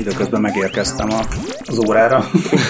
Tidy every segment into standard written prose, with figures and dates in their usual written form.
Időközben megérkeztem az órára.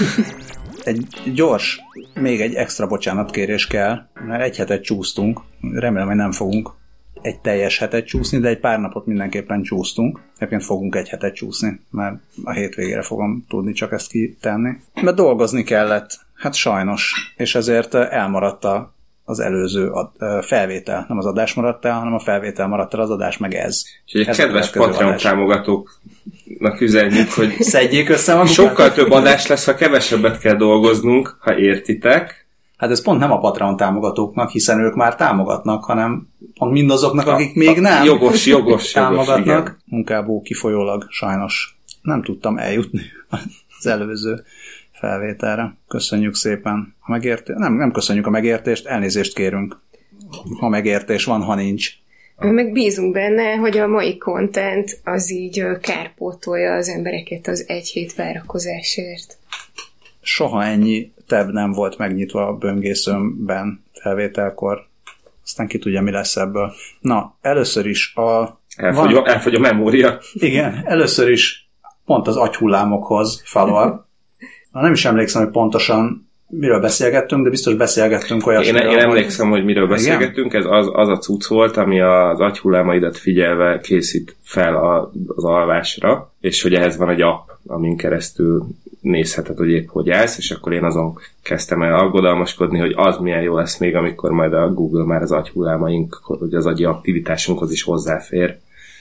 Még egy extra bocsánatkérés kell, mert egy hetet csúsztunk. Remélem, hogy nem fogunk egy teljes hetet csúszni, de egy pár napot mindenképpen csúsztunk. Egyébként fogunk egy hetet csúszni, mert a hétvégére fogom tudni csak ezt kitenni. Mert dolgozni kellett, hát sajnos, és ezért elmaradt az előző felvétel. Nem az adás maradt el, hanem a felvétel maradt el, az adás meg ez. Úgyhogy a kedves Patreon támogatóknak üzenjük, hogy szedjék össze magukat. Sokkal több adás lesz, ha kevesebbet kell dolgoznunk, ha értitek. Hát ez pont nem a Patreon támogatóknak, hiszen ők már támogatnak, hanem pont mindazoknak, akik még nem jogos, támogatnak. igen. Munkából kifolyólag sajnos nem tudtam eljutni az előző felvételre. Köszönjük szépen a megértést. Nem köszönjük a megértést, elnézést kérünk. Ha megértés van, ha nincs. Meg bízunk benne, hogy a mai content az így kárpótolja az embereket az egy hét várakozásért. Soha ennyi tab nem volt megnyitva a böngészőmben felvételkor. Aztán ki tudja, mi lesz ebből. Na, először is elfogy a memória. Igen, először is pont az agyhullámokhoz follow-up. Nem is emlékszem, hogy pontosan miről beszélgettünk, de biztos beszélgettünk olyasmiről. Én emlékszem, hogy miről beszélgettünk, ez az a cucc volt, ami az agyhullámaidat figyelve készít fel az alvásra, és hogy ehhez van egy app, amin keresztül nézheted, hogy épp hogy állsz, és akkor én azon kezdtem el aggodalmaskodni, hogy az milyen jó lesz még, amikor majd a Google már az agyhullámaink, hogy az agyi aktivitásunkhoz is hozzáfér.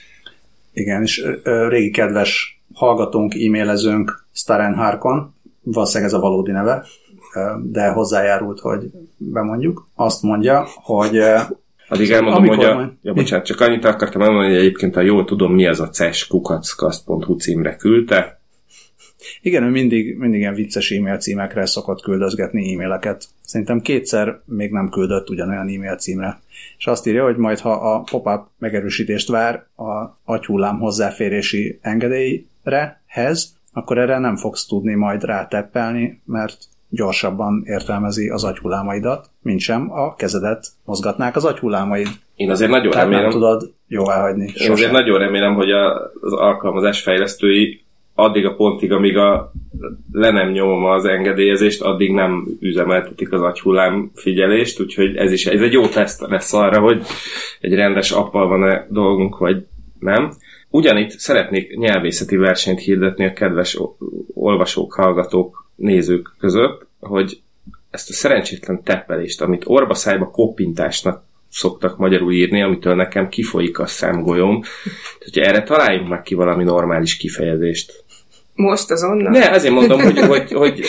Igen, és régi kedves hallgatónk, e-mailezőnk Staren Harkon, valószínűleg ez a valódi neve, de hozzájárult, hogy bemondjuk. Azt mondja, hogy... Addig elmondom, hogy bocsánat, csak annyit akartam elmondani, hogy egyébként, ha jól tudom, mi az a ces@kukackast.hu címre küldte. Igen, ő mindig ilyen vicces e-mail címekre szokott küldözgetni e-maileket. Szerintem 2-szer még nem küldött ugyanolyan e-mail címre. És azt írja, hogy majd, ha a pop-up megerősítést vár a agyhullám hozzáférési engedélyrehez, akkor erre nem fogsz tudni majd ráteppelni, mert gyorsabban értelmezi az agyhullámaidat, mint sem a kezedet mozgatnák az agyhullámaid. Én azért nagyon remélem, nem tudod jóváhagyni. Én azért nagyon remélem, hogy az alkalmazás fejlesztői addig a pontig, amíg le nem nyomom az engedélyezést, addig nem üzemeltetik az agyhullám figyelést, úgyhogy ez egy jó teszt lesz arra, hogy egy rendes appal van-e dolgunk, vagy nem. Ugyanitt szeretnék nyelvészeti versenyt hirdetni a kedves olvasók, hallgatók, nézők között, hogy ezt a szerencsétlen teppelést, amit orba-szájba koppintásnak szoktak magyarul írni, amitől nekem kifolyik a szemgolyóm. Tehát, hogyha erre találjunk meg ki valami normális kifejezést. Most azonnal? Ne, azért mondom, hogy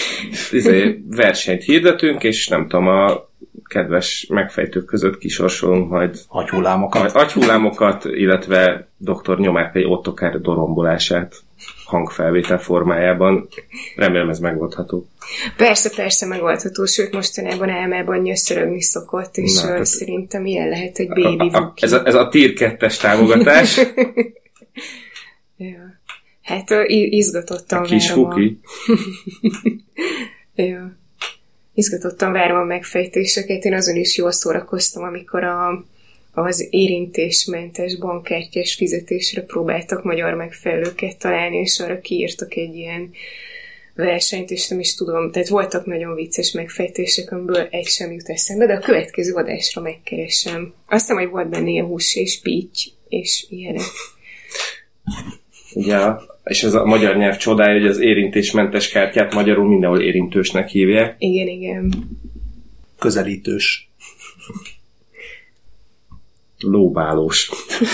versenyt hirdetünk, és nem tudom, a kedves megfejtők között kisorsolunk majd agyhullámokat, illetve dr. Nyomákai Ottokár dorombolását hangfelvétel formájában. Remélem ez megoldható. Persze megoldható, sőt mostanában álmában nyöszörögni szokott, és szerintem ilyen lehet egy baby vuki. Ez a tier 2-es támogatás. Ja. Hát izgatottan a kis fuki. Ja. Izgatottan várom a megfejtéseket. Én azon is jól szórakoztam, amikor az érintésmentes bankkártyás fizetésre próbáltak magyar megfelelőket találni, és arra kiírtak egy ilyen versenyt, és nem is tudom, tehát voltak nagyon vicces megfejtések, amiből egy sem jut eszembe, de a következő adásra megkeresem. Azt hiszem, hogy volt benne ilyen hús és pitty, és ilyenek. Ja, és ez a magyar nyelv csodája, hogy az érintésmentes kártyát magyarul mindenhol érintősnek hívják. Igen. Közelítős. Lóbálós.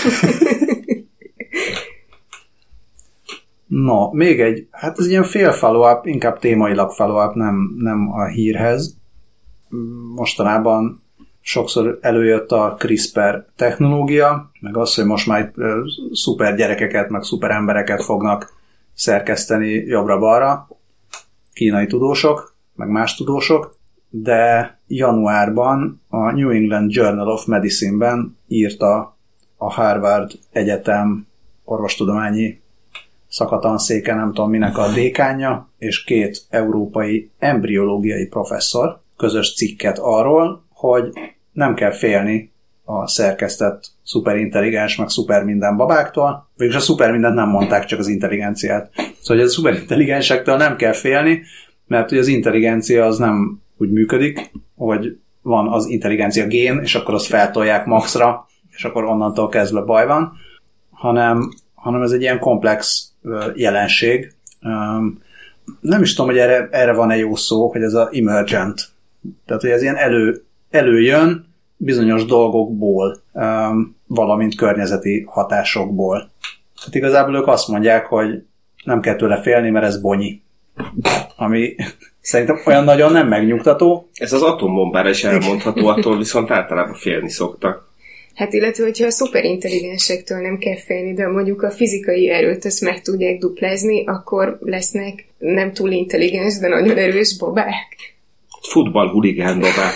No, még egy, hát ez ilyen fél follow-up, inkább témailag follow-up, nem a hírhez. Mostanában sokszor előjött a CRISPR technológia, meg az, hogy most már szuper gyerekeket, meg szuper embereket fognak szerkeszteni jobbra-balra, kínai tudósok, meg más tudósok, de januárban a New England Journal of Medicine-ben írta a Harvard Egyetem orvostudományi szakatanszéke, nem tudom minek a dékánja, és 2 európai embriológiai professzor közös cikket arról, hogy nem kell félni a szerkesztett szuperintelligens, meg szuper minden babáktól. Végülis a szuper mindent nem mondták, csak az intelligenciát. Szóval a szuperintelligensektől nem kell félni, mert ugye az intelligencia az nem úgy működik, hogy van az intelligencia gén, és akkor azt feltolják maxra, és akkor onnantól kezdve baj van, hanem ez egy ilyen komplex jelenség. Nem is tudom, hogy erre van-e jó szó, hogy ez az emergent. Tehát, hogy ez ilyen előjön bizonyos dolgokból, valamint környezeti hatásokból. Hát igazából ők azt mondják, hogy nem kell tőle félni, mert ez bonyi. Ami szerintem olyan nagyon nem megnyugtató. Ez az atombombára is elmondható, attól viszont általában félni szoktak. Hát illetve, hogyha a szuperintelligensektől nem kell félni, de mondjuk a fizikai erőt ezt meg tudják duplázni, akkor lesznek nem túl intelligens, de nagyon erős babák. Futballhuligán babák.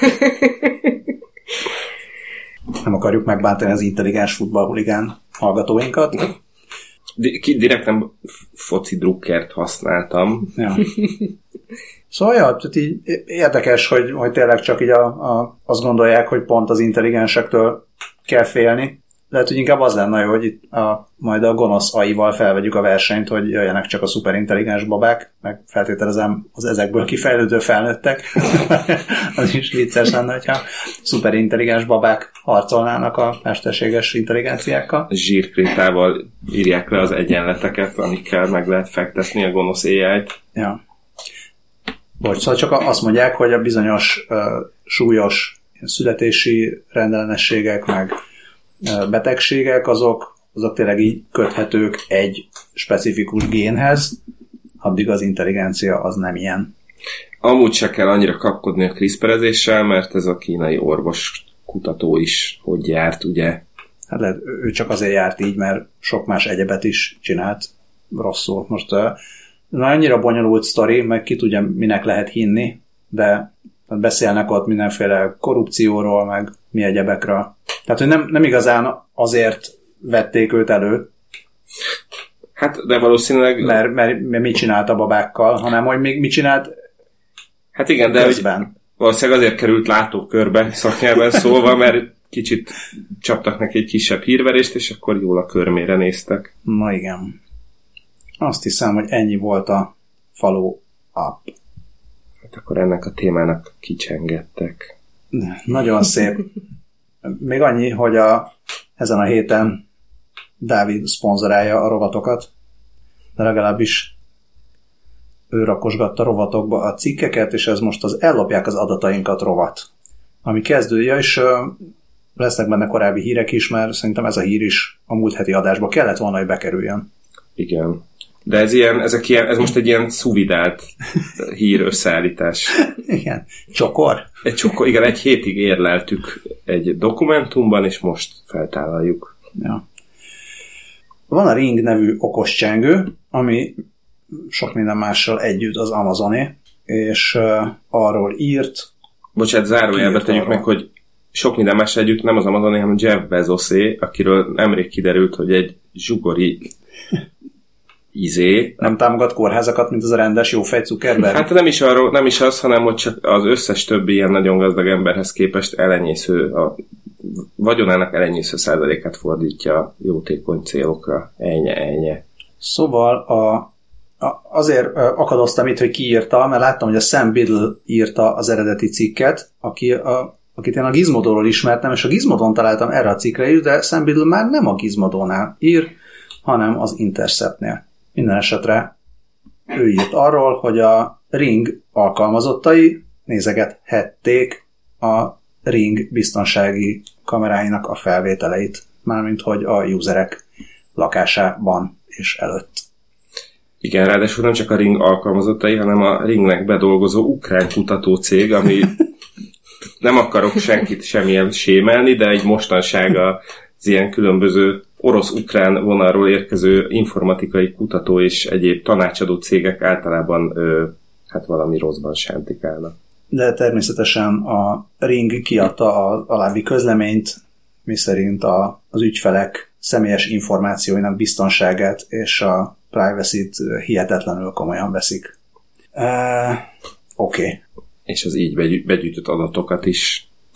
Nem akarjuk megbántani az intelligens futballhuligán hallgatóinkat. Direkt nem foci drukkert használtam. Ja. Szóval tehát így érdekes, hogy tényleg csak így azt gondolják, hogy pont az intelligensektől kell félni. Lehet, hogy inkább az lenne jó, hogy itt majd a gonosz AI-val felvegyük a versenyt, hogy jöjjenek csak a szuperintelligens babák, meg feltételezem az ezekből kifejlődő felnőttek. Az is vicces lenne, hogyha szuperintelligens babák harcolnának a mesterséges intelligenciákkal. Zsírkrétával írják le az egyenleteket, amikkel meg lehet fektetni a gonosz AI-t. Ja. Szóval csak azt mondják, hogy a bizonyos súlyos születési rendellenességek, meg betegségek, azok tényleg így köthetők egy specifikus génhez, addig az intelligencia az nem ilyen. Amúgy se kell annyira kapkodni a CRISPR-ezéssel, mert ez a kínai orvos kutató is hogy járt, ugye? Hát lehet, ő csak azért járt így, mert sok más egyebet is csinált rosszul. Most annyira bonyolult sztori, meg ki tudja, minek lehet hinni, de beszélnek ott mindenféle korrupcióról, meg mi egyebekről. Tehát, hogy nem igazán azért vették őt elő. Hát, de valószínűleg... Mert mit csinált a babákkal, hanem hogy még mit csinált hát igen, közben. De valószínűleg azért került látókörbe szaknyelven szólva, mert kicsit csaptak neki egy kisebb hírverést, és akkor jól a körmére néztek. Na igen. Azt hiszem, hogy ennyi volt a follow-up. Hát akkor ennek a témának kicsengettek. Nagyon szép. Még annyi, hogy ezen a héten Dávid szponzorálja a rovatokat, de legalábbis ő rakosgatta rovatokba a cikkeket, és ez most az ellopják az adatainkat rovat. Ami kezdője, és lesznek benne korábbi hírek is, mert szerintem ez a hír is a múlt heti adásba kellett volna, hogy bekerüljön. Igen. De ez most egy ilyen szuvidált hír összeállítás. Igen. Csokor? Igen, egy hétig érleltük egy dokumentumban, és most feltállaljuk. Ja. Van a Ring nevű okos csengő, ami sok minden mással együtt az Amazoné, és arról írt. Bocsánat, zárójelbe tegyük meg, hogy sok minden mással együtt nem az Amazoné, hanem Jeff Bezosé, akiről nemrég kiderült, hogy egy zsugori Nem támogat kórházakat, mint az a rendes jófej Zuckerberg? Hát nem is az, hanem hogy csak az összes többi ilyen nagyon gazdag emberhez képest a vagyonának elenyésző százalékát fordítja jótékony célokra. Ennyi. Szóval azért akadoztam itt, hogy ki írta, mert láttam, hogy a Sam Biddle írta az eredeti cikket, akit én a Gizmodóról ismertem, és a Gizmodón találtam erre a cikkre is, de Sam Biddle már nem a Gizmodónál ír, hanem az Interceptnél. Minden esetre ő írt arról, hogy a Ring alkalmazottai nézegethették a Ring biztonsági kameráinak a felvételeit, mármint hogy a userek lakásában és előtt. Igen, ráadásul nem csak a Ring alkalmazottai, hanem a Ringnek bedolgozó ukrán kutatócég, ami nem akarok senkit semmilyen sémelni, de egy mostanság az ilyen különböző orosz-ukrán vonalról érkező informatikai kutató és egyéb tanácsadó cégek általában hát valami rosszban sántikálnak. De természetesen a Ring kiadta a alábbi közleményt, miszerint az ügyfelek személyes információinak biztonságát és a privacy-t hihetetlenül komolyan veszik. Oké. És az így begyűjtött adatokat is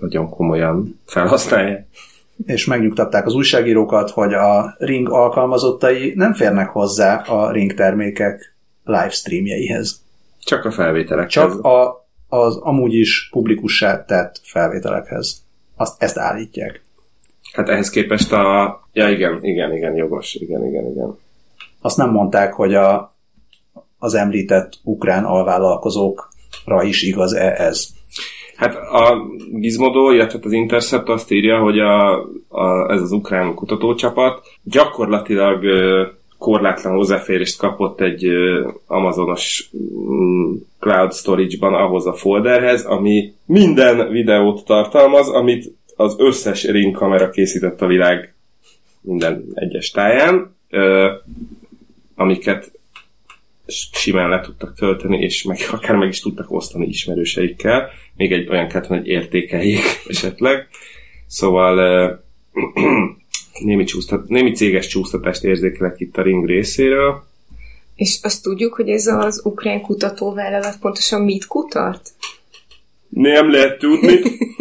nagyon komolyan felhasználják. És megnyugtatták az újságírókat, hogy a Ring alkalmazottai nem férnek hozzá a Ring termékek livestreamjeihez. Csak a felvételekhez. Csak az amúgy is publikussá tett felvételekhez. Ezt állítják. Hát ehhez képest Ja, igen, jogos. Igen. Azt nem mondták, hogy az említett ukrán alvállalkozókra is igaz-e ez. Hát a Gizmodo, illetve az Intercept azt írja, hogy ez az ukrán kutatócsapat gyakorlatilag korlátlan hozzáférést kapott egy Amazonos cloud storage-ban ahhoz a folderhez, ami minden videót tartalmaz, amit az összes Ring kamera készített a világ minden egyes táján, amiket simán le tudtak tölteni, és akár meg is tudtak osztani ismerőseikkel. Még egy olyan kellett, hogy értékeljék esetleg. Szóval némi céges csúsztatást érzékelek itt a Ring részéről. És azt tudjuk, hogy ez az ukrán kutatóvállalat pontosan mit kutat? Nem lehet tudni.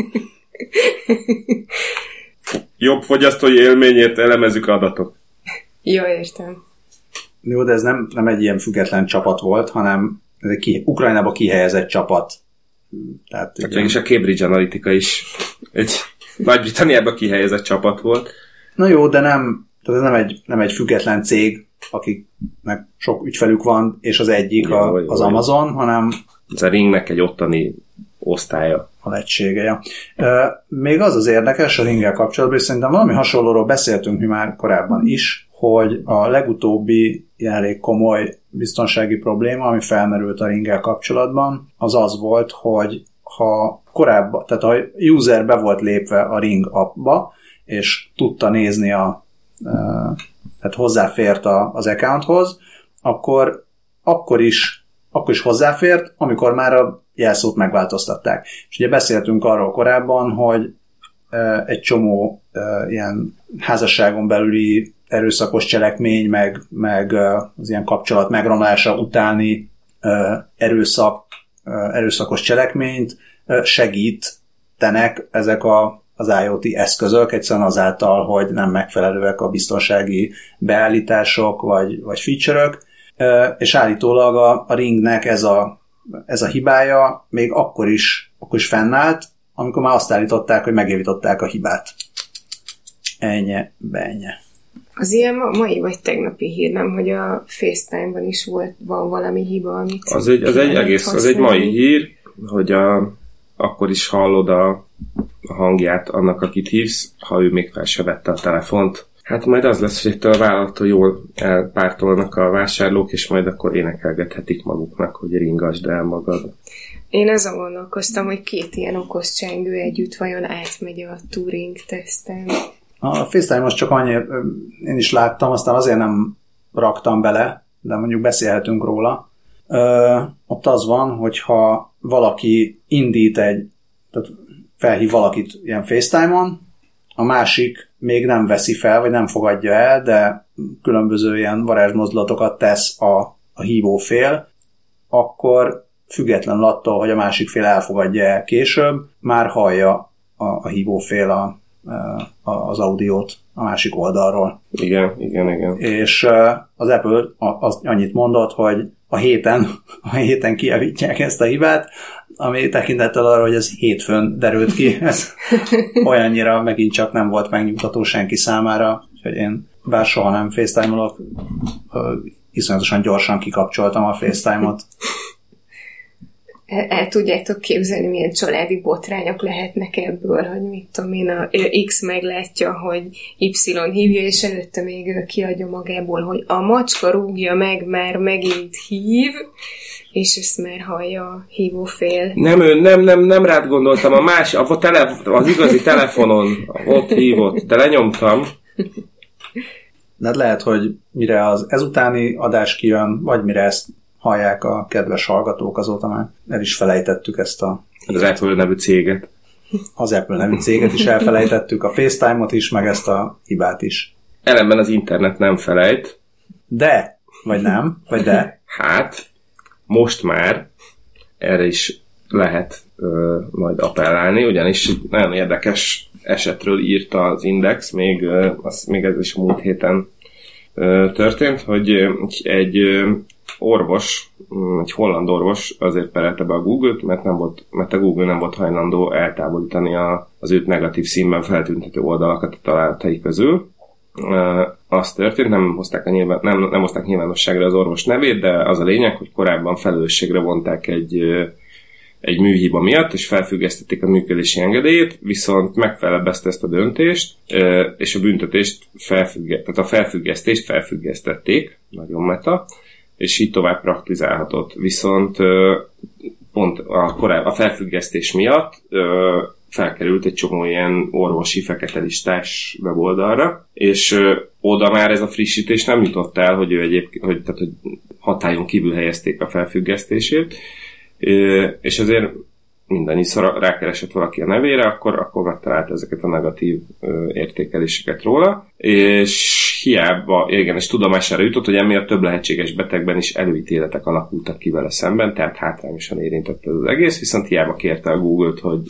Jobb fogyasztói élményért elemezzük adatok. Jó, értem. Jó, de ez nem egy ilyen független csapat volt, hanem ez egy Ukrajnába kihelyezett csapat. Tehát hát mégis a Cambridge Analytica is egy Nagy-Britanniába kihelyezett csapat volt. Na jó, de ez nem egy független cég, akiknek sok ügyfelük van, és az egyik az Amazon, hanem ez a Ringnek egy ottani osztálya. A egysége, ja. Még az érdekes a Ringgel kapcsolatban, és szerintem valami hasonlóról beszéltünk mi már korábban is, hogy a legutóbbi elég komoly biztonsági probléma, ami felmerült a Ringgel kapcsolatban, az volt, hogy ha korábban, tehát a user be volt lépve a Ring appba, és tudta nézni tehát hozzáfért az accounthoz, akkor is hozzáfért, amikor már a jelszót megváltoztatták. És ugye beszéltünk arról korábban, hogy egy csomó ilyen házasságon belüli erőszakos cselekmény, meg az ilyen kapcsolat megromlása utáni erőszakos cselekményt segítenek ezek az IoT eszközök, egyszerűen azáltal, hogy nem megfelelőek a biztonsági beállítások vagy feature-ök, és állítólag a Ringnek ez a hibája még akkor is fennállt, amikor már azt állították, hogy megjavították a hibát. Ennyi. Az ilyen mai vagy tegnapi hír, nem, hogy a FaceTime-ban is van valami hiba, amit... Az egy mai hír, hogy akkor is hallod a hangját annak, akit hívsz, ha ő még fel se vette a telefont. Hát majd az lesz, hogy ettől a vállalattól jól elpártolnak a vásárlók, és majd akkor énekelgethetik maguknak, hogy ringasd el magad. Én azon gondolkoztam, hogy 2 ilyen okos csengő együtt vajon átmegy a Turing-teszten. A FaceTime most csak annyi, én is láttam, aztán azért nem raktam bele, de mondjuk beszélhetünk róla. Ott az van, hogyha valaki tehát felhív valakit ilyen FaceTime-on, a másik még nem veszi fel, vagy nem fogadja el, de különböző ilyen varázsmozdulatokat tesz a hívófél, akkor függetlenül attól, hogy a másik fél elfogadja el később, már hallja a hívófél az audiót a másik oldalról. Igen. És az Apple annyit mondott, hogy a héten kijavítják ezt a hibát, ami tekintettel arra, hogy ez hétfőn derült ki. Ez olyannyira megint csak nem volt megnyugtató senki számára, hogy én bár soha nem FaceTime-olok, iszonyatosan gyorsan kikapcsoltam a FaceTime-ot. El tudjátok képzelni, milyen családi botrányok lehetnek ebből, hogy mit tudom én, a X meglátja, hogy Y hívja, és előtte még kiadja magából, hogy a macska rúgja meg, már megint hív, és ezt már hallja a hívófél. Nem rád gondoltam, az igazi telefonon ott hívott, de lenyomtam. De lehet, hogy mire az ezutáni adás kijön, vagy mire ezt hallják a kedves hallgatók, azóta már el is felejtettük ezt az Apple nevű céget. Az Apple nevű céget is elfelejtettük, a FaceTime-ot is, meg ezt a hibát is. Ellenben az internet nem felejt. De, vagy nem, vagy de. Hát, most már erre is lehet majd appellálni, ugyanis egy nagyon érdekes esetről írt az Index, még ez is a múlt héten történt, hogy egy orvos, egy holland orvos azért perelte be a Google-t, mert a Google nem volt hajlandó eltávolítani az őt negatív színben feltüntető oldalakat a találatai közül. Az történt, nem hozták nyilvánosságra az orvos nevét, de az a lényeg, hogy korábban felelősségre vonták egy műhiba miatt, és felfüggesztették a működési engedélyét, viszont megfelebbezte ezt a döntést, és a büntetést tehát a felfüggesztést felfüggesztették, nagyon meta, és így tovább praktizálhatott. Viszont pont a felfüggesztés miatt felkerült egy csomó ilyen orvosi fekete listás weboldalra, és oda már ez a frissítés nem jutott el, hogy ő egyébként, hogy hatályon kívül helyezték a felfüggesztését, és azért mindannyiszor rákeresett valaki a nevére, akkor megtalált ezeket a negatív értékeléseket róla, és hiába, igen, és tudomására jutott, hogy emiatt több lehetséges betegben is előítéletek alakultak ki vele szemben, tehát hátrányosan érintette az egész, viszont hiába kérte a Google-t, hogy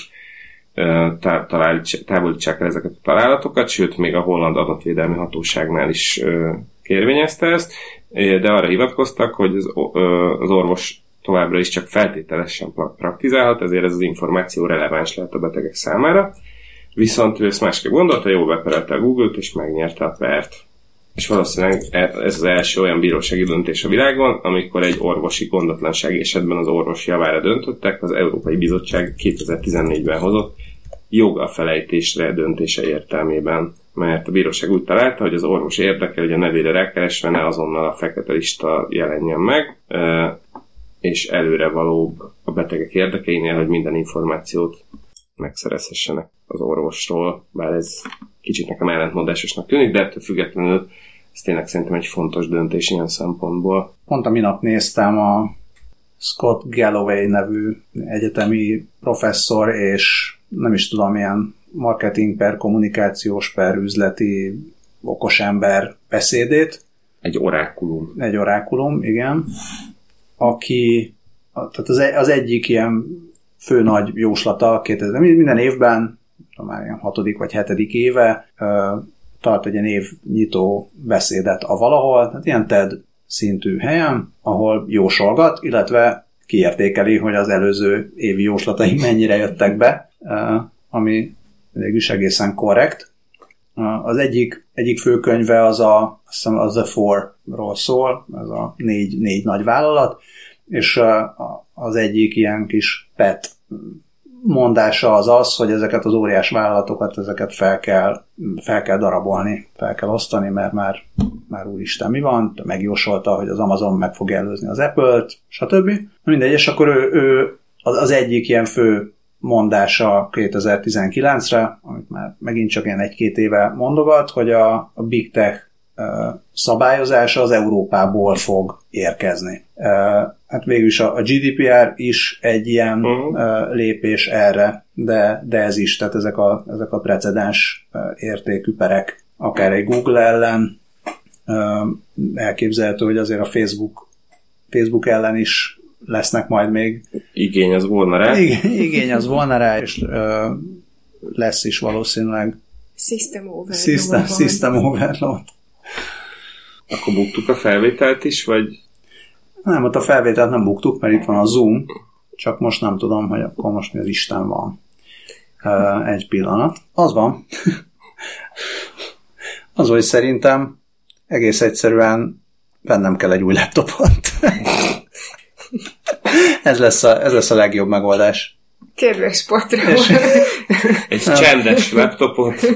távolítsák el ezeket a találatokat, sőt, még a holland adatvédelmi hatóságnál is kérvényezte ezt, de arra hivatkoztak, hogy az orvos továbbra is csak feltételesen praktizálhat, ezért ez az információ releváns lehet a betegek számára. Viszont ő ezt másképp gondolta, jól beperelte a Google-t, és megnyerte a pert. És valószínűleg ez az első olyan bírósági döntés a világon, amikor egy orvosi gondatlansági esetben az orvos javára döntöttek, az Európai Bizottság 2014-ben hozott joggal felejtésre döntése értelmében. Mert a bíróság úgy találta, hogy az orvos érdeke, hogy a nevére rákeresve ne azonnal a fekete lista jelenjen meg, és előre valóbb a betegek érdekeinél, hogy minden információt megszerezhessenek az orvosról, bár ez kicsit nekem ellentmondásosnak tűnik, de ettől függetlenül ez tényleg szerintem egy fontos döntés ilyen szempontból. Pont a minap néztem a Scott Galloway nevű egyetemi professzor, és nem is tudom, ilyen marketing per kommunikációs per üzleti okos ember beszédét. Egy orákulum. Egy orákulum, igen. Aki tehát az egyik ilyen fő nagy jóslata, minden évben, már ilyen 6. vagy 7. éve tart egy ilyen évnyitó beszédet a valahol, tehát ilyen TED szintű helyen, ahol jósolgat, illetve kiértékeli, hogy az előző évi jóslatai mennyire jöttek be, ami végülis egészen korrekt. Az egyik főkönyve az The Four-ról szól, ez a négy nagy vállalat, és az egyik ilyen kis pet mondása az, hogy ezeket az óriás vállalatokat, ezeket fel kell darabolni, fel kell osztani, mert már úristen mi van, megjósolta, hogy az Amazon meg fog előzni az Apple-t, stb. Mindegy, és akkor ő az egyik ilyen fő mondása 2019-re, amit már megint csak ilyen 1-2 éve mondogat, hogy a Big Tech szabályozása az Európából fog érkezni. Hát végülis a GDPR is egy ilyen lépés erre, de ez is, tehát ezek a precedens értékű perek, akár egy Google ellen, elképzelhető, hogy azért a Facebook ellen is lesznek majd még. Igény az volna rá. Igény az volna rá, és lesz is valószínűleg. System overload. Akkor buktuk a felvételt is, vagy? Nem, ott a felvételt nem buktuk, mert itt van a Zoom, csak most nem tudom, hogy akkor most mi az Isten van. Egy pillanat. Az van. Az, hogy szerintem egész egyszerűen vennem kell egy új laptopot. Ez lesz a legjobb megoldás. Kedves Patra. Egy csendes laptopot.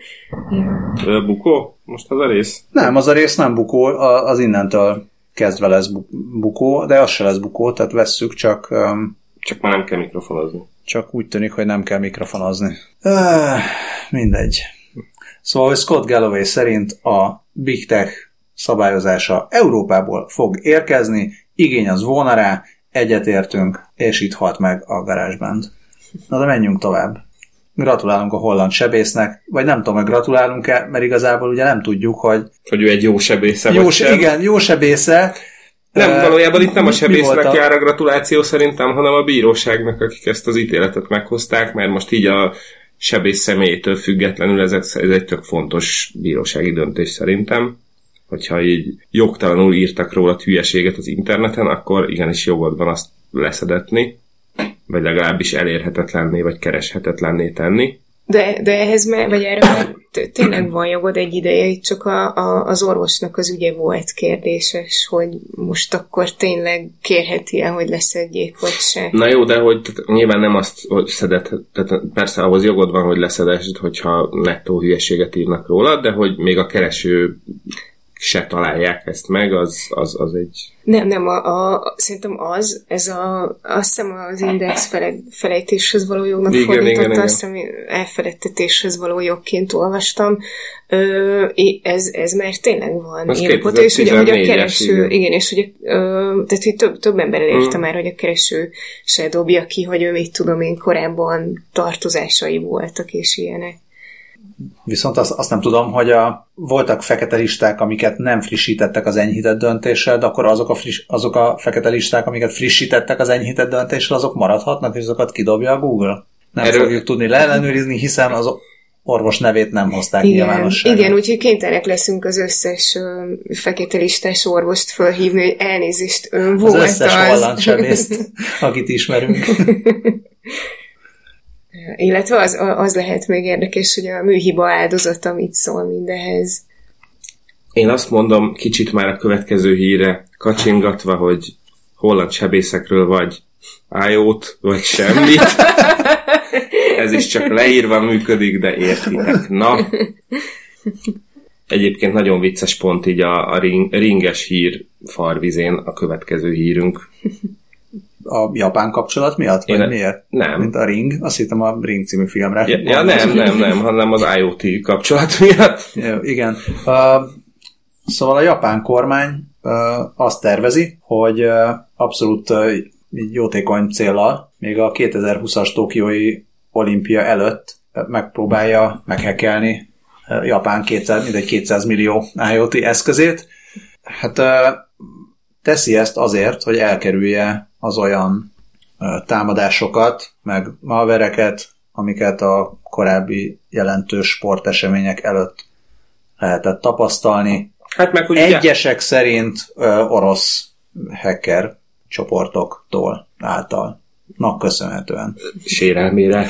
Bukó? Most az a rész? Nem, az a rész nem bukó, az innentől kezdve lesz bukó, de az se lesz bukó, tehát vesszük, csak már nem kell mikrofonozni. Csak úgy tűnik, hogy nem kell mikrofonozni. Mindegy. Szóval, hogy Scott Galloway szerint a Big Tech szabályozása Európából fog érkezni, igény az volna rá, egyetértünk, és itt halt meg a GarageBand. Na de menjünk tovább. Gratulálunk a holland sebésznek, vagy nem tudom, hogy gratulálunk-e, mert igazából ugye nem tudjuk, hogy ő egy jó sebésze. Igen, jó sebésze, Nem, valójában itt nem a sebésznek jár a gratuláció szerintem, hanem a bíróságnak, akik ezt az ítéletet meghozták, mert most így a sebész személyétől függetlenül ez egy tök fontos bírósági döntés szerintem. Hogyha így jogtalanul írtak róla hülyeséget az interneten, akkor igenis jogod van azt leszedetni, vagy legalábbis elérhetetlenné, vagy kereshetetlenné tenni. De ehhez vagy erre már tényleg van jogod egy ideje, itt csak az orvosnak az ügye volt kérdéses, hogy most akkor tényleg kérheti-e, hogy leszedjék, vagy se. Na jó, de hogy nyilván nem azt, hogy szedett, tehát persze ahhoz jogod van, hogy leszedesd, hogyha nettó hülyeséget írnak róla, de hogy még a kereső se találják ezt meg, az egy... Nem, szerintem azt hiszem az index felejtéshez való jognak fordította, azt hiszem elfeledtetéshez való jogként olvastam. Ez már tényleg van írott, és ugye, hogy a kereső, igen, és ugye, tehát hogy több ember elérte már, hogy a kereső se dobja ki, hogy ő mit tudom én korábban tartozásai voltak, és ilyenek. Viszont azt nem tudom, hogy voltak fekete listák, amiket nem frissítettek az enyhített döntéssel, de akkor azok a fekete listák, amiket frissítettek az enyhített döntéssel, azok maradhatnak, és azokat kidobja a Google. Nem fogjuk tudni leellenőrizni, hiszen az orvos nevét nem hozták nyilvánosságra. Igen, úgyhogy kénytelenek leszünk az összes fekete listás orvost fölhívni, hogy elnézést, ön volt az. Az összes hollandsebészt, akit ismerünk. Illetve az lehet még érdekes, hogy a műhiba áldozata mit szól mindehez. Én azt mondom, kicsit már a következő híre kacsingatva, hogy holland sebészekről vagy IO-t, vagy semmit. Ez is csak leírva működik, de értitek. Na. Egyébként nagyon vicces pont így a ringes hír farvizén a következő hírünk. A japán kapcsolat miatt? Vagy miért? Nem. Mint a Ring? Azt hittem a Ring című filmre. Ja, nem, hanem az IoT kapcsolat miatt. Ja, igen. Szóval a japán kormány azt tervezi, hogy abszolút jótékony céllal még a 2020-as tokiói olimpia előtt megpróbálja meghekkelni Japán 200 millió IoT eszközét. Hát teszi ezt azért, hogy elkerülje az olyan támadásokat, meg malvereket, amiket a korábbi jelentős sportesemények előtt lehetett tapasztalni. Hát meg, hogy egyesek szerint orosz hacker csoportoktól általnak köszönhetően. Sérelmére.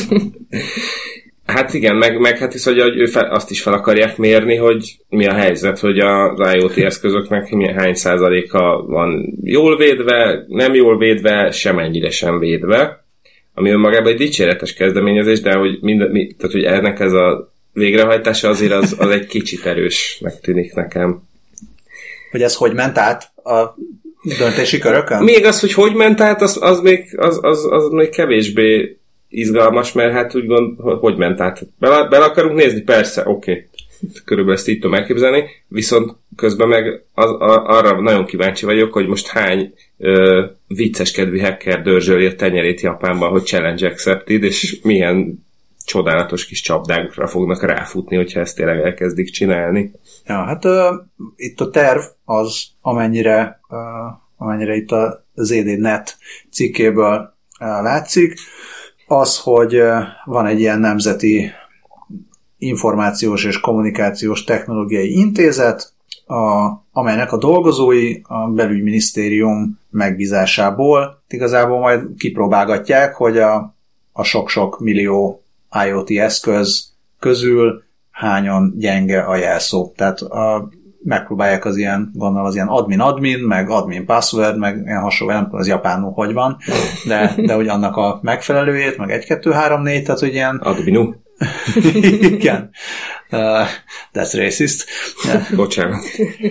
Hát igen, meg hát hisz, hogy azt is fel akarják mérni, hogy mi a helyzet, hogy az IoT eszközöknek hány százaléka van jól védve, nem jól védve, semennyire sem védve, ami önmagában egy dicséretes kezdeményezés, de hogy, tehát, hogy ennek ez a végrehajtása azért az egy kicsit erősnek tűnik nekem. Hogy ez hogy ment át a döntési körökön? Még az, hogy ment át, az még kevésbé izgalmas, mert hát úgy hogy ment át. Bele akarunk nézni? Persze, oké. Körülbelül ezt így tudom elképzelni, viszont közben meg arra nagyon kíváncsi vagyok, hogy most hány vicceskedvű hacker dörzsöli a tenyerét Japánban, hogy challenge accepted, és milyen csodálatos kis csapdákra fognak ráfutni, hogyha ezt tényleg elkezdik csinálni. Ja, hát itt a terv az, amennyire itt a ZDNet cikkéből látszik, az, hogy van egy ilyen nemzeti információs és kommunikációs technológiai intézet, amelynek a dolgozói a belügyminisztérium megbízásából igazából majd kipróbálgatják, hogy a sok-sok millió IoT eszköz közül hányan gyenge a jelszó. Tehát megpróbálják az ilyen admin, meg admin password, meg ilyen hasonló, nem tudom, az japánul hogy van, de hogy annak a megfelelőjét, meg 1, 2, 3, 4, tehát hogy ilyen... Adminu. Igen. That's racist. Bocsánat.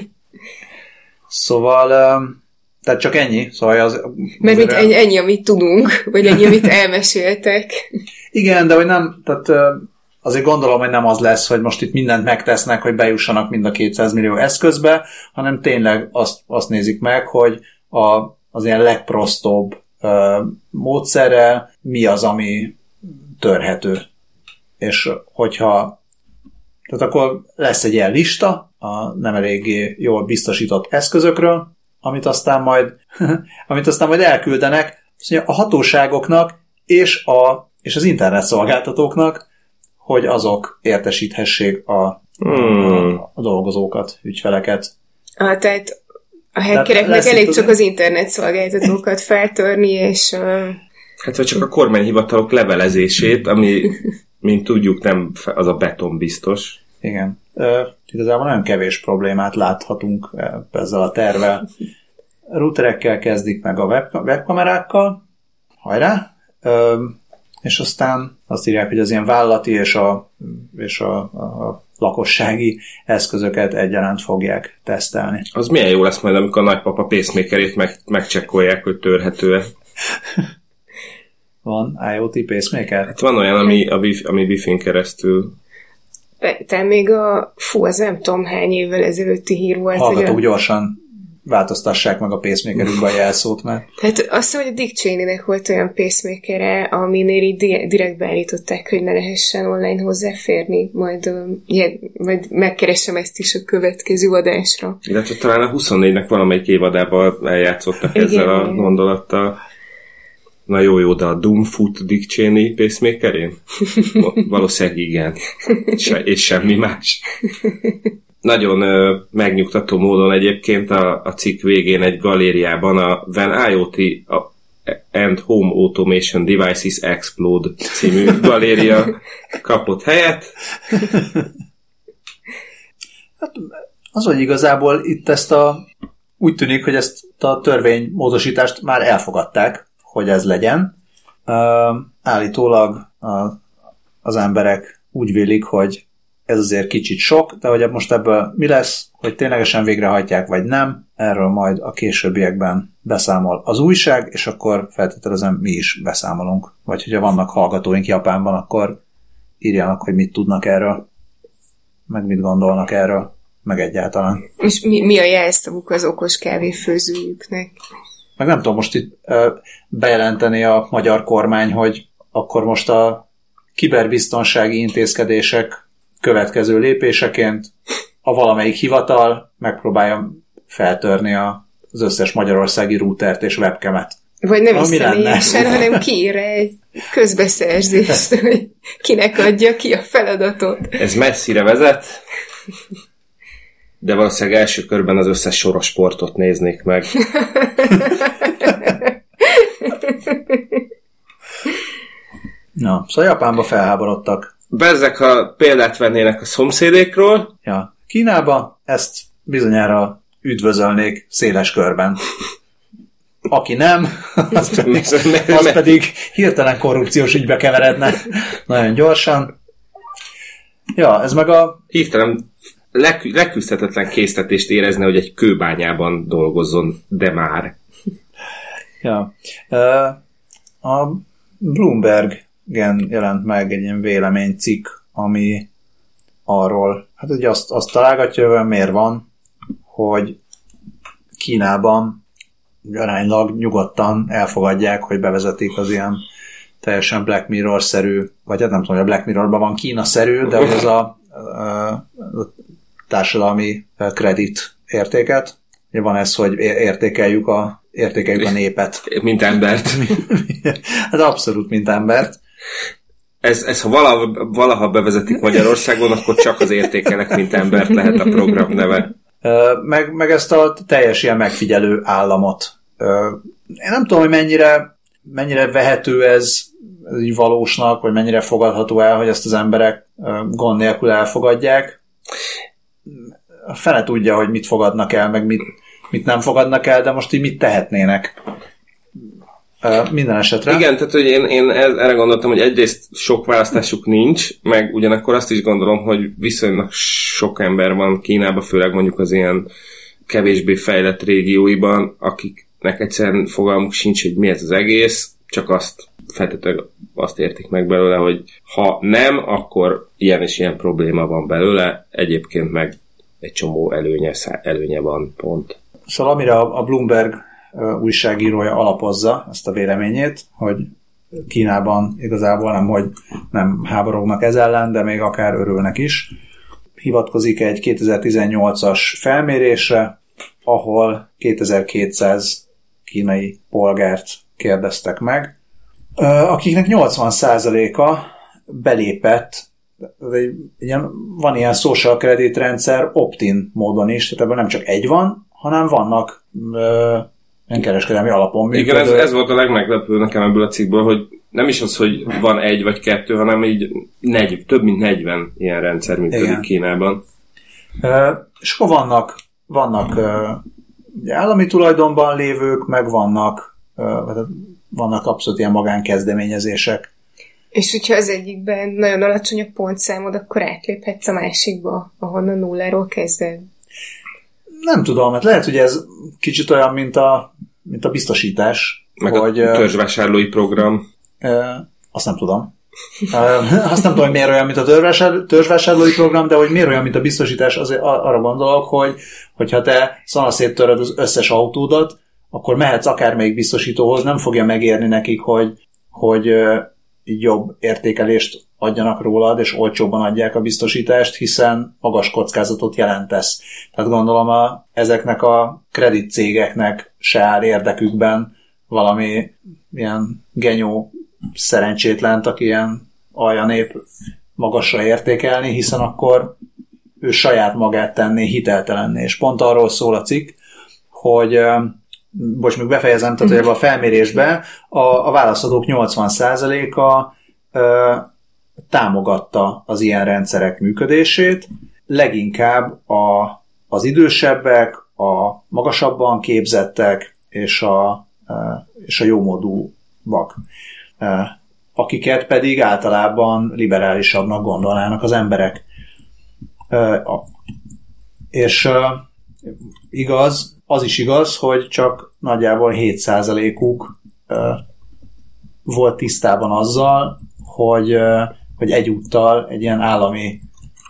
Szóval, tehát csak ennyi. Szóval mert ennyi, amit tudunk, vagy ennyi, amit elmeséltek. Igen, de hogy nem, tehát azért gondolom, hogy nem az lesz, hogy most itt mindent megtesznek, hogy bejussanak mind a 200 millió eszközbe, hanem tényleg azt nézik meg, hogy az ilyen legprostóbb módszerrel mi az, ami törhető. És tehát akkor lesz egy ilyen lista a nem eléggé jól biztosított eszközökről, amit aztán majd elküldenek a hatóságoknak és az internetszolgáltatóknak, hogy azok értesíthessék a dolgozókat, ügyfeleket. Tehát a hackereknek elég csak az internetszolgáltatókat feltörni, és... Hát vagy csak a kormányhivatalok levelezését, ami, mint tudjuk, nem az a beton biztos. Igen. Igazából nagyon kevés problémát láthatunk ezzel a tervvel. Routerekkel kezdik meg a webkamerákkal, hajrá, és aztán azt írják, hogy az ilyen vállalati és a lakossági eszközöket egyaránt fogják tesztelni. Az milyen jó lesz majd, amikor a nagypapa pacemakerét megcsekkolják, hogy törhető-e. Van IoT pacemaker? Hát van olyan, ami Wi-Fi-n keresztül. Te még az nem tudom hány évvel ezelőtti hír volt. Hallgatók gyorsan változtassák meg a pacemakerükbe a jelszót, mert... Tehát azt hiszem, hogy a Dick Cheney-nek volt olyan pacemakere, aminél így direkt beállították, hogy ne lehessen online hozzáférni, majd megkeresem ezt is a következő adásra. Illetve talán a 24-nek valamelyik évadában eljátszottak ezzel a gondolattal. Na jó, de a Doomfoot Dick Cheney pacemakerén? Valószínűleg igen. És semmi más. Nagyon megnyugtató módon egyébként a cikk végén egy galériában a When IoT and Home Automation Devices Explode című galéria kapott helyet. Hát az, hogy igazából itt úgy tűnik, hogy ezt a törvénymódosítást már elfogadták, hogy ez legyen. Állítólag az emberek úgy vélik, hogy ez azért kicsit sok, de hogy most ebből mi lesz, hogy ténylegesen végrehajtják, vagy nem, erről majd a későbbiekben beszámol az újság, és akkor feltételezem mi is beszámolunk. Vagy hogyha vannak hallgatóink Japánban, akkor írjanak, hogy mit tudnak erről, meg mit gondolnak erről, meg egyáltalán. És mi a jelszavuk az okos kávéfőzőjüknek? Meg nem tudom most itt bejelenteni a magyar kormány, hogy akkor most a kiberbiztonsági intézkedések következő lépéseként a valamelyik hivatal megpróbálja feltörni az összes magyarországi routert és webcamet. Vagy nem is személyesen, hanem kiír egy közbeszerzést, hogy kinek adja ki a feladatot. Ez messzire vezet, de valószínűleg első körben az összes soros sportot néznék meg. Na, szóval Japánba felháborodtak. Bezzek, ha példát vennének a szomszédékról. Ja, Kínába ezt bizonyára üdvözölnék széles körben. Aki nem, az pedig hirtelen korrupciós ügybe keveredne nagyon gyorsan. Ja, ez meg a... Hirtelen leküzdhetetlen késztetést érezne, hogy egy kőbányában dolgozzon, de már. Ja. A Bloombergen jelent meg egy ilyen véleménycikk, ami arról, hát ugye azt találgatja, hogy miért van, hogy Kínában aránylag nyugodtan elfogadják, hogy bevezetik az ilyen teljesen Black Mirror-szerű, vagy hát nem tudom, hogy a Black Mirrorban van Kína-szerű, de hogy ez a társadalmi kredit értéket. Van ez, hogy értékeljük a népet. Mint embert. Hát abszolút, mint embert. Ez ha valaha bevezetik Magyarországon, akkor csak az értékelek, mint embert lehet a program neve. Meg ezt a teljes ilyen megfigyelő államot. Én nem tudom, hogy mennyire vehető ez így valósnak, vagy mennyire fogadható el, hogy ezt az emberek gond nélkül elfogadják. A fene tudja, hogy mit fogadnak el, meg mit nem fogadnak el, de most így mit tehetnének. Minden esetre. Igen, tehát hogy én erre gondoltam, hogy egyrészt sok választásuk nincs, meg ugyanakkor azt is gondolom, hogy viszonylag sok ember van Kínában, főleg mondjuk az ilyen kevésbé fejlett régióiban, akiknek egyszerűen fogalmuk sincs, hogy mi ez az egész, csak feltétlenül azt értik meg belőle, hogy ha nem, akkor ilyen és ilyen probléma van belőle, egyébként meg egy csomó előnye van, pont. Szóval amire a Bloomberg újságírója alapozza ezt a véleményét, hogy Kínában igazából nem háborognak ez ellen, de még akár örülnek is. Hivatkozik egy 2018-as felmérésre, ahol 2200 kínai polgárt kérdeztek meg, akiknek 80%-a belépett, van ilyen social credit rendszer opt-in módon is, tehát ebben nem csak egy van, hanem vannak kereskedelmi alapon működő. Igen, ez volt a legmeglepő nekem ebből a cikkből, hogy nem is az, hogy van egy vagy kettő, hanem így több mint 40 ilyen rendszer működik igen. Kínában. És akkor vannak állami tulajdonban lévők, meg vannak abszolút ilyen magánkezdeményezések. És hogyha az egyikben nagyon alacsony a pontszámod, akkor átléphetsz a másikba, ahonnan nulláról kezded? Nem tudom, mert lehet, hogy ez kicsit olyan, mint a biztosítás. Meg hogy, a törzsvásárlói program. Azt nem tudom. Azt nem tudom, hogy miért olyan, mint a törzsvásárlói program, de hogy miért olyan, mint a biztosítás, azért arra gondolok, hogy ha te szanaszéttöröd az összes autódat, akkor mehetsz akármelyik biztosítóhoz, nem fogja megérni nekik, hogy jobb értékelést adjanak rólad, és olcsóbban adják a biztosítást, hiszen magas kockázatot jelentesz. Tehát gondolom ezeknek a kredit cégeknek se áll érdekükben valami ilyen genyó szerencsétlent, aki ilyen aljanép magasra értékelni, hiszen akkor ő saját magát tenné hiteltelenné. És pont arról szól a cikk, hogy most még befejezem, tehát hogy ebben a felmérésben a válaszadók 80%-a támogatta az ilyen rendszerek működését, leginkább az idősebbek, a magasabban képzettek és a jómódúak, akiket pedig általában liberálisabbnak gondolnának az emberek. És az is igaz, hogy csak nagyjából 7%-uk volt tisztában azzal, hogy egyúttal egy ilyen állami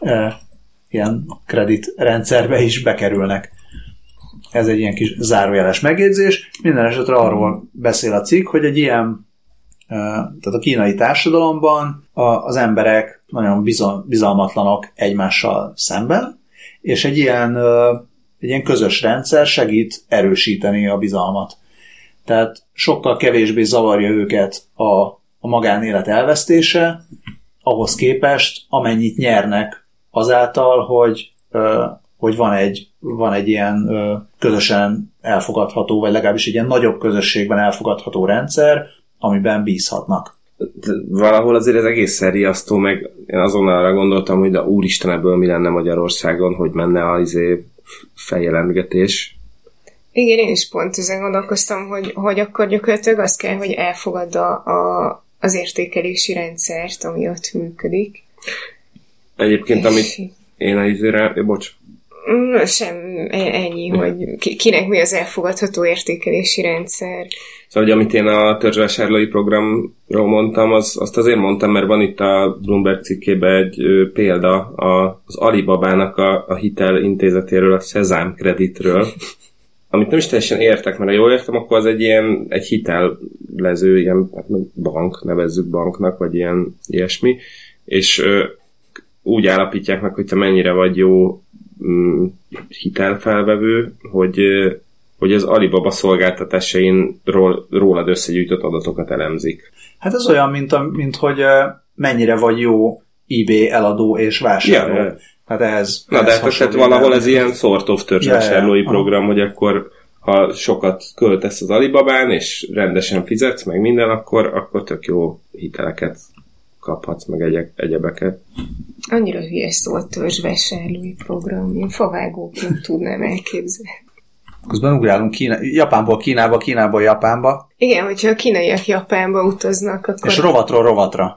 ilyen kreditrendszerbe is bekerülnek. Ez egy ilyen kis zárójeles megjegyzés. Minden esetre arról beszél a cikk, hogy egy ilyen, tehát a kínai társadalomban az emberek nagyon bizalmatlanok egymással szemben, és egy ilyen közös rendszer segít erősíteni a bizalmat. Tehát sokkal kevésbé zavarja őket a magánélet elvesztése, ahhoz képest, amennyit nyernek azáltal, hogy van egy ilyen közösen elfogadható, vagy legalábbis egy ilyen nagyobb közösségben elfogadható rendszer, amiben bízhatnak. Valahol azért ez egészen riasztó, meg én azonnal arra gondoltam, hogy de úristen, ebből mi lenne Magyarországon, hogy menne az feljelentgetés. Igen, én is pont ezen gondolkoztam, hogy akkor gyakorlatilag az kell, hogy elfogadd az értékelési rendszert, ami ott működik. Egyébként, amit én azért... Bocs. Sem ennyi, hogy kinek mi az elfogadható értékelési rendszer. Szóval, hogy amit én a törzsvásárlói programról mondtam, azt azért mondtam, mert van itt a Bloomberg cikkében egy példa az Alibabának a hitelintézetéről, a Sezám Creditről, amit nem is teljesen értek, mert ha jól értem, akkor az egy hitellező, ilyen bank, nevezzük banknak, vagy ilyesmi, és úgy állapítják meg, hogy te mennyire vagy jó hitelfelvevő, hogy az Alibaba szolgáltatásain rólad összegyűjtött adatokat elemzik. Hát ez olyan, mint hogy mennyire vagy jó eBay eladó és vásárló. Ja. Hát ehhez tehát valahol ez ilyen sort of törzsvásárlói program, hogy akkor ha sokat költesz az Alibabán, és rendesen fizetsz, meg minden, akkor tök jó hiteleket kaphatsz, meg egyebeket. Annyira hülye szó a törzsvásárlói program. Én favágóként tudnám elképzelni. Közben ugrálunk Japánból Kínába, Kínából Japánba. Igen, hogyha a kínaiak Japánba utaznak, akkor... És rovatról rovatra.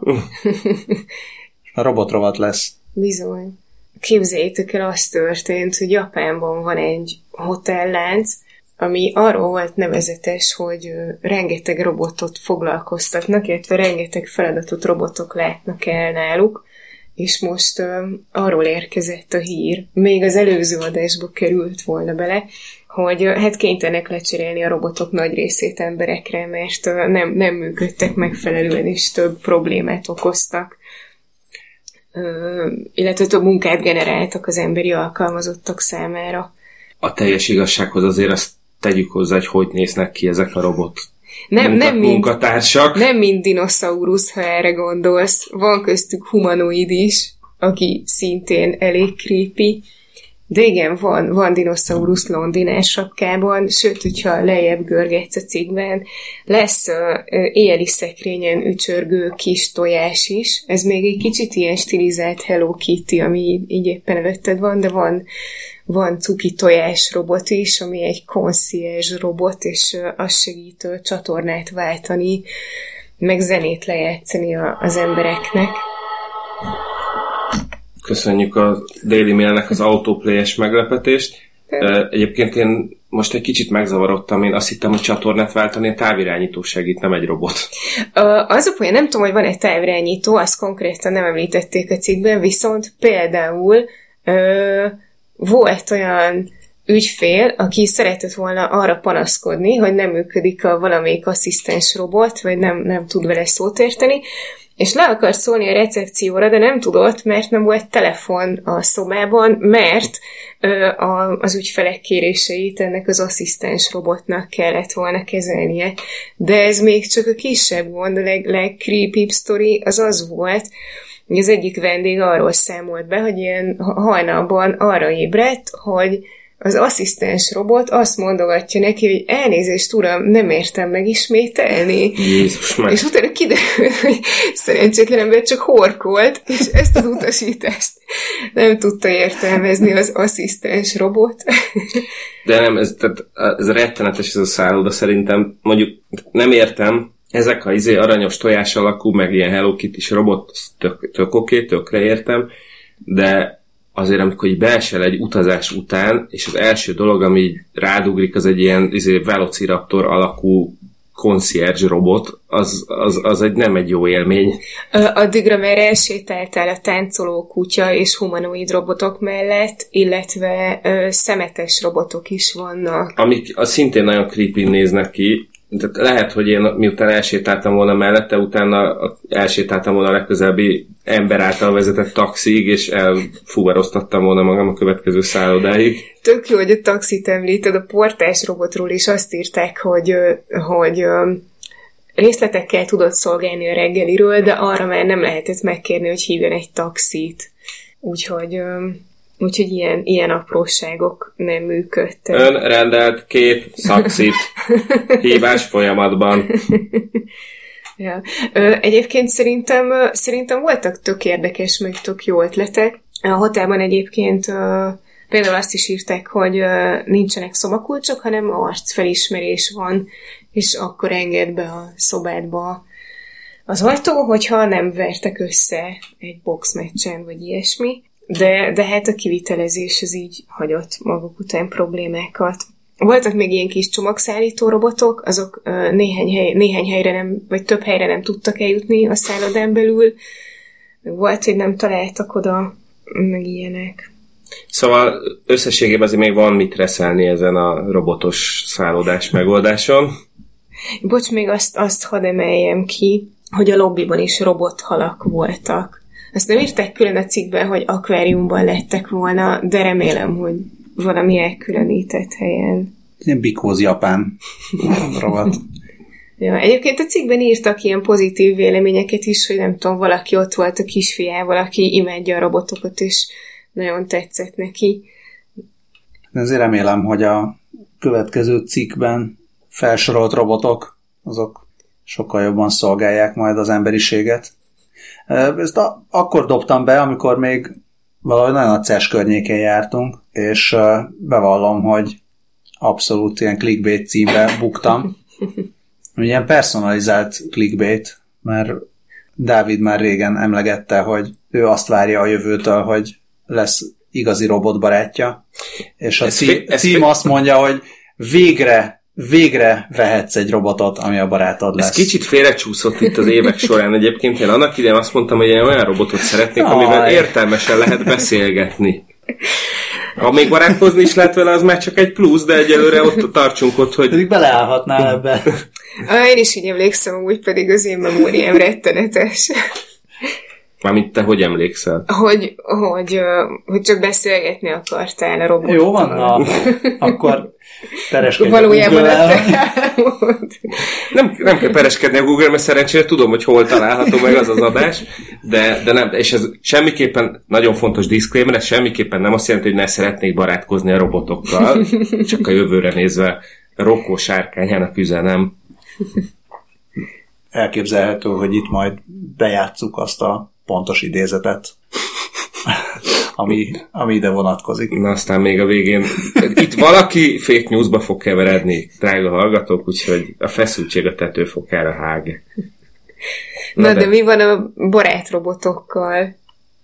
A robotrovat lesz. Bizony. Képzeljétek el, az történt, hogy Japánban van egy hotellánc, ami arról volt nevezetes, hogy rengeteg robotot foglalkoztatnak, illetve rengeteg feladatot robotok látnak el náluk, és most arról érkezett a hír, még az előző adásba került volna bele, hogy hát kénytelenek lecserélni a robotok nagy részét emberekre, mert nem működtek megfelelően, és több problémát okoztak, illetve több munkát generáltak az emberi alkalmazottak számára. a teljes igazsághoz azért azt tegyük hozzá, hogy néznek ki ezek a robot munkatársak. Nem mind dinoszaurusz, ha erre gondolsz. Van köztük humanoid is, aki szintén elég creepy. De igen, van dinoszaurusz londinás sapkában, sőt, hogyha lejjebb görgetsz a cikkben, lesz éjjeli szekrényen ücsörgő kis tojás is. Ez még egy kicsit ilyen stilizált Hello Kitty, ami így éppen előtted van, de van cuki tojás robot is, ami egy concierge robot, és az segít csatornát váltani, meg zenét lejátszani az embereknek. Köszönjük a Daily Mailnek az autoplay-es meglepetést. Egyébként én most egy kicsit megzavarodtam, én azt hittem, hogy csatornát váltani a távirányító segít, nem egy robot. Az a poén, nem tudom, hogy van-e távirányító, azt konkrétan nem említették a cikkben, viszont például volt olyan ügyfél, aki szeretett volna arra panaszkodni, hogy nem működik a valamelyik asszisztens robot, vagy nem tud vele szót érteni, és le akart szólni a recepcióra, de nem tudott, mert nem volt telefon a szobában, mert az ügyfelek kéréseit ennek az asszisztens robotnak kellett volna kezelnie. De ez még csak a kisebb gond, a legcreepibb sztori az volt, hogy az egyik vendég arról számolt be, hogy ilyen hajnalban arra ébredt, hogy az asszisztens robot azt mondogatja neki, hogy elnézést, uram, nem értem megismételni. Jézus meg. És utána kiderült, hogy szerencsétlen ember csak horkolt, és ezt az utasítást nem tudta értelmezni az asszisztens robot. De nem, ez rettenetes ez a szálloda, szerintem, mondjuk nem értem, ezek a aranyos tojás alakú, meg ilyen Hello Kitty-s robot, tök oké, tökre értem, de azért, amikor így beesel egy utazás után, és az első dolog, ami így rádugrik, az egy ilyen Velociraptor alakú concierge robot, az nem egy jó élmény. Addigra már elsétáltál a táncoló kutya és humanoid robotok mellett, illetve szemetes robotok is vannak. Amik szintén nagyon creepy néznek ki. Tehát lehet, hogy én miután elsétáltam volna mellette, utána elsétáltam volna a legközelebbi ember által vezetett taxig, és elfuvaroztattam volna magam a következő szállodáig. Tök jó, hogy a taxit említed, a portás robotról is azt írták, hogy részletekkel tudott szolgálni a reggeliről, de arra már nem lehetett megkérni, hogy hívjon egy taxit. Úgyhogy ilyen apróságok nem működtek. Ön rendelt 2 taxit hívás folyamatban. Ja. Egyébként szerintem voltak tök érdekes, meg tök jó ötletek. A hotelban egyébként például azt is írták, hogy nincsenek szobakulcsok, hanem arcfelismerés van, és akkor enged be a szobádba az ajtó, hogyha nem vertek össze egy boxmeccsen, vagy ilyesmi. De hát a kivitelezés az így hagyott maguk után problémákat. Voltak még ilyen kis csomagszállító robotok, azok néhány helyre nem, vagy több helyre nem tudtak eljutni a szállodán belül. Volt, hogy nem találtak oda, meg ilyenek. Szóval összességében azért még van mit reszelni ezen a robotos szállodás megoldáson. Bocs, még azt hadd emeljem ki, hogy a lobbyban is robothalak voltak. Azt nem írták külön a cikkben, hogy akváriumban lettek volna, de remélem, hogy valami elkülönített helyen. Ilyen Bikóz japán robot. Ja, egyébként a cikkben írtak ilyen pozitív véleményeket is, hogy nem tudom, valaki ott volt a kisfiával, aki imádja a robotokat, és nagyon tetszett neki. Ezért remélem, hogy a következő cikkben felsorolt robotok, azok sokkal jobban szolgálják majd az emberiséget. Ezt akkor dobtam be, amikor még valahogy nagyon a CES környéken jártunk, és bevallom, hogy abszolút ilyen clickbait címre buktam. Ilyen personalizált clickbait, mert Dávid már régen emlegette, hogy ő azt várja a jövőtől, hogy lesz igazi robotbarátja, és a cím azt mondja, hogy végre vehetsz egy robotot, ami a barátod lesz. Ez kicsit félrecsúszott itt az évek során egyébként. Én annak idején azt mondtam, hogy én olyan robotot szeretnék, amivel értelmesen lehet beszélgetni. Ha még barátkozni is lehet vele, az már csak egy plusz, de egyelőre ott tartsunk ott, hogy... Pedig beleállhatnál ebbe. Én is így emlékszem, úgy pedig az én memóriám rettenetes. Mármint te hogy emlékszel? Hogy csak beszélgetni akartál a robottal. Jó van, akkor pereskedj valójában a Nem kell pereskedni a Google, mert szerencsére tudom, hogy hol található meg az adás, de nem, és ez semmiképpen, nagyon fontos disclaimer, ez semmiképpen nem azt jelenti, hogy ne szeretnék barátkozni a robotokkal, csak a jövőre nézve Rokko sárkányának üzenem. Elképzelhető, hogy itt majd bejátsszuk azt a pontos idézetet, ami ide vonatkozik. Na aztán még a végén itt valaki fake newsba fog keveredni, drága hallgatók, úgyhogy a feszültség a tetőfokára hág. Na de mi van a barátrobotokkal?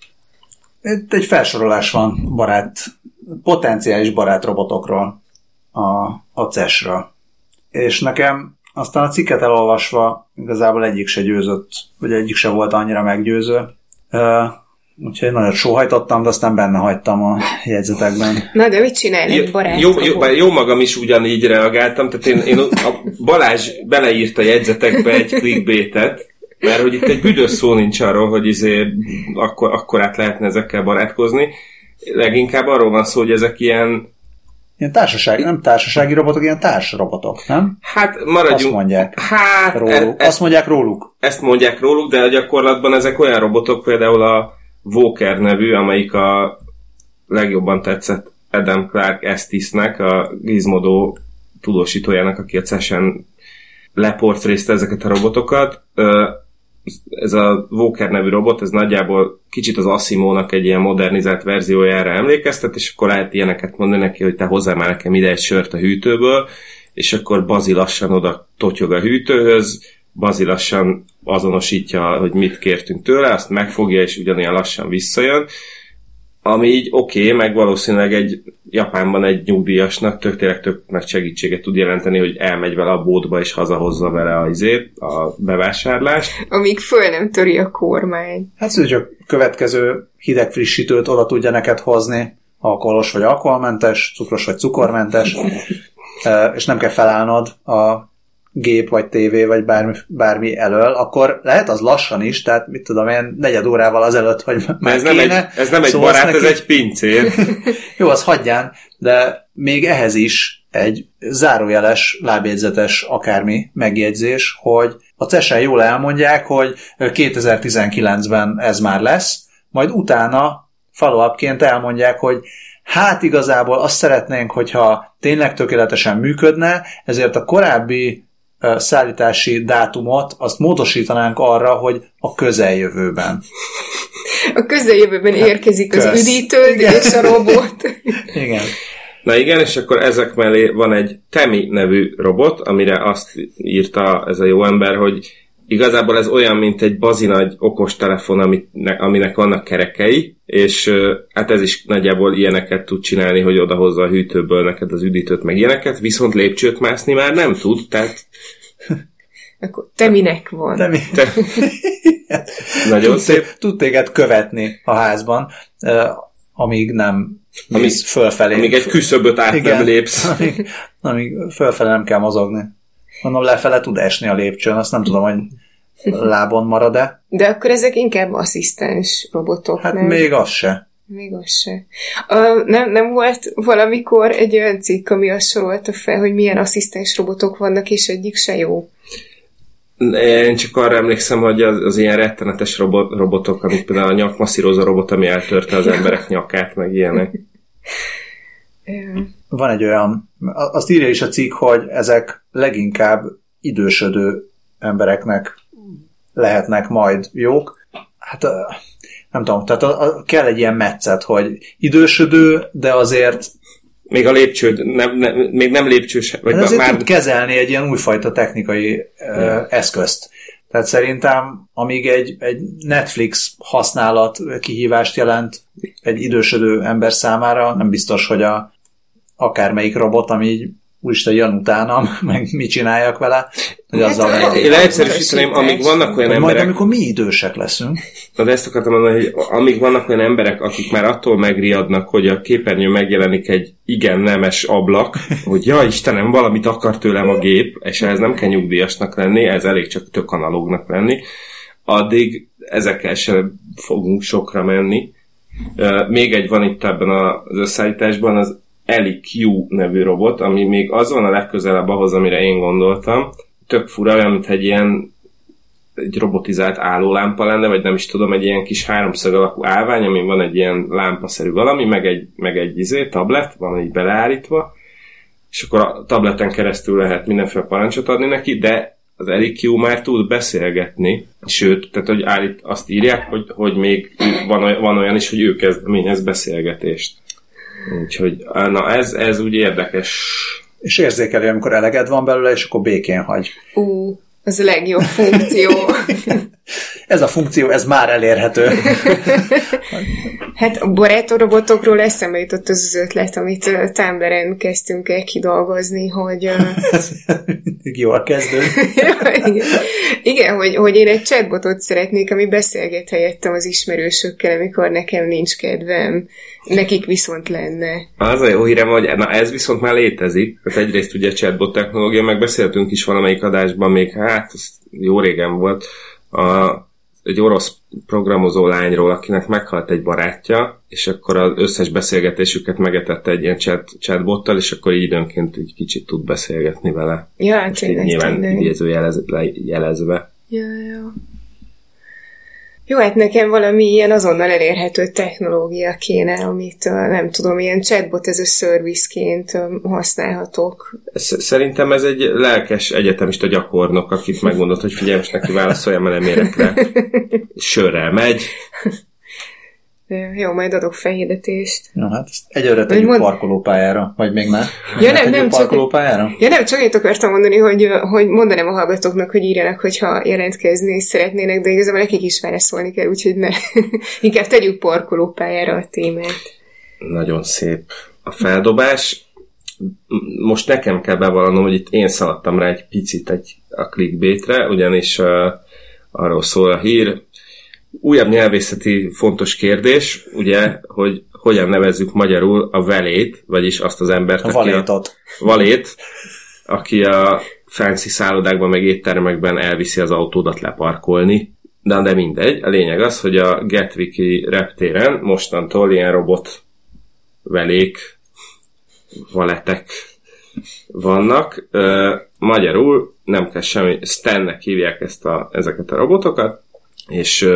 Itt egy felsorolás van potenciális barátrobotokról a CES-ről. És nekem aztán a cikket elolvasva igazából egyik se győzött, vagy egyik se volt annyira meggyőző. Úgyhogy nagyon sóhajtottam, de aztán benne hagytam a jegyzetekben. Na de mit csinál egy barát? Jó magam is ugyanígy reagáltam, tehát én a Balázs beleírta jegyzetekbe egy clickbaitet, mert hogy itt egy büdös szó nincs arról, hogy akkor át lehetne ezekkel barátkozni. Leginkább arról van szó, hogy ezek ilyen nem társasági robotok, ilyen társrobotok, nem? Hát maradjunk. Azt mondják róluk. Azt mondják róluk. Ezt mondják róluk, de a gyakorlatban ezek olyan robotok, például a Walker nevű, amelyik a legjobban tetszett Adam Clark Estisnek, a Gizmodo tudósítójának, aki a CES-en leportrézte ezeket a robotokat. Ez a Walker nevű robot, ez nagyjából kicsit az Asimónak egy ilyen modernizált verziójára emlékeztet, és akkor lehet ilyeneket mondani neki, hogy te hozzá már nekem ide egy sört a hűtőből, és akkor Bazi lassan oda totyog a hűtőhöz, Bazi lassan azonosítja, hogy mit kértünk tőle, azt megfogja, és ugyanilyen lassan visszajön, ami így oké, meg valószínűleg Japánban egy nyugdíjasnak tök nagy segítséget tud jelenteni, hogy elmegy vele a boltba, és hazahozza vele a bevásárlást. Amíg föl nem töri a kormány. Hát hogy a következő hidegfrissítőt oda tudja neked hozni, alkoholos vagy alkoholmentes, cukros vagy cukormentes, és nem kell felállnod a gép, vagy tévé, vagy bármi elől, akkor lehet az lassan is, tehát mit tudom én, 4 órával azelőtt, hogy már ez nem egy barát, neki. Ez egy pincér. Jó, az hagyján, de még ehhez is egy zárójeles, lábjegyzetes akármi megjegyzés, hogy a CES-en jól elmondják, hogy 2019-ben ez már lesz, majd utána follow-upként elmondják, hogy hát igazából azt szeretnénk, hogyha tényleg tökéletesen működne, ezért a korábbi szállítási dátumot azt módosítanánk arra, hogy a közeljövőben. A közeljövőben érkezik az üdítőd és a robot. Igen. Na igen, és akkor ezek mellé van egy Temi nevű robot, amire azt írta ez a jó ember, hogy igazából ez olyan, mint egy bazinagy okostelefon, aminek vannak kerekei, és hát ez is nagyjából ilyeneket tud csinálni, hogy odahozza a hűtőből neked az üdítőt, meg ilyeneket, viszont lépcsőt mászni már nem tud, tehát... Akkor te minek van? Nagyon szép. Tud téged követni a házban, amíg nem mész fölfelé. Amíg egy küszöböt át nem lépsz. Amíg fölfelé nem kell mozogni. Mondom, lefele tud esni a lépcsőn, azt nem tudom, hogy lábon marad-e. De akkor ezek inkább asszisztens robotok, hát nem? Még az se. Nem volt valamikor egy olyan cikk, ami azt sorolta fel, hogy milyen asszisztens robotok vannak, és egyik se jó? Én csak arra emlékszem, hogy az ilyen rettenetes robotok, amik például a nyakmasszírozó robot, ami eltörte az emberek nyakát, meg ilyenek. Van egy olyan, azt írja is a cikk, hogy ezek leginkább idősödő embereknek lehetnek majd jók. Hát nem tudom, tehát kell egy ilyen metszet, hogy idősödő, de azért még a lépcső, még nem lépcsős. Vagy ezért már tud kezelni egy ilyen újfajta technikai eszközt. Tehát szerintem, amíg egy Netflix használat kihívást jelent egy idősödő ember számára, nem biztos, hogy akármelyik robot, ami így úristen jön utána, meg mit csináljak vele, hogy azzal én leegyszerűsíteném, amíg vannak olyan emberek... Majd amikor mi idősek leszünk. Na de ezt akartam mondani, hogy amíg vannak olyan emberek, akik már attól megriadnak, hogy a képernyőn megjelenik egy igen nemes ablak, hogy ja Istenem, valamit akar tőlem a gép, és ehhez nem kell nyugdíjasnak lenni, ez elég csak tök analógnak lenni, addig ezekkel sem fogunk sokra menni. Még egy van itt ebben az összeállításban, az EliQ nevű robot, ami még az van a legközelebb ahhoz, amire én gondoltam. Tök fura, olyan, mint egy robotizált állólámpa lenne, vagy nem is tudom, egy ilyen kis háromszög alakú állvány, ami van egy ilyen lámpaszerű valami, meg egy tablet, van így beleállítva, és akkor a tableten keresztül lehet mindenféle parancsot adni neki, de az EliQ már tud beszélgetni, sőt, tehát hogy azt írják, hogy még van olyan is, hogy ő kezdeményez beszélgetést. Úgyhogy, na ez úgy érdekes. És érzékeli, amikor eleged van belőle, és akkor békén hagy. Az a legjobb funkció. Ez a funkció, ez már elérhető. Hát a barátorobotokról eszembe jutott az ötlet, amit Tumblr-en kezdtünk el kidolgozni, hogy... Ez mindig jól kezdő. Igen, hogy én egy chatbotot szeretnék, ami beszélget helyettem az ismerősökkel, amikor nekem nincs kedvem. Nekik viszont lenne. Az a jó hírem, hogy ez viszont már létezik. Hát egyrészt ugye chatbot technológia, meg beszéltünk is valamelyik adásban még, hát ez jó régen volt, egy orosz programozó lányról, akinek meghalt egy barátja, és akkor az összes beszélgetésüket megetette egy ilyen chatbottal, és akkor így időnként egy kicsit tud beszélgetni vele. Ja, tényleg. Nyilván jelezve. Ja. Jó, hát nekem valami ilyen azonnal elérhető technológia kéne, amit nem tudom, ilyen chatbot ez a serviceként használhatok. Szerintem ez egy lelkes egyetemista gyakornok, akit megmondott, hogy figyelj, most neki válaszoljam, mert nem érek rá. Sörrel megy. Jó, majd adok felhirdetést. Ja, hát ezt egyre tegyük parkolópályára, vagy még már? Ja, nem parkolópályára? Ja, nem, csak annyit akartam mondani, hogy mondanám a hallgatóknak, hogy írjanak, hogyha jelentkezni szeretnének, de igazából nekik is válaszolni kell, úgyhogy ne. Inkább tegyük parkolópályára a témát. Nagyon szép a feldobás. Most nekem kell bevallanom, hogy itt én szaladtam rá egy picit a clickbaitre, ugyanis arról szól a hír. Újabb nyelvészeti fontos kérdés, ugye, hogy hogyan nevezzük magyarul a velét, vagyis azt az embert, aki a fancy szállodákban meg éttermekben elviszi az autódat leparkolni. De mindegy, a lényeg az, hogy a Gatwicki reptéren mostantól ilyen robot velék, valetek vannak. Magyarul nem kell semmi, Stannek hívják ezeket a robotokat, és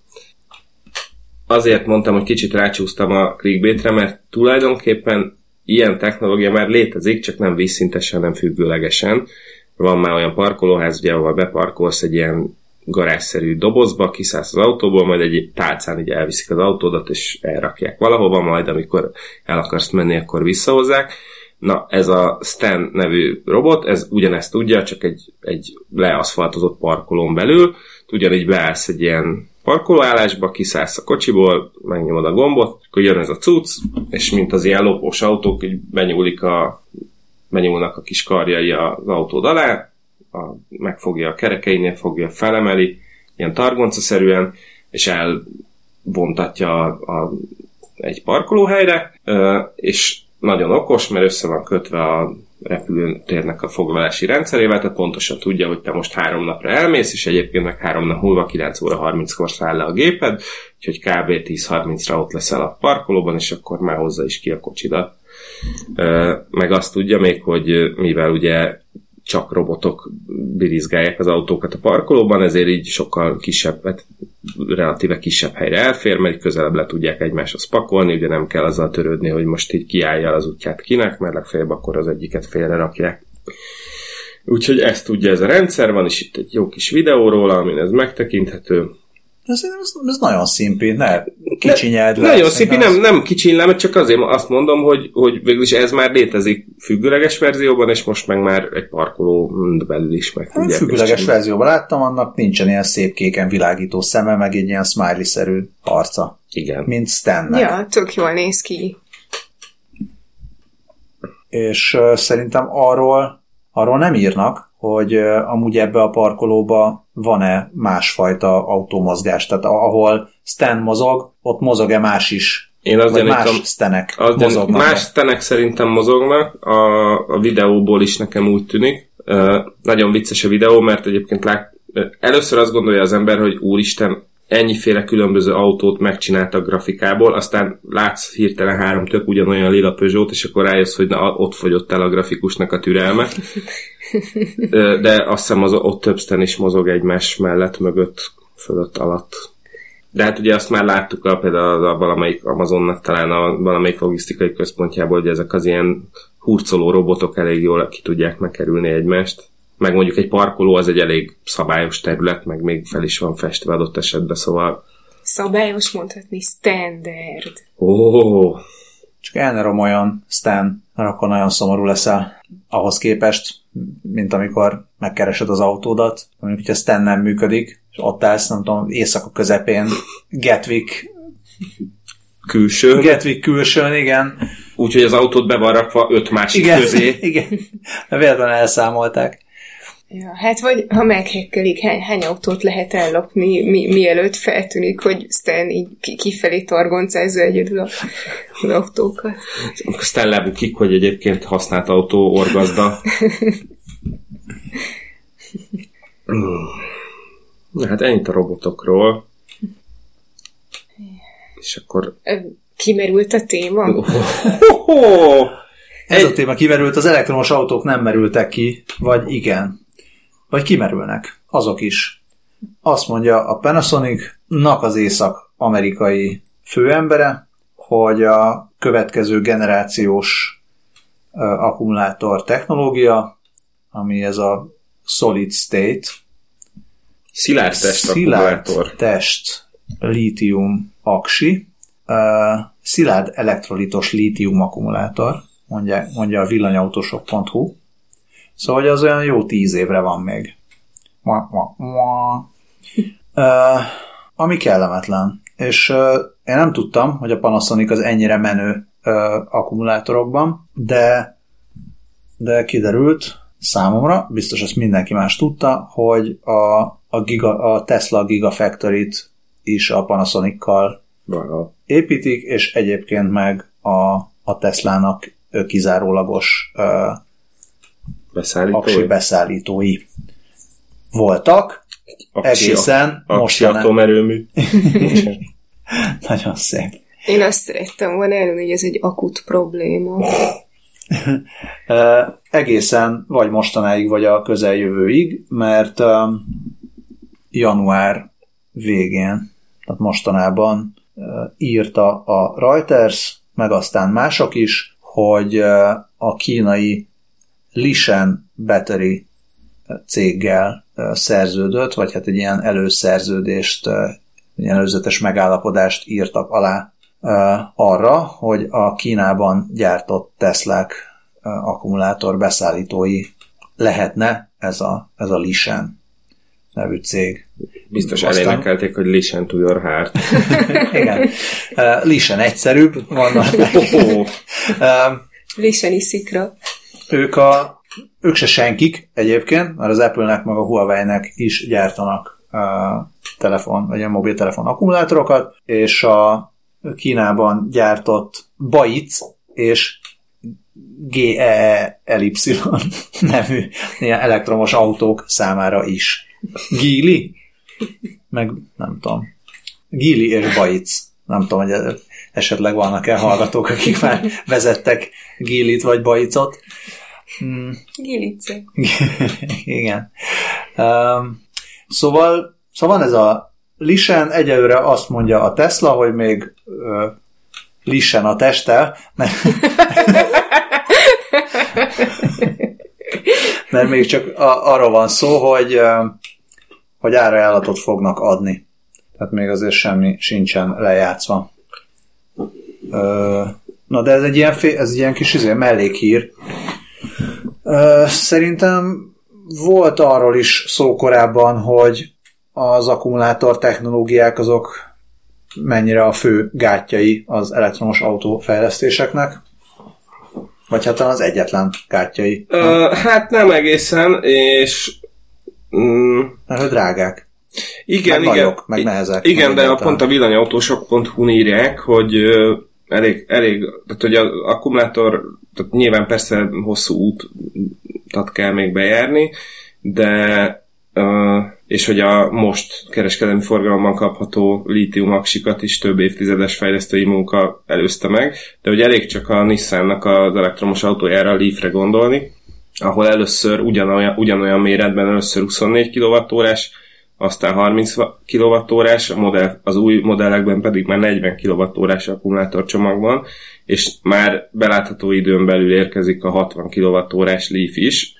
azért mondtam, hogy kicsit rácsúsztam a clickbaitre, mert tulajdonképpen ilyen technológia már létezik, csak nem vízszintesen, nem függőlegesen. Van már olyan parkolóház, ugye, ahol beparkolsz egy ilyen garázsszerű dobozba, kiszállsz az autóból, majd egy tálcán így elviszik az autódat, és elrakják valahova, majd amikor el akarsz menni, akkor visszahozzák. Na, ez a Stan nevű robot, ez ugyanezt tudja, csak egy leaszfaltozott parkolón belül, ugyanígy beállsz egy ilyen parkolóállásba, kiszállsz a kocsiból, megnyomod a gombot, akkor jön ez a cucc, és mint az ilyen lopós autók, így benyúlnak a kis karjai az autód alá, megfogja a kerekeinél, felemeli, ilyen targoncaszerűen, és elvontatja egy parkolóhelyre, és nagyon okos, mert össze van kötve a repülőtérnek a foglalási rendszerével, tehát pontosan tudja, hogy te most 3 napra elmész, és egyébként meg 3 nap múlva 9 óra 30-kor száll le a géped, úgyhogy kb. 10-30-ra ott leszel a parkolóban, és akkor már hozza is ki a kocsidat. Meg azt tudja még, hogy mivel ugye csak robotok birizgálják az autókat a parkolóban, ezért így sokkal kisebb, relatíve kisebb helyre elfér, mert közelebb le tudják egymáshoz pakolni, ugye nem kell azzal törődni, hogy most így kiállja az útját kinek, mert legfeljebb akkor az egyiket félre rakják. Úgyhogy ezt tudja ez a rendszer, van is itt egy jó kis videó róla, amin ez megtekinthető. Ez nagyon szimpi, kicsinyeld le. Nagyon szimpi, nem kicsinyelem, csak azért azt mondom, hogy végülis ez már létezik függőleges verzióban, és most meg már egy parkoló belül is meg tudják. Függőleges verzióban láttam, annak nincsen ilyen szép kéken világító szeme, meg egy ilyen smiley-szerű arca. Igen. Mint Stannek. Ja, tök jól néz ki. És szerintem arról nem írnak, hogy amúgy ebbe a parkolóba van-e másfajta autómozgás. Tehát ahol Stan mozog, ott mozog-e más is? Én azt vagy más Stanek mozognak? Más Stanek szerintem mozognak. A videóból is nekem úgy tűnik. Nagyon vicces a videó, mert egyébként először azt gondolja az ember, hogy úristen, ennyiféle különböző autót megcsináltak grafikából, aztán látsz hirtelen 3 tök ugyanolyan lila Peugeot, és akkor rájössz, hogy ott fogyott el a grafikusnak a türelme. De azt hiszem, ott többszten is mozog egymás mellett, mögött, fölött, alatt. De hát ugye azt már láttuk például a valamelyik Amazonnak talán a valamelyik logisztikai központjából, hogy ezek az ilyen hurcoló robotok elég jól ki tudják megkerülni egymást. Meg mondjuk egy parkoló az egy elég szabályos terület, meg még fel is van festve adott esetben, szóval... Szabályos mondhatni, standard. Csak el ne romoljon, Stan, mert akkor nagyon szomorú leszel ahhoz képest, mint amikor megkeresed az autódat. Mondjuk, hogyha Stan nem működik, és ott állsz, nem tudom, éjszaka közepén, Gatwick külsőn, igen. Úgyhogy az autót be van rakva 5 másik közé. Igen, véletlenül elszámolták. Ja, hát vagy ha meghekkelik, hány autót lehet ellopni, mielőtt feltűnik, hogy Stan így kifelé targoncázza egyedül az autókat. Aztán lebukik, hogy egyébként használt autó orgazda. Na hát ennyit a robotokról. És akkor... Kimerült a téma? Ez a téma kimerült, az elektromos autók nem merültek ki, vagy igen. Vagy kimerülnek. Azok is. Azt mondja a Panasonic-nak az észak-amerikai főembere, hogy a következő generációs akkumulátor technológia, ami ez a solid state, szilárd test lítium aksi, szilárd elektrolitos lítium akkumulátor, mondja a villanyautósok.hu. Szóval hogy az olyan jó 10 évre van még. Ami kellemetlen. És én nem tudtam, hogy a Panasonic az ennyire menő akkumulátorokban, de kiderült számomra, biztos ezt mindenki más tudta, hogy a Tesla Gigafactory-t is a Panasonic-kal építik, és egyébként meg a Teslának kizárólagos beszállítói voltak. Egészen most atomerőmű. Nagyon szép. Én azt szerettem volna elmondani, hogy ez egy akut probléma. Egészen vagy mostanáig, vagy a közeljövőig, mert január végén, tehát mostanában írta a Reuters, meg aztán mások is, hogy a kínai Lishan Battery céggel szerződött, vagy hát egy ilyen előszerződést, ilyen előzetes megállapodást írtak alá arra, hogy a Kínában gyártott Teslák akkumulátor beszállítói lehetne ez a Lishan nevű cég. Biztos elénekelték, hogy listen to your heart. Igen. Lishan egyszerűbb. Lishan iszikra. Ők se senkik egyébként, mert az Apple-nek meg a Huawei-nek is gyártanak telefon, vagy a mobiltelefon akkumulátorokat, és a Kínában gyártott Baic és GEELY nevű ilyen elektromos autók számára is. Geely? Meg nem tudom. Geely és Baic. Nem tudom, hogy esetleg vannak-e hallgatók, akik már vezettek Geelyt vagy Baicot. Geelyce. Igen. Szóval van ez a Lishan, egyelőre azt mondja a Tesla, hogy még Lishan a testtel, mert még csak arról van szó, hogy árajánlatot fognak adni. Tehát még azért semmi sincsen lejátszva. Na de ez egy ilyen kis mellékhír. Szerintem volt arról is szó korábban, hogy az akkumulátor technológiák azok mennyire a fő gátjai az elektromos autó fejlesztéseknek. Vagy hát talán az egyetlen gátjai. Hát nem egészen, és... Mert hogy drágák. Igen, meg nagyok, meg nehezek. Igen, de pont a villanyautósok.hu írják, hogy elég, tehát hogy az akkumulátor, tehát nyilván persze hosszú útat kell még bejárni, de és hogy a most kereskedelmi forgalomban kapható lítium aksikat is több évtizedes fejlesztői munka előzte meg, de hogy elég csak a Nissannak az elektromos autójára, a Leafre gondolni, ahol először ugyanolyan méretben először 24 kWh-s, aztán 30 kWh-s, az új modellekben pedig már 40 kWh-s akkumulátorcsomagban, és már belátható időn belül érkezik a 60 kWh-s Leaf is,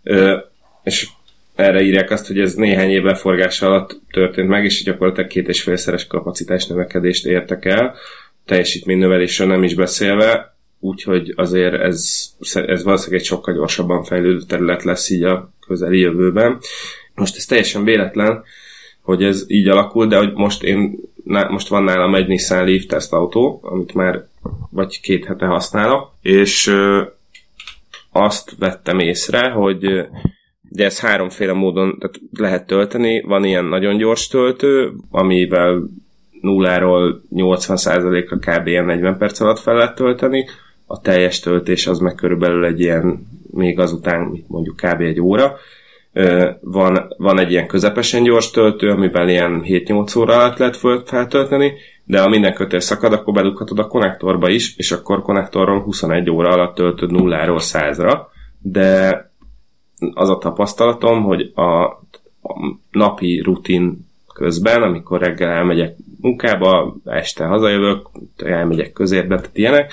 és erre írják azt, hogy ez néhány év leforgása alatt történt meg, és gyakorlatilag 2,5-szeres kapacitás növekedést értek el, teljesítménynövelésről nem is beszélve, úgyhogy azért ez valószínűleg egy sokkal gyorsabban fejlődő terület lesz így a közeli jövőben. Most ez teljesen véletlen, hogy ez így alakul, de hogy most van nálam egy Nissan Leaf tesztautó, amit már vagy 2 hete használok, és azt vettem észre, hogy ugye ez 3-féle módon lehet tölteni. Van ilyen nagyon gyors töltő, amivel 0-ról 80%-ra kb. 40 perc alatt fel lehet tölteni. A teljes töltés az meg körülbelül egy ilyen, még azután mondjuk kb. 1 óra. Van egy ilyen közepesen gyors töltő, amivel ilyen 7-8 óra alatt lehet feltölteni, de ha minden kötél szakad, akkor bedughatod a konnektorba is, és akkor konnektorról 21 óra alatt töltöd 0-ról 100-ra, de az a tapasztalatom, hogy a napi rutin közben, amikor reggel elmegyek munkába, este hazajövök, elmegyek közérbe, tehát ilyenek,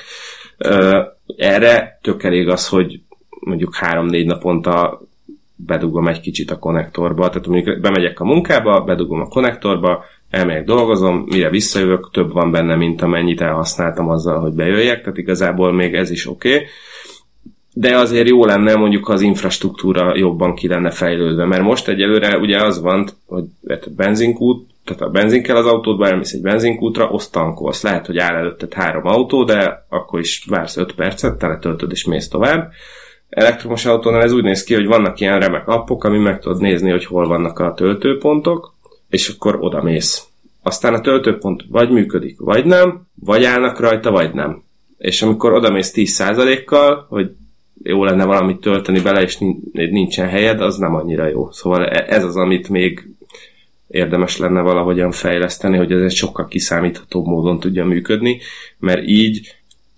erre tök elég az, hogy mondjuk 3-4 naponta bedugom egy kicsit a konnektorba, tehát mondjuk bemegyek a munkába, bedugom a konnektorba, elmegyek, dolgozom, mire visszajövök, több van benne, mint amennyit elhasználtam azzal, hogy bejöjjek, tehát igazából még ez is oké. De azért jó lenne, mondjuk, ha az infrastruktúra jobban ki lenne fejlődve, mert most egyelőre ugye az van, hogy benzinkút, tehát a benzin kell az autódba, elmész egy benzinkútra, azt tankolsz. Lehet, hogy áll előtted 3 autó, de akkor is vársz 5 percet, teletöltöd és mész tovább. Elektromos autónál ez úgy néz ki, hogy vannak ilyen remek appok, ami meg tudod nézni, hogy hol vannak a töltőpontok, és akkor oda mész. Aztán a töltőpont vagy működik, vagy nem, vagy állnak rajta, vagy nem. És amikor oda mész 10%-kal, hogy jó lenne valamit tölteni bele, és nincsen helyed, az nem annyira jó. Szóval ez az, amit még érdemes lenne valahogyan fejleszteni, hogy ez egy sokkal kiszámíthatóbb módon tudja működni, mert így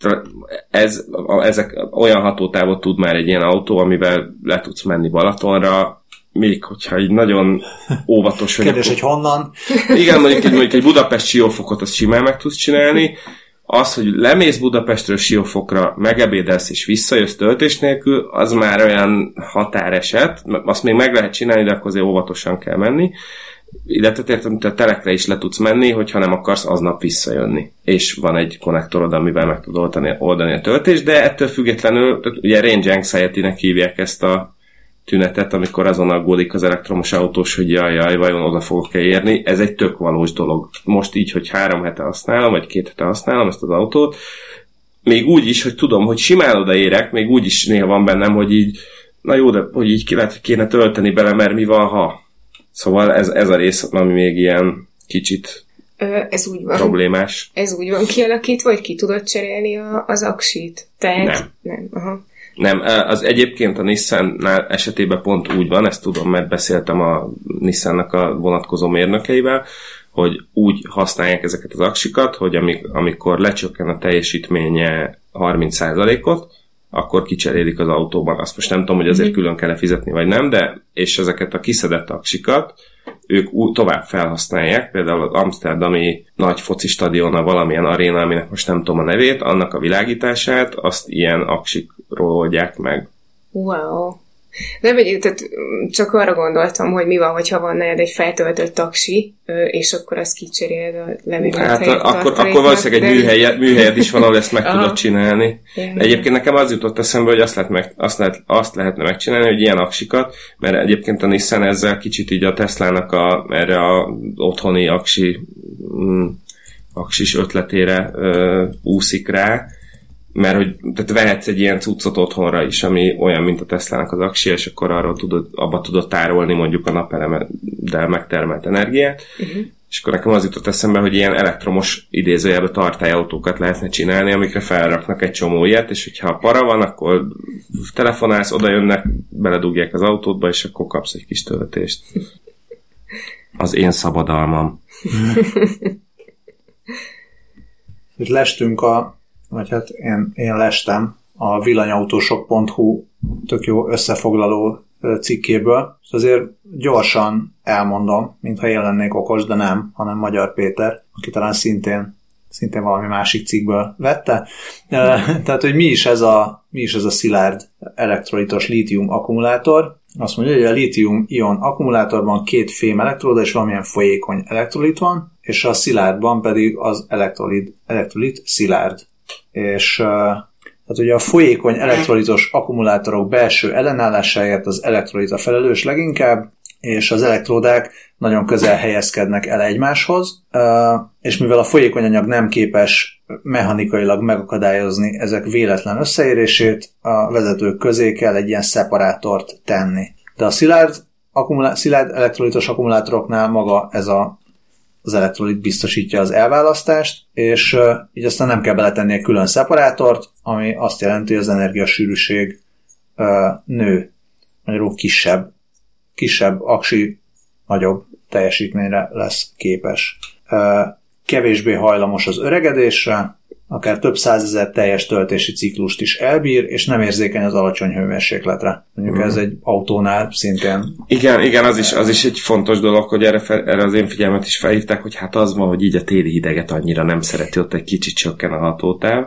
ezek olyan hatótávot tud már egy ilyen autó, amivel le tudsz menni Balatonra, még hogyha így nagyon óvatos vagyok. Kérdés, hogy honnan? Igen, mondjuk egy Budapest Siófokot azt simán meg tudsz csinálni. Az, hogy lemész Budapestről Siófokra, megebédelsz és visszajössz töltés nélkül, az már olyan határeset. Azt még meg lehet csinálni, de akkor azért óvatosan kell menni. Illetve te telekre is le tudsz menni, hogyha nem akarsz aznap visszajönni. És van egy konnektorod, amivel meg tud oldani a töltést, de ettől függetlenül, ugye range anxiety-nek hívják ezt a tünetet, amikor azon aggódik az elektromos autós, hogy jaj, vajon oda fogok-e érni. Ez egy tök valós dolog. Most így, hogy 3 hete használom, vagy 2 hete használom ezt az autót, még úgy is, hogy tudom, hogy simán odaérek, még úgy is néha van bennem, hogy így, na jó, de hogy így kéne tölteni bele, mert mi van, ha. Szóval ez a rész, ami még ilyen kicsit ez úgy van. Problémás. Ez úgy van kialakítva, vagy ki tudod cserélni az aksit? Tehát nem. Aha. Nem, az egyébként a Nissannál esetében pont úgy van, ezt tudom, mert beszéltem a Nissannak a vonatkozó mérnökeivel, hogy úgy használják ezeket az aksikat, hogy amikor lecsökken a teljesítménye 30%-ot, akkor kicserélik az autóban. Azt most nem tudom, hogy azért külön kell fizetni, vagy nem, de és ezeket a kiszedett aksikat ők tovább felhasználják, például az amszterdami nagy foci stadionna, valamilyen aréna, aminek most nem tudom a nevét, annak a világítását, azt ilyen aksikról oldják meg. Wow. Nem, tehát csak arra gondoltam, hogy mi van, hogyha van nálad egy feltöltött aksi, és akkor azt kicseréled a levegőt. Hát akkor valószínűleg egy műhelyed is van, ahol ezt meg tudod csinálni. Egyébként nekem az jutott eszembe, hogy azt lehetne megcsinálni, hogy ilyen aksikat, mert egyébként a Nissan ezzel kicsit így a Teslának erre a otthoni aksis ötletére úszik rá, mert hogy tehát vehetsz egy ilyen cuccot otthonra is, ami olyan, mint a Teslának az aksi, és akkor abba tudod tárolni mondjuk a napelemeddel megtermelt energiát, és akkor nekem az jutott eszembe, hogy ilyen elektromos idézőjelben tartályautókat lehetne csinálni, amikre felraknak egy csomó ilyet, és hogyha para van, akkor telefonálsz, oda jönnek, beledugják az autódba, és akkor kapsz egy kis töltést. Az én szabadalmam. Itt lestünk vagy hát én lestem a villanyautósok.hu tök jó összefoglaló cikkéből. Azért gyorsan elmondom, mintha én lennék okos, de nem, hanem Magyar Péter, aki talán szintén valami másik cikkből vette. Tehát, hogy mi is ez a szilárd elektrolitos lítium akkumulátor. Azt mondja, hogy a lítium-ion akkumulátorban 2 fém elektróda és valamilyen folyékony elektrolit van, és a szilárdban pedig az elektrolit szilárd. És tehát ugye a folyékony elektrolitos akkumulátorok belső ellenállásáért az elektrolit a felelős leginkább, és az elektródák nagyon közel helyezkednek el egymáshoz, és mivel a folyékony anyag nem képes mechanikailag megakadályozni ezek véletlen összeérését, a vezetők közé kell egy ilyen szeparátort tenni. De a szilárd elektrolitos akkumulátoroknál maga ez az elektrolit biztosítja az elválasztást, és így aztán nem kell beletenni egy külön szeparátort, ami azt jelenti, hogy az energiasűrűség nő, magyarul kisebb aksi, nagyobb teljesítményre lesz képes. Kevésbé hajlamos az öregedésre, akár több százezer teljes töltési ciklust is elbír, és nem érzékeny az alacsony hőmérsékletre. Mondjuk ez egy autónál szintén... Igen, az is egy fontos dolog, hogy erre az én figyelmet is felhívták, hogy hát az van, hogy így a téli hideget annyira nem szereti, ott egy kicsit csökken a hatótáv.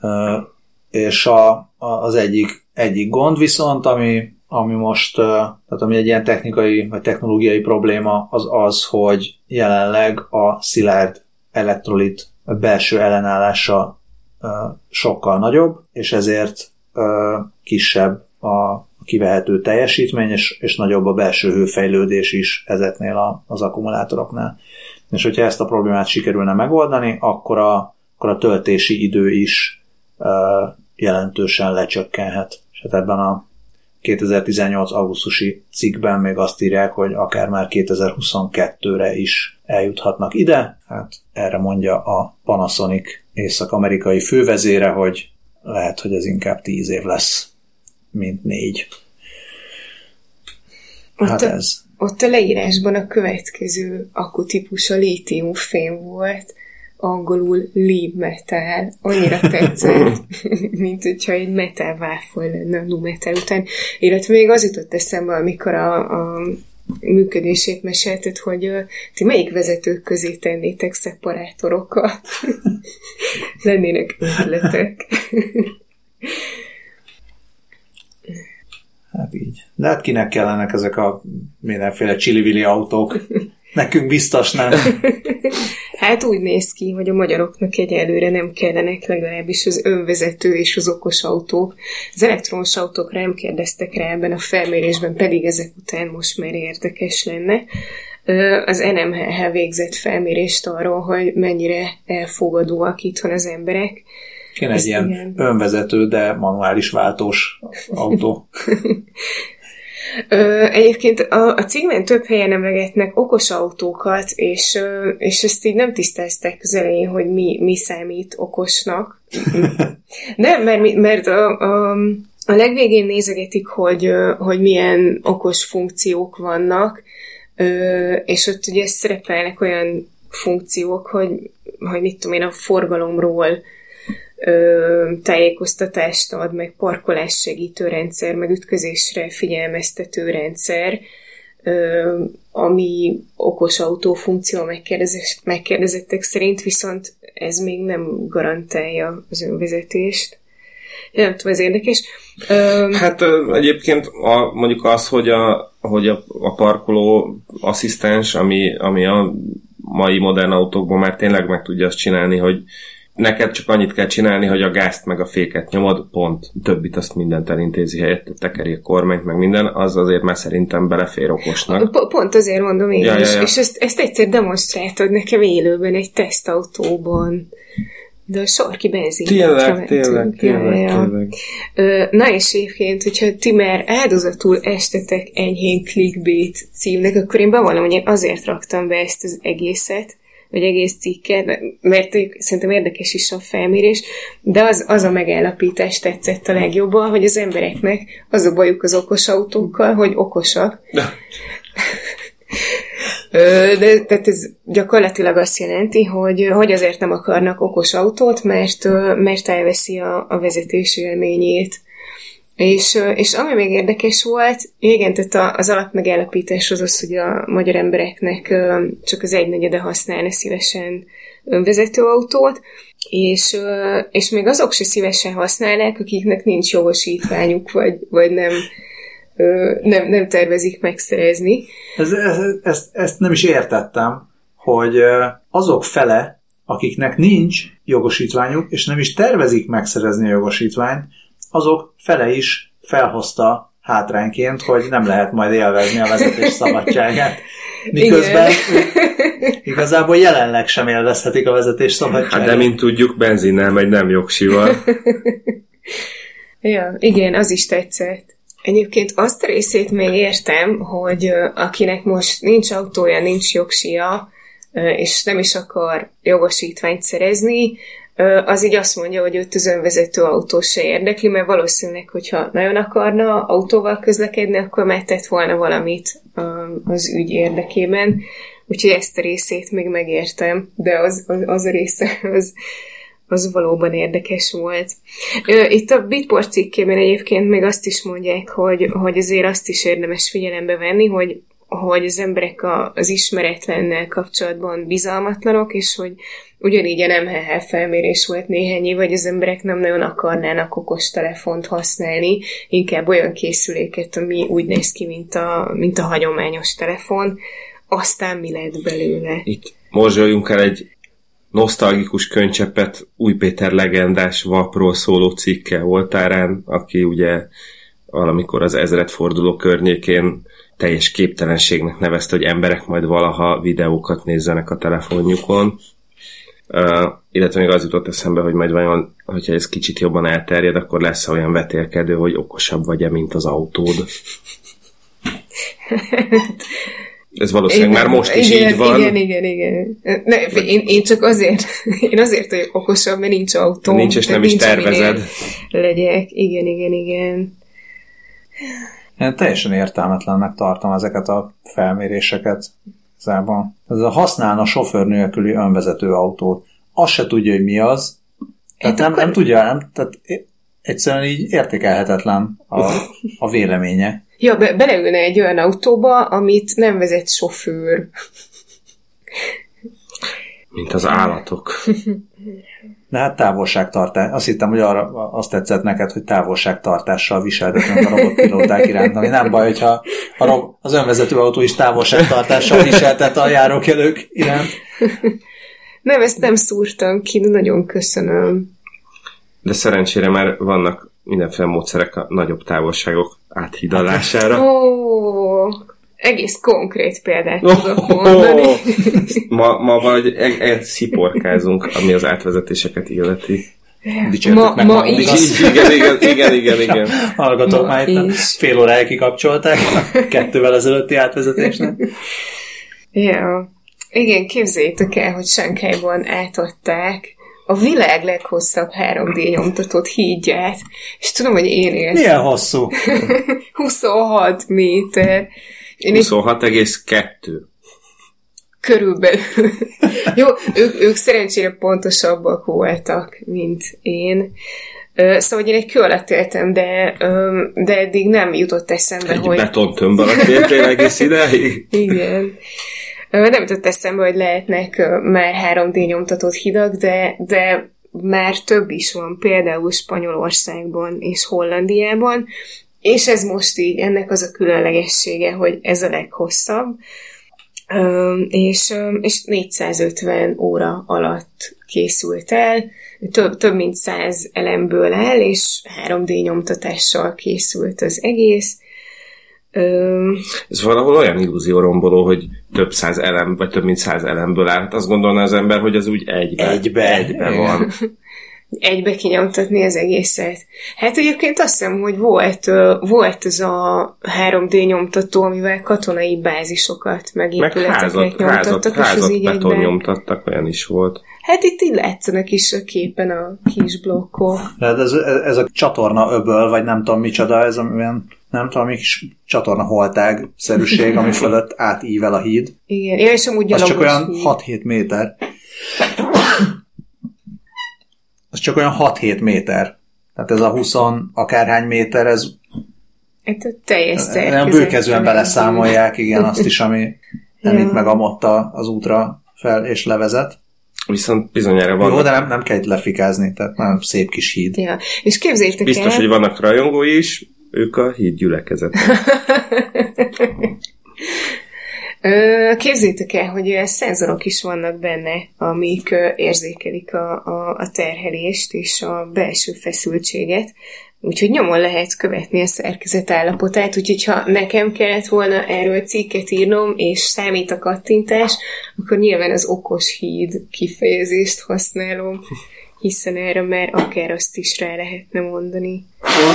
És az egyik gond viszont, ami most, tehát ami egy ilyen technikai vagy technológiai probléma, az, hogy jelenleg a szilárd elektrolit belső ellenállása sokkal nagyobb, és ezért kisebb a kivehető teljesítmény, és nagyobb a belső hőfejlődés is ezeknél az akkumulátoroknál. És hogyha ezt a problémát sikerülne megoldani, akkor a töltési idő is jelentősen lecsökkenhet. És hát ebben a 2018. augusztusi cikkben még azt írják, hogy akár már 2022-re is eljuthatnak ide. Hát erre mondja a Panasonic észak-amerikai fővezére, hogy lehet, hogy ez inkább 10 év lesz, mint 4. Ott a leírásban a következő akkutípus a lítiumfém volt, angolul lead metal, annyira tetszett, mint hogyha egy metal váfoly lenne a nu metal után. Illetve még az jutott eszembe, amikor a működését mesélted, hogy ti melyik vezetők közé tennétek szeparátorokat? Lennének ötletek. Hát így. De hát kinek kellenek ezek a mindenféle csili-vili autók? Nekünk biztos nem. Hát úgy néz ki, hogy a magyaroknak egyelőre nem kellenek legalábbis az önvezető és az okos autók. Az elektromos autókra nem kérdeztek rá ebben a felmérésben, pedig ezek után most már érdekes lenne. Az NMHH végzett felmérést arról, hogy mennyire elfogadóak itthon az emberek. Kéne egy ilyen önvezető, de manuális váltós autó. Egyébként a cikkben több helyen emlegetnek okos autókat, és ezt így nem tisztázták az elején, hogy mi számít okosnak. Nem, mert a legvégén nézegetik, hogy milyen okos funkciók vannak, és ott ugye szerepelnek olyan funkciók, hogy mit tudom én, a forgalomról tájékoztatást ad, meg parkolás segítő rendszer, meg ütközésre figyelmeztető rendszer, ami okos autó funkció megkérdezettek szerint, viszont ez még nem garantálja az önvezetést. Nem tudom, ez érdekes. Hát egyébként mondjuk az, hogy a parkoló asszisztens, ami a mai modern autókban már tényleg meg tudja azt csinálni, hogy neked csak annyit kell csinálni, hogy a gázt meg a féket nyomod, pont. Többit azt mindent elintézi helyett, tekeri a kormányt, meg minden, az azért már szerintem belefér okosnak. Pont azért mondom én is. És ezt egyszer demonstráltad nekem élőben egy tesztautóban. De a sarki benzinre Tényleg. Na és egyébként, hogyha ti már áldozatul estetek enyhén clickbait címnek, akkor én bevallom, hogy én azért raktam be ezt az egészet, vagy egész cikket, mert szerintem érdekes is a felmérés, de az a megállapítás tetszett a legjobban, hogy az embereknek az a bajuk az okos autókkal, hogy okosak. Tehát ez gyakorlatilag azt jelenti, hogy azért nem akarnak okos autót, mert elveszi a vezetés élményét. És ami még érdekes volt, igen, tehát az alapmegállapítás az, hogy a magyar embereknek csak az 1/4 használna szívesen önvezető autót, és még azok se szívesen használnák, akiknek nincs jogosítványuk, vagy nem tervezik megszerezni. Ezt nem is értettem, hogy azok fele, akiknek nincs jogosítványuk, és nem is tervezik megszerezni a jogosítványt, azok fele is felhozta hátrányként, hogy nem lehet majd élvezni a vezetés szabadságát. Miközben igazából jelenleg sem élvezhetik a vezetés szabadságát. Hát de mint tudjuk, benzinnel megy, nem jogsival. Ja, igen, az is tetszett. Egyébként azt a részét még értem, hogy akinek most nincs autója, nincs jogsia, és nem is akar jogosítványt szerezni, az így azt mondja, hogy őt az önvezető autó se érdekli, mert valószínűleg, hogyha nagyon akarna autóval közlekedni, akkor már tett volna valamit az ügy érdekében. Úgyhogy ezt a részét még megértem, de az a része az valóban érdekes volt. Itt a Bitport cikkében egyébként még azt is mondják, hogy azért azt is érdemes figyelembe venni, hogy az emberek az ismeretlennel kapcsolatban bizalmatlanok, és hogy ugyanígy a NemHeHe felmérés volt néhány év, hogy az emberek nem nagyon akarnának okos telefont használni, inkább olyan készüléket, ami úgy néz ki, mint a hagyományos telefon. Aztán mi lett belőle? Itt morzsoljunk el egy nosztalgikus könycseppet Új Péter legendás VAP-ról szóló cikke oltárán, aki ugye valamikor az ezredforduló környékén teljes képtelenségnek nevezte, hogy emberek majd valaha videókat nézzenek a telefonjukon. Illetve még az jutott eszembe, hogy majd vajon, hogyha ez kicsit jobban elterjed, akkor lesz olyan vetélkedő, hogy okosabb vagy-e, mint az autód. Ez valószínűleg igen, már most is igen, így van. Igen. Én csak azért vagyok okosabb, mert nincs autóm. Nincs, és nem is tervezed. Legyek. Igen. Én teljesen értelmetlennek tartom ezeket a felméréseket. Ez a használna a sofőr nélküli önvezető autót. Azt se tudja, hogy mi az. Tehát nem tudja, tehát egyszerűen így értékelhetetlen a véleménye. Ja, beleülne egy olyan autóba, amit nem vezet sofőr. Mint az állatok. De hát távolságtartás. Azt hittem, hogy azt tetszett neked, hogy távolságtartással viseltetnek a robotpilóták iránt, ami nem baj, hogyha az önvezető autó is távolságtartással viseltet a járókelők iránt. Nem, ezt nem szúrtam ki, de nagyon köszönöm. De szerencsére már vannak mindenféle módszerek a nagyobb távolságok áthidalására. Egész konkrét példát tudok mondani. Ma vagy sziporkázunk, ami az átvezetéseket illeti. Ma is. Igen. Hallgatok, már itt fél óráig kikapcsolták 2-vel ezelőtti átvezetésnek. Ja. Igen, képzeljétek el, hogy Shanghaiban átadták a világ leghosszabb 3D nyomtatott hídját, és tudom, hogy én éltem. Milyen hosszú? 26 méter. 26,2. Körülbelül. Jó, ők szerencsére pontosabbak voltak, mint én. Szóval én egy kő alatt éltem, de eddig nem jutott eszembe, hogy... Egy betontömb alatt éltél egész ideig? Igen. Nem jutott eszembe, hogy lehetnek már 3D nyomtatott hidak, de már több is van, például Spanyolországban és Hollandiában, és ez most így, ennek az a különlegessége, hogy ez a leghosszabb, és 450 óra alatt készült el, több mint 100 elemből áll, és 3D nyomtatással készült az egész. Ez valahol olyan illúzióromboló, hogy több száz elem, vagy több mint 100 elemből áll. Hát azt gondolná az ember, hogy az úgy egybe van. Egybe kinyomtatni az egészet. Hát egyébként azt hiszem, hogy volt ez a 3D nyomtató, amivel katonai bázisokat, meg épületeket nyomtattak. Házat beton nyomtattak, olyan is volt. Hát itt így látszanak is a képen a kis blokkok. Tehát ez a csatorna öböl, vagy nem tudom micsoda, ez amilyen nem tudom, egy kis csatornaholtág-szerűség, ami fölött átível a híd. Igen, és amúgy az csak olyan 6-7 méter. Az csak olyan 6-7 méter. Tehát ez a 20 akárhány méter, ez hát teljes szerkezet. Bőkezően beleszámolják, igen, azt is, amit meg a motta az útra fel és levezet. Viszont bizonyára van. Jó, de nem kell itt lefikázni, tehát nagyon szép kis híd. Ja. És képzeljétek biztos, hogy vannak rajongói is, ők a híd gyülekezete. Képzeljétek el, hogy szenzorok is vannak benne, amik érzékelik a terhelést és a belső feszültséget, úgyhogy nyomon lehet követni a szerkezet állapotát, úgyhogy ha nekem kellett volna erről cikket írnom, és számít a kattintás, akkor nyilván az okos híd kifejezést használom, hiszen erre már akár azt is rá lehetne mondani.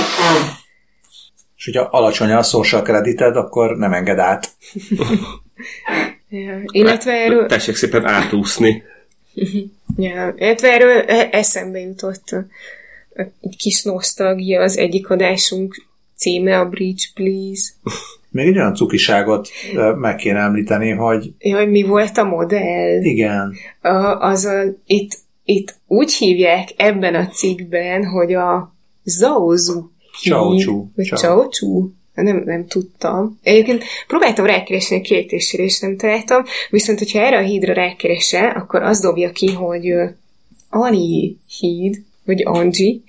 És hogyha alacsony a social credited, akkor nem enged át. Ja, illetve erről... Tessék szépen átúszni. Ja, illetve erről eszembe jutott egy kis nosztalgia, az egyik adásunk címe, a Bridge Please. Még egy olyan cukiságot meg kéne említeni, hogy... Ja, hogy mi volt a modell? Igen. Itt úgy hívják ebben a cikkben, hogy a Zaozu Chaochu. Nem tudtam. Egyébként próbáltam rákeresni a kiejtésére, és nem találtam, viszont hogyha erre a hídra rákeresel, akkor az dobja ki, hogy Ani híd, vagy Anji.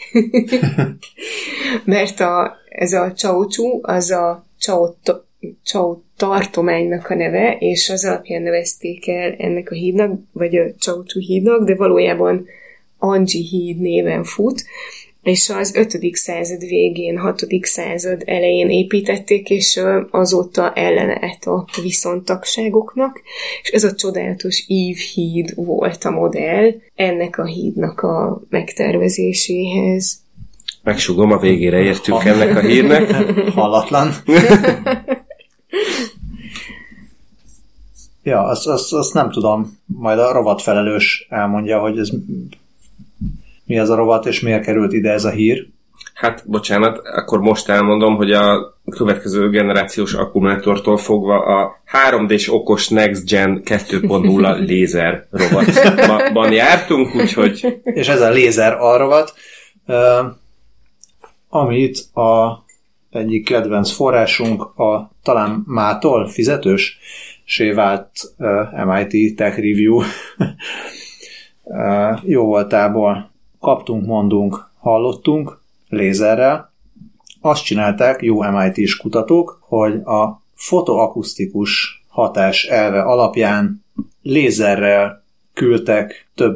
Mert ez a Chaochu, az a Chao tartománynak a neve, és az alapján nevezték el ennek a hídnak, vagy a Chaochu hídnak, de valójában Anji híd néven fut, és az 5. század végén, 6. század elején építették, és azóta ellenállt a viszontagságoknak, és ez a csodálatos ívhíd volt a modell ennek a hídnak a megtervezéséhez. Megsugom, a végére értünk ennek a hírnek. Hallatlan. Ja, azt nem tudom. Majd a rovatfelelős elmondja, hogy ez mi az a rovat, és miért került ide ez a hír. Hát, bocsánat, akkor most elmondom, hogy a következő generációs akkumulátortól fogva a 3D-s okos Next Gen 2.0 lézer rovatban jártunk, úgyhogy... És ez a lézer alrovat, amit egyik kedvenc forrásunk talán mától fizetőssé vált MIT Tech Review jó voltából kaptunk, mondunk, hallottunk lézerrel. Azt csinálták jó MIT-s kutatók, hogy a fotoakusztikus hatás elve alapján lézerrel küldtek több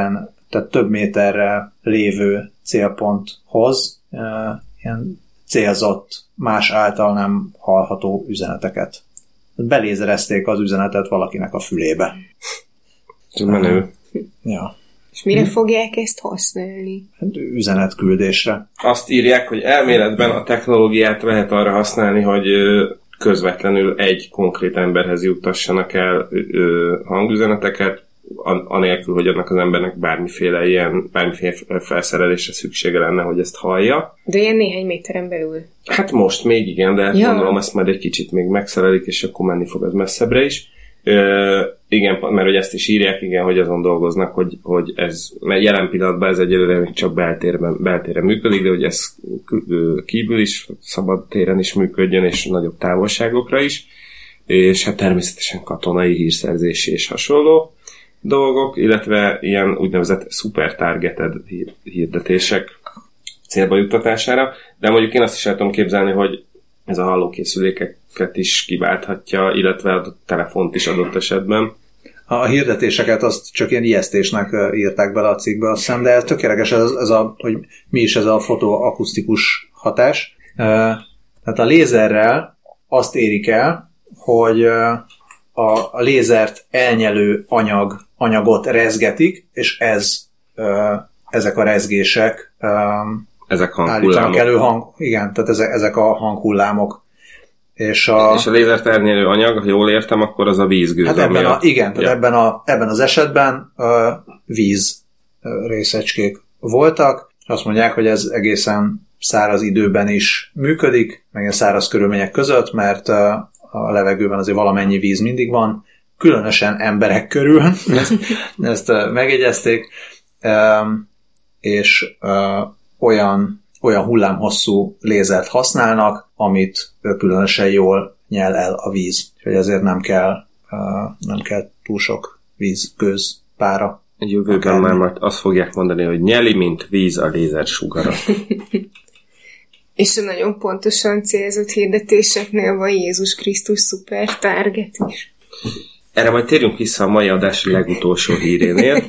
méterrel lévő célponthoz ilyen célzott, más által nem hallható üzeneteket. Belézerezték az üzenetet valakinek a fülébe. Ez menő. Ja. És mire fogják ezt használni? Üzenetküldésre. Azt írják, hogy elméletben a technológiát lehet arra használni, hogy közvetlenül egy konkrét emberhez juttassanak el hangüzeneteket, anélkül, hogy annak az embernek bármiféle felszerelésre szüksége lenne, hogy ezt hallja. De ilyen néhány méteren belül. Hát most még igen, de gondolom ezt majd egy kicsit még megszerelik, és akkor menni fog az messzebbre is. Igen, mert hogy ezt is írják, igen, hogy azon dolgoznak, hogy ez, mert jelen pillanatban ez egyelőre még csak beltéren működik, de hogy ez kívül is, szabad téren is működjön, és nagyobb távolságokra is, és hát természetesen katonai hírszerzési és hasonló dolgok, illetve ilyen úgynevezett super targeted hirdetések célba juttatására, de mondjuk én azt is el tudom képzelni, hogy ez a hallókészülékeket is kiválthatja, illetve a telefont is adott esetben. A hirdetéseket azt csak ilyen ijesztésnek írták bele a cikkbe, azt hiszem, de ez tökéletes, hogy mi is ez a fotoakusztikus hatás. Tehát a lézerrel azt érik el, hogy a lézert elnyelő anyagot rezgetik, és ezek a rezgések ezek hanghullámok. Elő igen, tehát ezek a hanghullámok. És a lézert elnyelő anyag, ha jól értem, akkor az a vízgőz. Hát ebben az esetben víz részecskék voltak. Azt mondják, hogy ez egészen száraz időben is működik, meg a száraz körülmények között, mert a levegőben azért valamennyi víz mindig van, különösen emberek körül, ezt megjegyezték, és olyan hullámhosszú lézert használnak, amit különösen jól nyel el a víz. Úgyhogy ezért nem kell túl sok víz, gőz, pára. Egy jövőben már majd azt fogják mondani, hogy nyeli, mint víz a lézer sugara. És a nagyon pontosan célzott hirdetéseknél van Jézus Krisztus szuper target is. Erre majd térjünk vissza a mai adás legutolsó hírénél.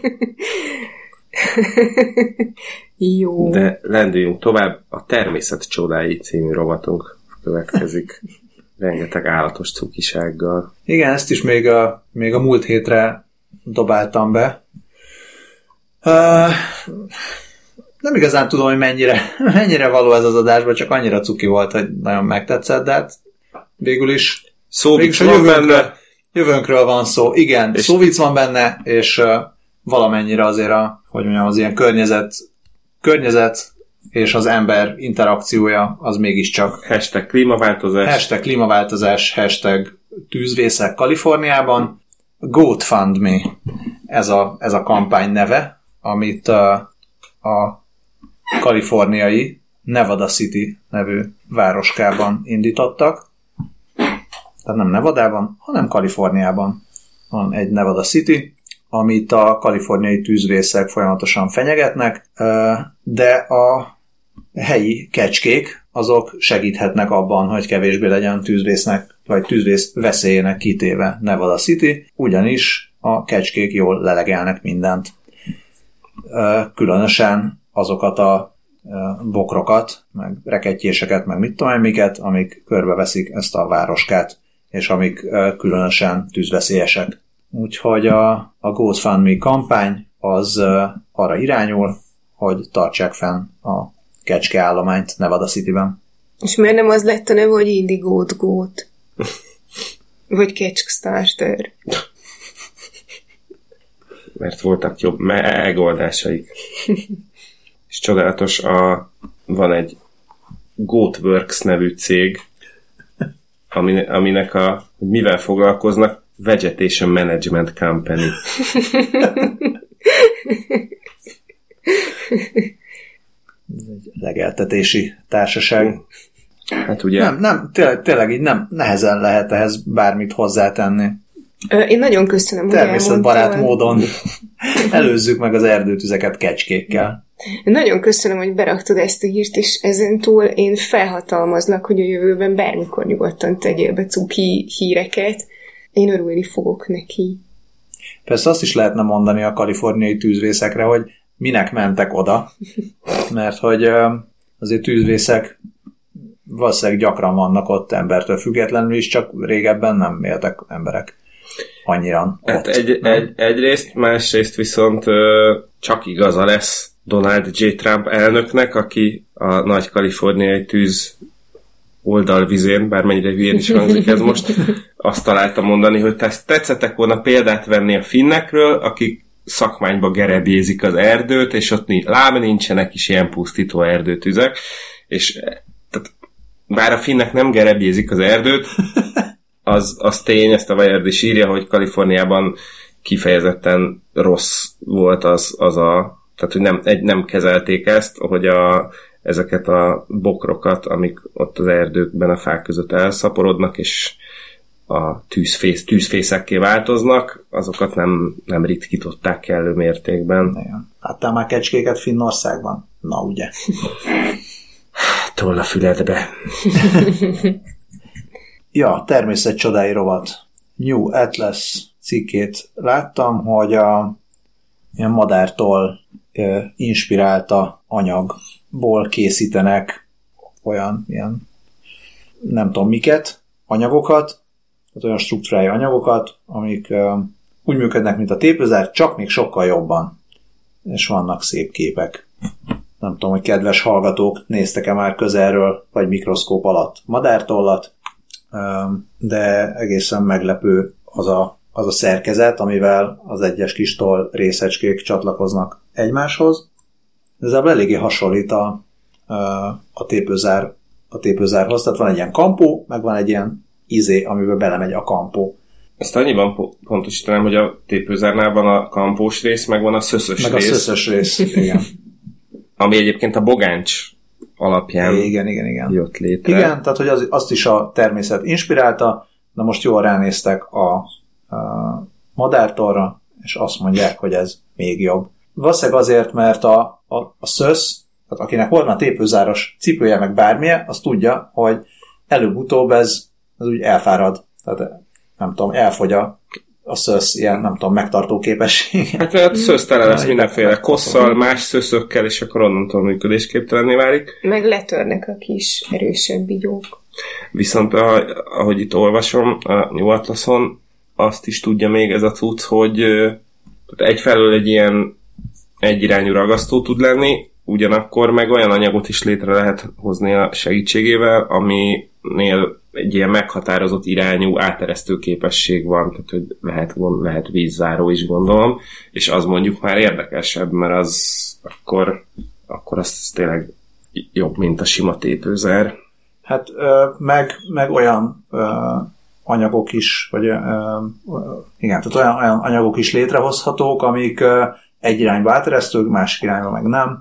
Jó. De lendüljünk tovább. A Természet csodái című rovatunk következik. Rengeteg állatos cukisággal. Igen, ezt is még a múlt hétre dobáltam be. Nem igazán tudom, hogy mennyire való ez az adásban, csak annyira cuki volt, hogy nagyon megtetszett, de hát végül is a jövőnkről van szó. Igen, szóvic van benne, és valamennyire azért az ilyen környezet és az ember interakciója az mégiscsak. #klímaváltozás, #tűzvészek Kaliforniában. GoFundMe ez a kampány neve, amit a kaliforniai Nevada City nevű városkában indítottak. Tehát nem Nevadában, hanem Kaliforniában van egy Nevada City, amit a kaliforniai tűzvészek folyamatosan fenyegetnek, de a helyi kecskék azok segíthetnek abban, hogy kevésbé legyen tűzvésznek, vagy tűzvész veszélyének kitéve Nevada City, ugyanis a kecskék jól lelegelnek mindent. Különösen azokat a bokrokat, meg rekettyéseket, meg mit tudom én miket, amik körbeveszik ezt a városkát, és amik különösen tűzveszélyesek. Úgyhogy a GoFundMe kampány az arra irányul, hogy tartsák fenn a kecske állományt Nevada Cityben. És miért nem az lett a neve, hogy Indigoat Goat? Vagy Kecsk-Starter? Mert voltak jobb megoldásaik. És csodálatos, van egy GoatWorks nevű cég, aminek hogy mivel foglalkoznak, Vegetation Management Company. Ez egy legeltetési társaság. Hát ugye... Nem, tényleg így nem nehezen lehet ehhez bármit hozzátenni. Én nagyon köszönöm, hogy természetbarát módon előzzük meg az erdőtüzeket kecskékkel. Én nagyon köszönöm, hogy beraktad ezt a hírt, és ezentúl én felhatalmazlak, hogy a jövőben bármikor nyugodtan tegyél be cuki híreket. Én örülni fogok neki. Persze azt is lehetne mondani a kaliforniai tűzvészekre, hogy minek mentek oda, mert hogy azért tűzvészek valószínűleg gyakran vannak ott embertől függetlenül is, csak régebben nem éltek emberek annyira hát egyrészt, másrészt viszont csak igaza lesz Donald J. Trump elnöknek, aki a nagy kaliforniai tűz oldalvizén, bármennyire hülyén is hangzik ez most, azt találta mondani, hogy tetszettek volna példát venni a finnekről, akik szakmányba gerebjézik az erdőt, és ott nincsenek is ilyen pusztító erdőtüzek, és tehát, bár a finnek nem gerebjézik az erdőt, az tény, ezt a Wired is írja, hogy Kaliforniában kifejezetten rossz volt tehát hogy nem kezelték ezt, hogy ezeket a bokrokat, amik ott az erdőkben a fák között elszaporodnak, és a tűzfészekké változnak, azokat nem ritkították kellő mértékben. Igen. Láttál már kecskéket Finnországban? Na ugye. Toll a füledbe. Ja, természetcsodái rovat. New Atlas cikkét láttam, hogy ilyen madártól inspirálta anyagból készítenek ilyen nem tudom miket, anyagokat, olyan struktúrájú anyagokat, amik úgy működnek, mint a tépőzár, csak még sokkal jobban. És vannak szép képek. Nem tudom, hogy kedves hallgatók néztek-e már közelről, vagy mikroszkóp alatt madártollat, de egészen meglepő az a szerkezet, amivel az egyes kis toll részecskék csatlakoznak egymáshoz. Ez eléggé hasonlít a a tépőzárhoz. Tehát van egy ilyen kampó, meg van egy ilyen izé, amiben belemegy a kampó. Ezt annyiban pontosítanám, hogy a tépőzárnál van a kampós rész, meg van a szöszös meg rész. Meg a szöszös rész, igen. Ami egyébként a bogáncs alapján igen. jött létre. Igen, tehát hogy azt is a természet inspirálta, de most jól ránéztek a madártorra, és azt mondják, hogy ez még jobb. Valószínűleg azért, mert a szösz, tehát akinek volt már tépőzáros cipője, meg bármilyen, az tudja, hogy előbb-utóbb ez úgy elfárad. Tehát nem tudom, elfogy a szösz ilyen, nem tudom, megtartó képesség. Hát a szösz tele lesz mindenféle kosszal, más szöszökkel, és akkor onnantól működésképtelenné válik. Meg letörnek a kis erősebb bigyók. Viszont ahogy itt olvasom a New Atlason, azt is tudja még ez a cucc, hogy egyfelől egy ilyen egyirányú ragasztó tud lenni, ugyanakkor meg olyan anyagot is létre lehet hozni a segítségével, aminél egy ilyen meghatározott irányú áteresztő képesség van, tehát hogy lehet vízzáró is, gondolom, és az mondjuk már érdekesebb, mert az akkor az tényleg jobb, mint a sima tépőzár. Hát meg olyan anyagok is, vagy igen, tehát olyan anyagok is létrehozhatók, amik egy irányba áteresztők, másik irányba meg nem.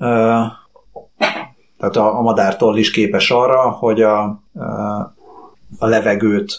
Tehát a madártoll is képes arra, hogy a levegőt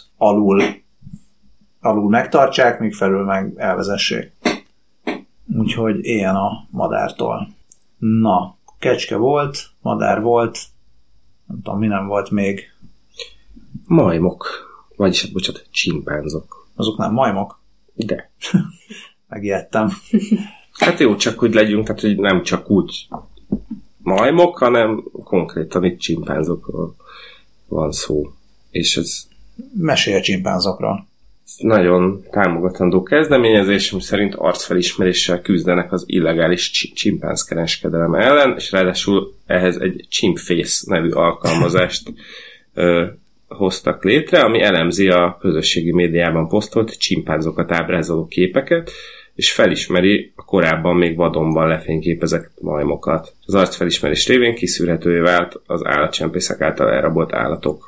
alul megtartsák, míg felül meg elvezessék. Úgyhogy ilyen a madártoll. Na, kecske volt, madár volt, nem tudom, mi nem volt még. Majmok. Vagyis, bocsánat, csimpánzok. Azok nem majmok? De. Megijedtem. Hát jó, csak hogy legyünk, tehát hogy nem csak úgy majmok, hanem konkrétan itt csimpánzokról van szó. És ez... Mesélj a csimpánzokról. Nagyon támogatandó kezdeményezés, ami szerint arcfelismeréssel küzdenek az illegális csimpánzkereskedelem ellen, és ráadásul ehhez egy Chimpface nevű alkalmazást hoztak létre, ami elemzi a közösségi médiában posztolt csimpánzokat ábrázoló képeket, és felismeri a korábban még vadonban lefényképezett majmokat. Az arcfelismerés révén kiszűrhetővé vált az állatcsempészek által elrabolt állatok,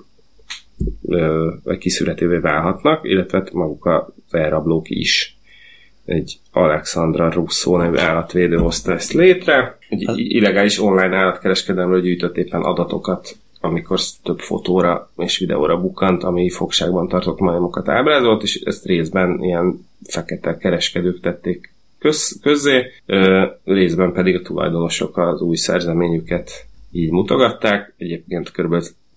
vagy kiszűrhetővé válhatnak, illetve maguk az elrablók is. Egy Alexandra Russo nevű állatvédő hozta ezt létre. Egy illegális online állatkereskedelemről gyűjtött éppen adatokat, amikor több fotóra és videóra bukkant, ami fogságban tartott majmokat ábrázolt, és ezt részben ilyen fekete kereskedők tették közzé, részben pedig a tulajdonosok az új szerzeményüket így mutogatták. Egyébként kb.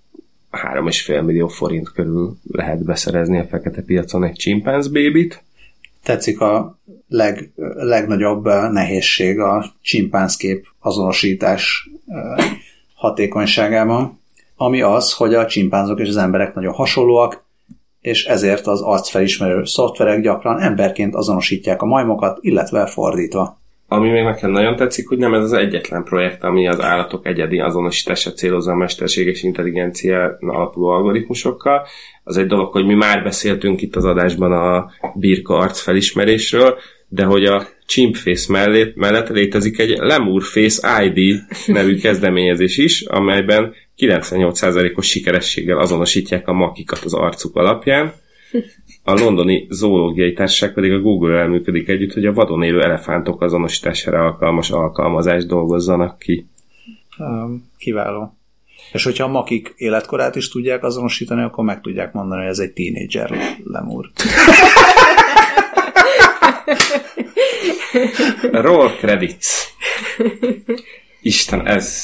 3,5 millió forint körül lehet beszerezni a fekete piacon egy csimpánzbébit. Tetszik a legnagyobb nehézség a csimpánzkép azonosítás hatékonyságában, ami az, hogy a csimpánzok és az emberek nagyon hasonlóak, és ezért az arcfelismerő szoftverek gyakran emberként azonosítják a majmokat, illetve fordítva. Ami még nekem nagyon tetszik, hogy nem ez az egyetlen projekt, ami az állatok egyedi azonosítását célozza a mesterséges intelligencia alapuló algoritmusokkal. Az egy dolog, hogy mi már beszéltünk itt az adásban a birka arcfelismerésről, de hogy a Chimpface mellett létezik egy Lemur Face ID nevű kezdeményezés is, amelyben 98%-os sikerességgel azonosítják a makikat az arcuk alapján. A londoni zoológiai társaság pedig a Google-el működik együtt, hogy a vadon élő elefántok azonosítására alkalmas alkalmazást dolgozzanak ki. Kiváló. És hogyha a makik életkorát is tudják azonosítani, akkor meg tudják mondani, hogy ez egy tínédzser lemur. Roll credits. Isten, ez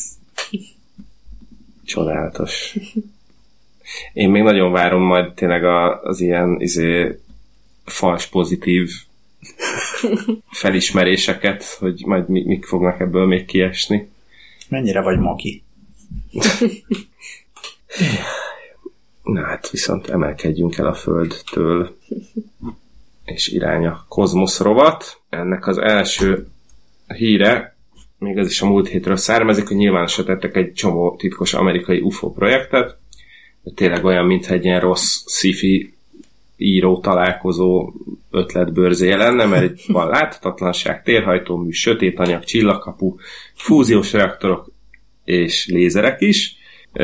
csodálatos. Én még nagyon várom majd tényleg az ilyen fals pozitív felismeréseket, hogy majd mik fognak ebből még kiesni. Mennyire vagy maki? Na hát viszont emelkedjünk el a Földtől, és irány a kozmosz rovat. Ennek az első híre, még ez is a múlt hétről származik, hogy nyilvánosra tettek egy csomó titkos amerikai UFO projektet. Tényleg olyan, mintha egy ilyen rossz sci-fi író találkozó ötletbörzéje lenne, mert itt van láthatatlanság, térhajtómű, sötét anyag, csillagkapu, fúziós reaktorok, és lézerek is,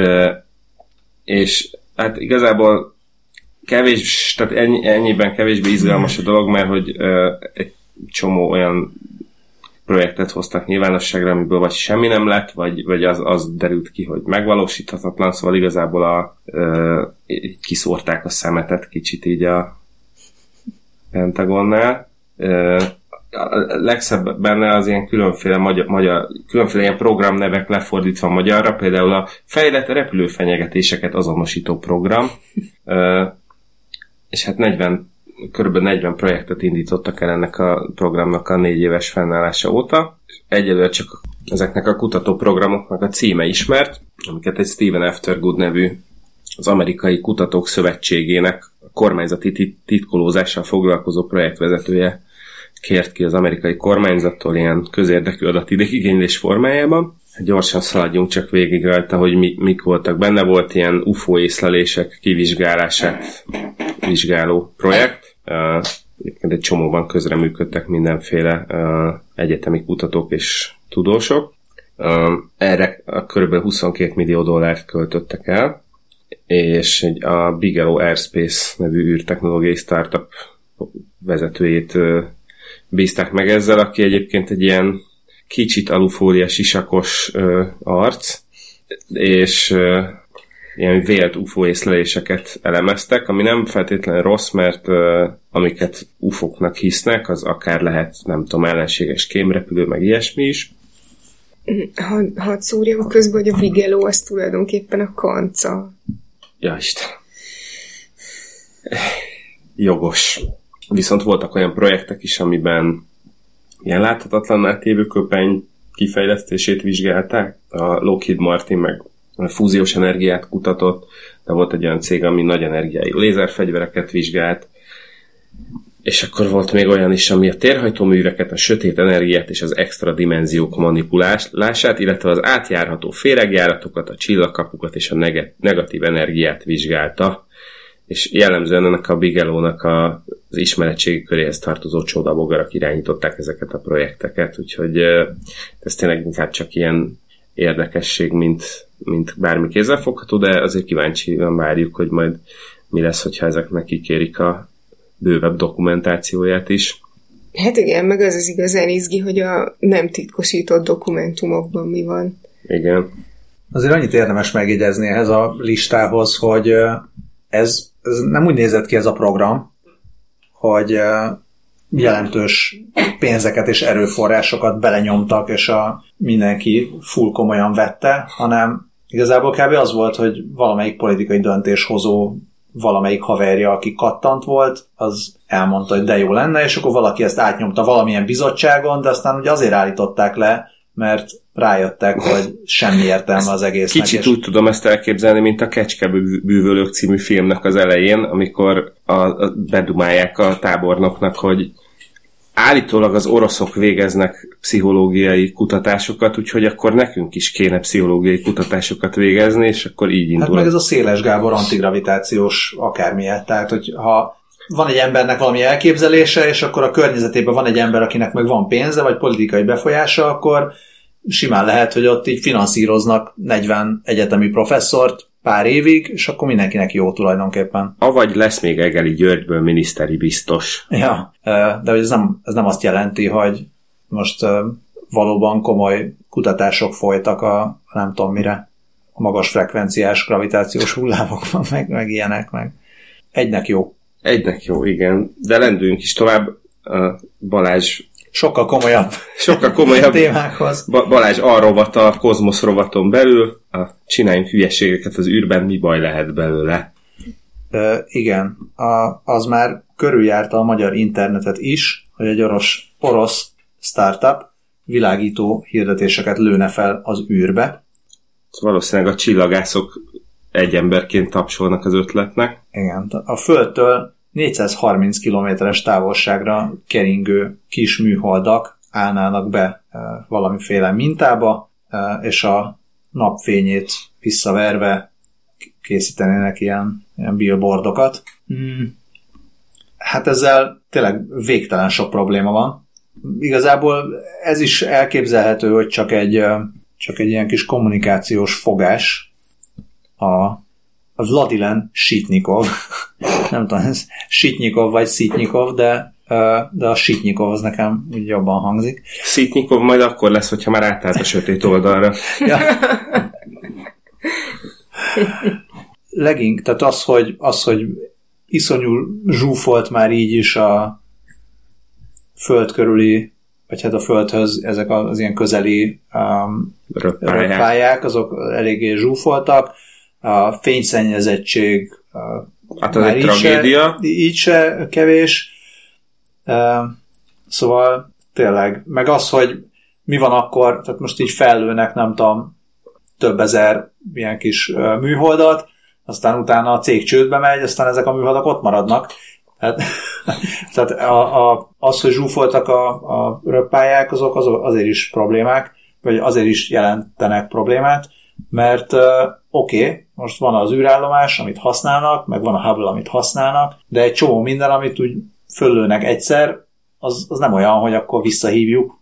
és hát igazából tehát ennyiben kevésbé izgalmas a dolog, mert hogy egy csomó olyan projektet hoztak nyilvánosságra, amiből vagy semmi nem lett, vagy az derült ki, hogy megvalósíthatatlan, szóval igazából kiszórták a szemetet kicsit így a Pentagonnál. A legszebb benne az ilyen különféle különféle ilyen programnevek lefordítva magyarra, például a fejlett repülőfenyegetéseket azonosító program, és hát körülbelül 40 projektet indítottak el ennek a programnak a 4 éves fennállása óta. Egyelőre csak ezeknek a kutatóprogramoknak a címe ismert, amiket egy Stephen F. Thurgood nevű az Amerikai Kutatók Szövetségének a kormányzati titkolózással foglalkozó projektvezetője kért ki az amerikai kormányzattól ilyen közérdekű adatigénylés formájában. Gyorsan szaladjunk csak végig rajta, hogy mik voltak benne. Volt ilyen UFO észlelések kivizsgálását vizsgáló projekt. Egyébként egy csomóban közreműködtek mindenféle egyetemi kutatók és tudósok. Erre kb. 22 millió dollárt költöttek el, és a Bigelow Airspace nevű űrtechnológiai startup vezetőjét bízták meg ezzel, aki egyébként egy ilyen kicsit alufólia sisakos arc, és ilyen vélt UFO észleléseket elemeztek, ami nem feltétlenül rossz, mert amiket UFO-knak hisznek, az akár lehet, nem tudom, ellenséges kémrepülő, meg ilyesmi is. Hadd szúrjam közben, hogy a Bigelow az tulajdonképpen a kanca. Ja, Isten. Jogos. Viszont voltak olyan projektek is, amiben ilyen láthatatlanná tévő köpeny kifejlesztését vizsgálták. A Lockheed Martin meg a fúziós energiát kutatott, de volt egy olyan cég, ami nagy energiájú lézerfegyvereket vizsgált, és akkor volt még olyan is, ami a térhajtóműveket, a sötét energiát és az extra dimenziók manipulálását, illetve az átjárható féregjáratokat, a csillagkapukat és a negatív energiát vizsgálta, és jellemzően ennek a Bigelow-nak az ismeretségi köréhez tartozó csodabogarak irányították ezeket a projekteket, úgyhogy ez tényleg inkább csak ilyen érdekesség, mint bármi kézzelfogható, de azért kíváncsian várjuk, hogy majd mi lesz, hogyha ezeknek kikérik a bővebb dokumentációját is. Hát igen, meg az igazán izgi, hogy a nem titkosított dokumentumokban mi van. Igen. Azért annyit érdemes megjegyezni ehhez a listához, hogy ez nem úgy nézett ki ez a program, hogy jelentős pénzeket és erőforrásokat belenyomtak, és mindenki full komolyan vette, hanem igazából kb. Az volt, hogy valamelyik politikai döntéshozó, valamelyik haverja, aki kattant volt, az elmondta, hogy de jó lenne, és akkor valaki ezt átnyomta valamilyen bizottságon, de aztán ugye azért állították le, mert rájöttek, hogy semmi értelme az egésznek. Kicsit úgy tudom ezt elképzelni, mint a Kecskebűvölők című filmnek az elején, amikor bedumálják a tábornoknak, hogy állítólag az oroszok végeznek pszichológiai kutatásokat, úgyhogy akkor nekünk is kéne pszichológiai kutatásokat végezni, és akkor így indul. Hát meg ez a Széles Gábor antigravitációs akármilyen. Tehát, hogy ha van egy embernek valami elképzelése, és akkor a környezetében van egy ember, akinek meg van pénze, vagy politikai befolyása, akkor simán lehet, hogy ott így finanszíroznak 40 egyetemi professzort pár évig, és akkor mindenkinek jó tulajdonképpen. Avagy lesz még Egeli Györgyből miniszteri biztos. Ja, de ez nem azt jelenti, hogy most valóban komoly kutatások folytak a nem tudom mire, a magas frekvenciás gravitációs hullámokban, meg ilyenek, meg egynek jó. Egynek jó, igen. De lendüljünk is tovább. Balázs sokkal komolyabb témákhoz. Balázs A-rovata a Kozmosz rovaton belül. Csináljunk hülyeségeket az űrben, mi baj lehet belőle? Igen. Az már körüljárta a magyar internetet is, hogy egy orosz startup világító hirdetéseket lőne fel az űrbe. Valószínűleg a csillagászok egy emberként tapsolnak az ötletnek. Igen. A Földtől 430 kilométeres távolságra keringő kis műholdak állnának be valamiféle mintába, és a napfényét visszaverve készítenének ilyen billboardokat. Hát ezzel tényleg végtelen sok probléma van. Igazából ez is elképzelhető, hogy csak egy csak egy ilyen kis kommunikációs fogás, a Vladilen Sitnikov, nem tudom, ez Sitnikov vagy Szitnikov, de a Sitnikov az nekem úgy jobban hangzik. Szitnikov majd akkor lesz, hogyha már átállt a sötét oldalra. Ja. Tehát az, hogy iszonyú zsúfolt már így is a föld körüli, vagy hát a földhöz ezek az ilyen közeli röppályák, azok eléggé zsúfoltak. A fényszennyezettség hát az egy tragédia. Így se kevés. Szóval tényleg, meg az, hogy mi van akkor, tehát most így fellőnek, nem tudom, több ezer ilyen kis műholdat, aztán utána a cég csődbe megy, aztán ezek a műholdak ott maradnak. Tehát az, hogy zsúfoltak a röppályák, azok azért is problémák, vagy azért is jelentenek problémát, mert oké, most van az űrállomás, amit használnak, meg van a Hubble, amit használnak, de egy csomó minden, amit úgy föllőnek egyszer, az nem olyan, hogy akkor visszahívjuk,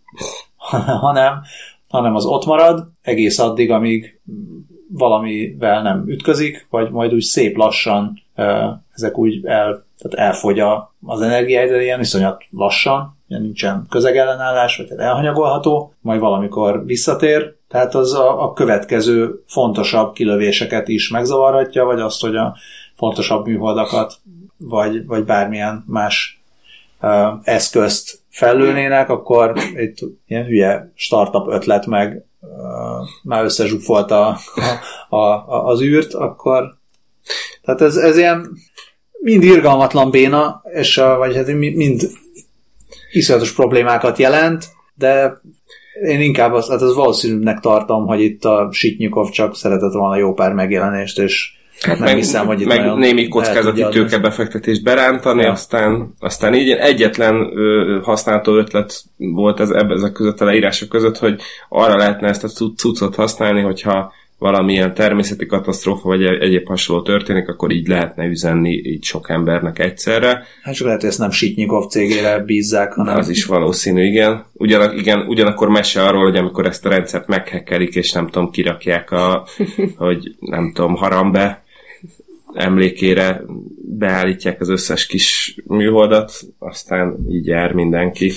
hanem az ott marad egész addig, amíg valamivel nem ütközik, vagy majd úgy szép lassan ezek úgy tehát elfogy az energia, de ilyen iszonyat lassan, nincsen közegellenállás, vagy elhanyagolható, majd valamikor visszatér, tehát az a következő fontosabb kilövéseket is megzavarhatja, vagy azt, hogy a fontosabb műholdakat, vagy bármilyen más eszközt fellőnének, akkor itt ilyen hülye startup ötlet meg már összezsúfolta az űrt, akkor tehát ez ilyen mind irgalmatlan béna, vagy hát mind iszonyatos problémákat jelent, de én inkább az valószínűbbnek tartom, hogy itt a Sitnikov csak szeretett volna jó pár megjelenést, és nem hiszem, hogy itt meg némi kockázati tőkebefektetést berántani, ja. aztán így egyetlen használható ötlet volt ezek között a leírások között, hogy arra lehetne ezt a cuccot használni, hogyha valamilyen természeti katasztrófa vagy egyéb hasonló történik, akkor így lehetne üzenni így sok embernek egyszerre. Hát csak lehet, hogy ezt nem Sitnikov cégére bízzák, hanem... Az is valószínű, igen. Ugyanakkor mese arról, hogy amikor ezt a rendszert meghekkelik, és nem tudom, kirakják hogy nem tudom, Harambe emlékére beállítják az összes kis műholdat, aztán így jár mindenki.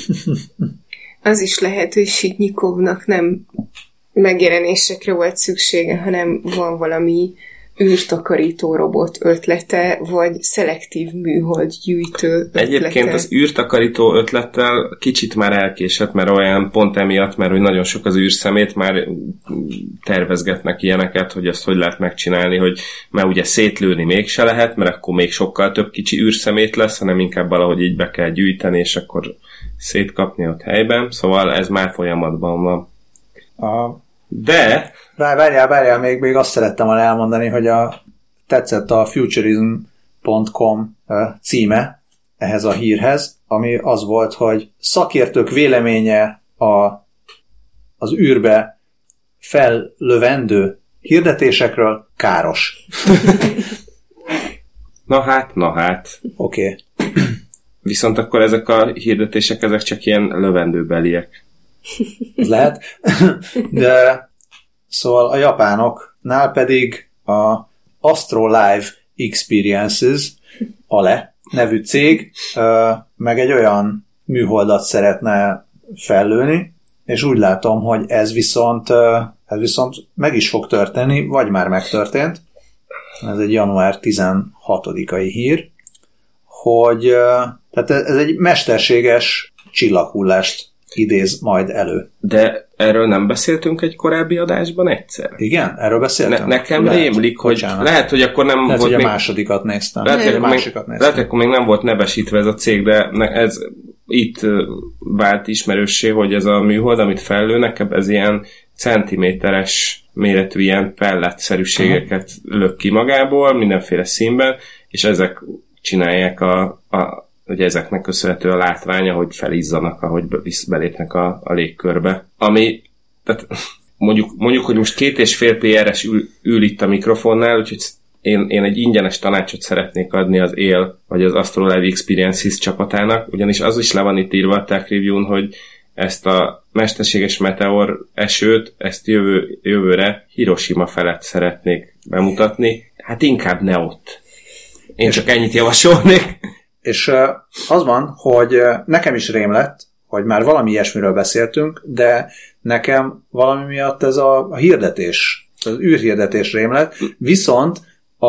Az is lehet, hogy Sitnikovnak nem megjelenésekre volt szüksége, hanem van valami űrtakarító robot ötlete, vagy szelektív műhold gyűjtő ötlete. Egyébként az űrtakarító ötlettel kicsit már elkésett, mert olyan pont emiatt, mert hogy nagyon sok az űrszemét, már tervezgetnek ilyeneket, hogy ezt hogy lehet megcsinálni, hogy már ugye szétlőni mégse lehet, mert akkor még sokkal több kicsi űrszemét lesz, hanem inkább valahogy így be kell gyűjteni, és akkor szétkapni ott helyben. Szóval ez már folyamatban van. De... Várjál, még azt szerettem volna elmondani, hogy tetszett a futurism.com címe ehhez a hírhez, ami az volt, hogy szakértők véleménye az űrbe fellövendő hirdetésekről káros. Na hát. Oké. Viszont akkor ezek a hirdetések, ezek csak ilyen lövendőbeliek. Ez lehet. De szóval a japánoknál pedig a Astro Live Experiences, ALE nevű cég meg egy olyan műholdat szeretne fellőni, és úgy látom, hogy ez viszont meg is fog történni, vagy már megtörtént. Ez egy január 16-ai hír, hogy tehát ez egy mesterséges csillaghullást idéz majd elő. De erről nem beszéltünk egy korábbi adásban egyszer? Igen, erről beszéltünk. Nekem rémlik, hogy lehet, hogy akkor nem lehet, volt hogy még... a másodikat néztem. Lehet, hogy akkor még nem volt nevesítve ez a cég, de ez itt vált ismerőssé, hogy ez a műhold, amit fellőnek, ez ilyen centiméteres méretű ilyen pelletszerűségeket lök ki magából, mindenféle színben, és ezek csinálják ugye ezeknek köszönhető a látványa, hogy felizzanak, ahogy belépnek a légkörbe. Ami, tehát mondjuk, hogy most 2,5 PRS ül itt a mikrofonnál, úgyhogy én egy ingyenes tanácsot szeretnék adni az vagy az Astro Live Experiences csapatának, ugyanis az is le van itt írva a Tech Review-n, hogy ezt a mesterséges meteor esőt, ezt jövőre Hiroshima felett szeretnék bemutatni. Hát inkább ne ott. Én csak ennyit javasolnék. És az van, hogy nekem is rém lett, hogy már valami ilyesmiről beszéltünk, de nekem valami miatt ez a hirdetés, az űrhirdetés rém lett, viszont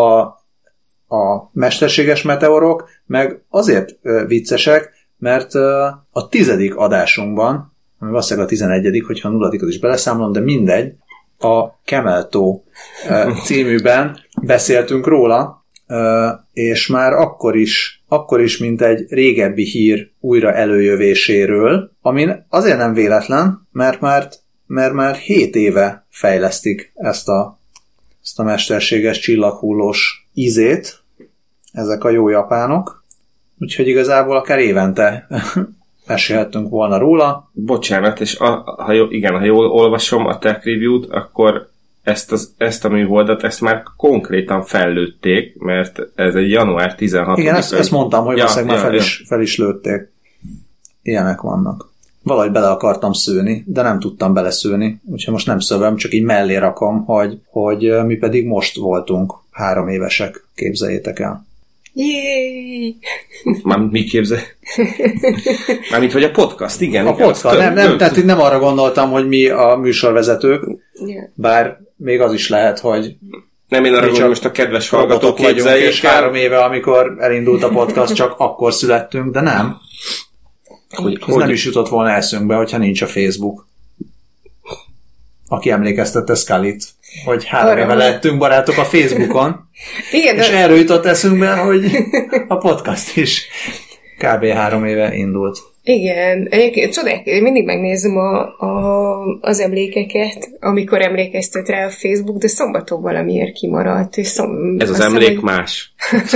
a mesterséges meteorok meg azért viccesek, mert a 10. adásunkban, ami valószínűleg a 11., hogyha a 0. is beleszámolom, de mindegy, a Kemeltó címűben beszéltünk róla, és már akkor is, mint egy régebbi hír újra előjövéséről, amin azért nem véletlen, mert már 7 éve fejlesztik ezt a mesterséges csillaghullós ízét, ezek a jó japánok, úgyhogy igazából akár évente mesélhettünk volna róla. Bocsánat, és ha jól olvasom a tech review-t, akkor ezt a műholdat, ezt már konkrétan fellőtték, mert ez egy január 16. Igen, ezt mondtam, hogy valószínűleg már fel is lőtték. Ilyenek vannak. Valahogy bele akartam szőni, de nem tudtam beleszőni, úgyhogy most nem szövöm, csak így mellé rakom, hogy mi pedig most voltunk 3 évesek, képzeljétek el. Jéj! Mármint mi képzel? Mármint, hogy a podcast, igen. A podcast, tehát nem arra gondoltam, hogy mi a műsorvezetők, bár még az is lehet, hogy nem, én arra gondolom, most a kedves hallgatók képzeljék. És 3 éve, amikor elindult a podcast, csak akkor születtünk, de nem. Ez nem is jutott volna eszünkbe, hogyha nincs a Facebook. Aki emlékeztette Scullyt, hogy 3 éve lettünk barátok a Facebookon, igen, és erről jutott eszünkbe, hogy a podcast is kb. 3 éve indult. Igen, egyébként csodák, én mindig megnézem az emlékeket, amikor emlékeztet rá a Facebook, de szombaton valamiért kimaradt. És ez az emlék hogy... más.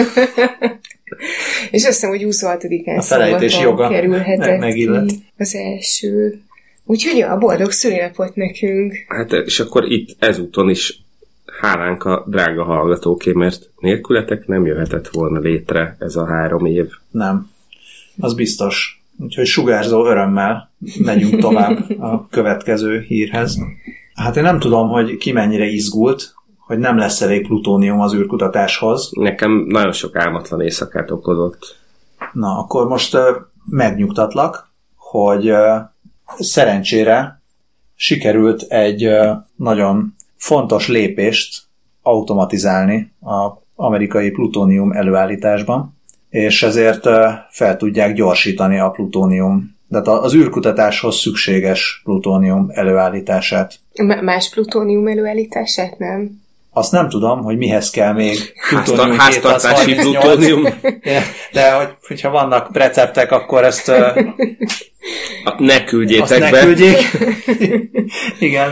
És azt hiszem, hogy 26-án szombaton kerülhetett ki az első. Úgyhogy a boldog szülinapot nekünk. Hát és akkor itt ezúton is hálánk a drága hallgatóké, mert nélkületek nem jöhetett volna létre ez a 3 év. Nem, az biztos. Úgyhogy sugárzó örömmel megyünk tovább a következő hírhez. Hát én nem tudom, hogy ki mennyire izgult, hogy nem lesz elég plutónium az űrkutatáshoz. Nekem nagyon sok álmatlan éjszakát okozott. Na, akkor most megnyugtatlak, hogy szerencsére sikerült egy nagyon fontos lépést automatizálni az amerikai plutónium előállításban, és ezért fel tudják gyorsítani a plutónium, tehát az űrkutatáshoz szükséges plutónium előállítását. Más plutónium előállítását nem? Azt nem tudom, hogy mihez kell még plutónium. Háztartási plutónium. De hogyha vannak receptek, akkor ezt ne küldjétek be. Ne küldjék. Igen.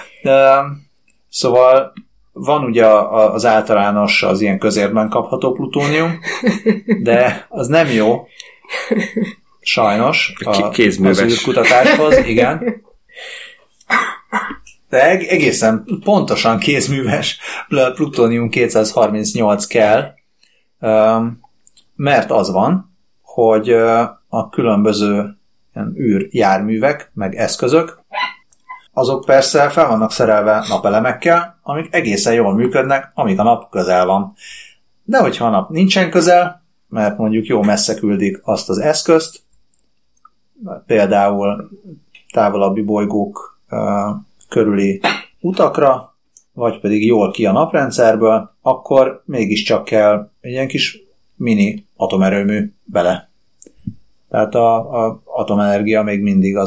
Szóval van ugye az általános, az ilyen közértben kapható plutónium, de az nem jó, sajnos, az űrkutatáshoz, igen. De egészen pontosan kézműves plutónium 238 kell, mert az van, hogy a különböző űrjárművek, meg eszközök, azok persze fel vannak szerelve napelemekkel, amik egészen jól működnek, amíg a nap közel van. De hogyha a nap nincsen közel, mert mondjuk jó messze küldik azt az eszközt, például távolabbi bolygók körüli utakra, vagy pedig jól ki a naprendszerből, akkor mégiscsak kell egy ilyen kis mini atomerőmű bele. Tehát az atomenergia még mindig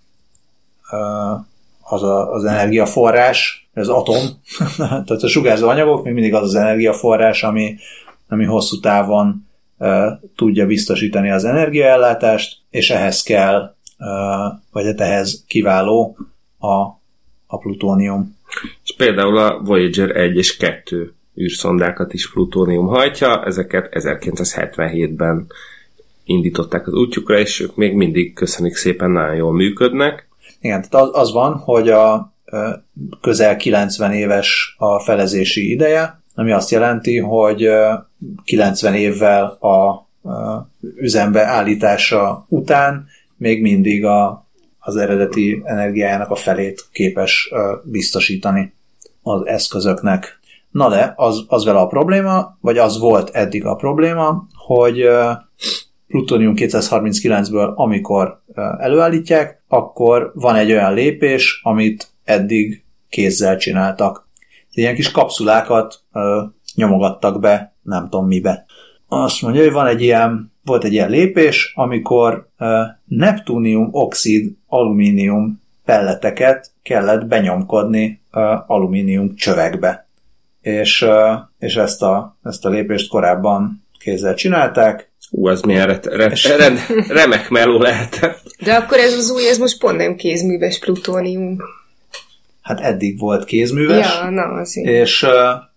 az energiaforrás, az atom, tehát a sugárzó anyagok még mindig az energiaforrás, ami hosszú távon tudja biztosítani az energiaellátást, és ehhez kell, vagy ehhez kiváló a plutónium. És például a Voyager 1 és 2 űrszondákat is plutónium hajtja, ezeket 1977-ben indították az útjukra, és ők még mindig, köszönjük szépen, nagyon jól működnek. Igen, tehát az van, hogy a közel 90 éves a felezési ideje, ami azt jelenti, hogy 90 évvel a üzembe állítása után még mindig az eredeti energiájának a felét képes biztosítani az eszközöknek. Na de, az vele a probléma, vagy az volt eddig a probléma, hogy plutónium 239-ből amikor előállítják, akkor van egy olyan lépés, amit eddig kézzel csináltak. Ilyen kis kapszulákat nyomogattak be, nem tudom mibe. Azt mondja, hogy volt egy ilyen lépés, amikor neptúnium-oxid alumínium pelleteket kellett benyomkodni alumínium csövekbe. És ezt a lépést korábban kézzel csinálták. Ez milyen remek meló lehetett. De akkor ez az új, ez most pont nem kézműves plutónium. Hát eddig volt kézműves. Ja, na azért. És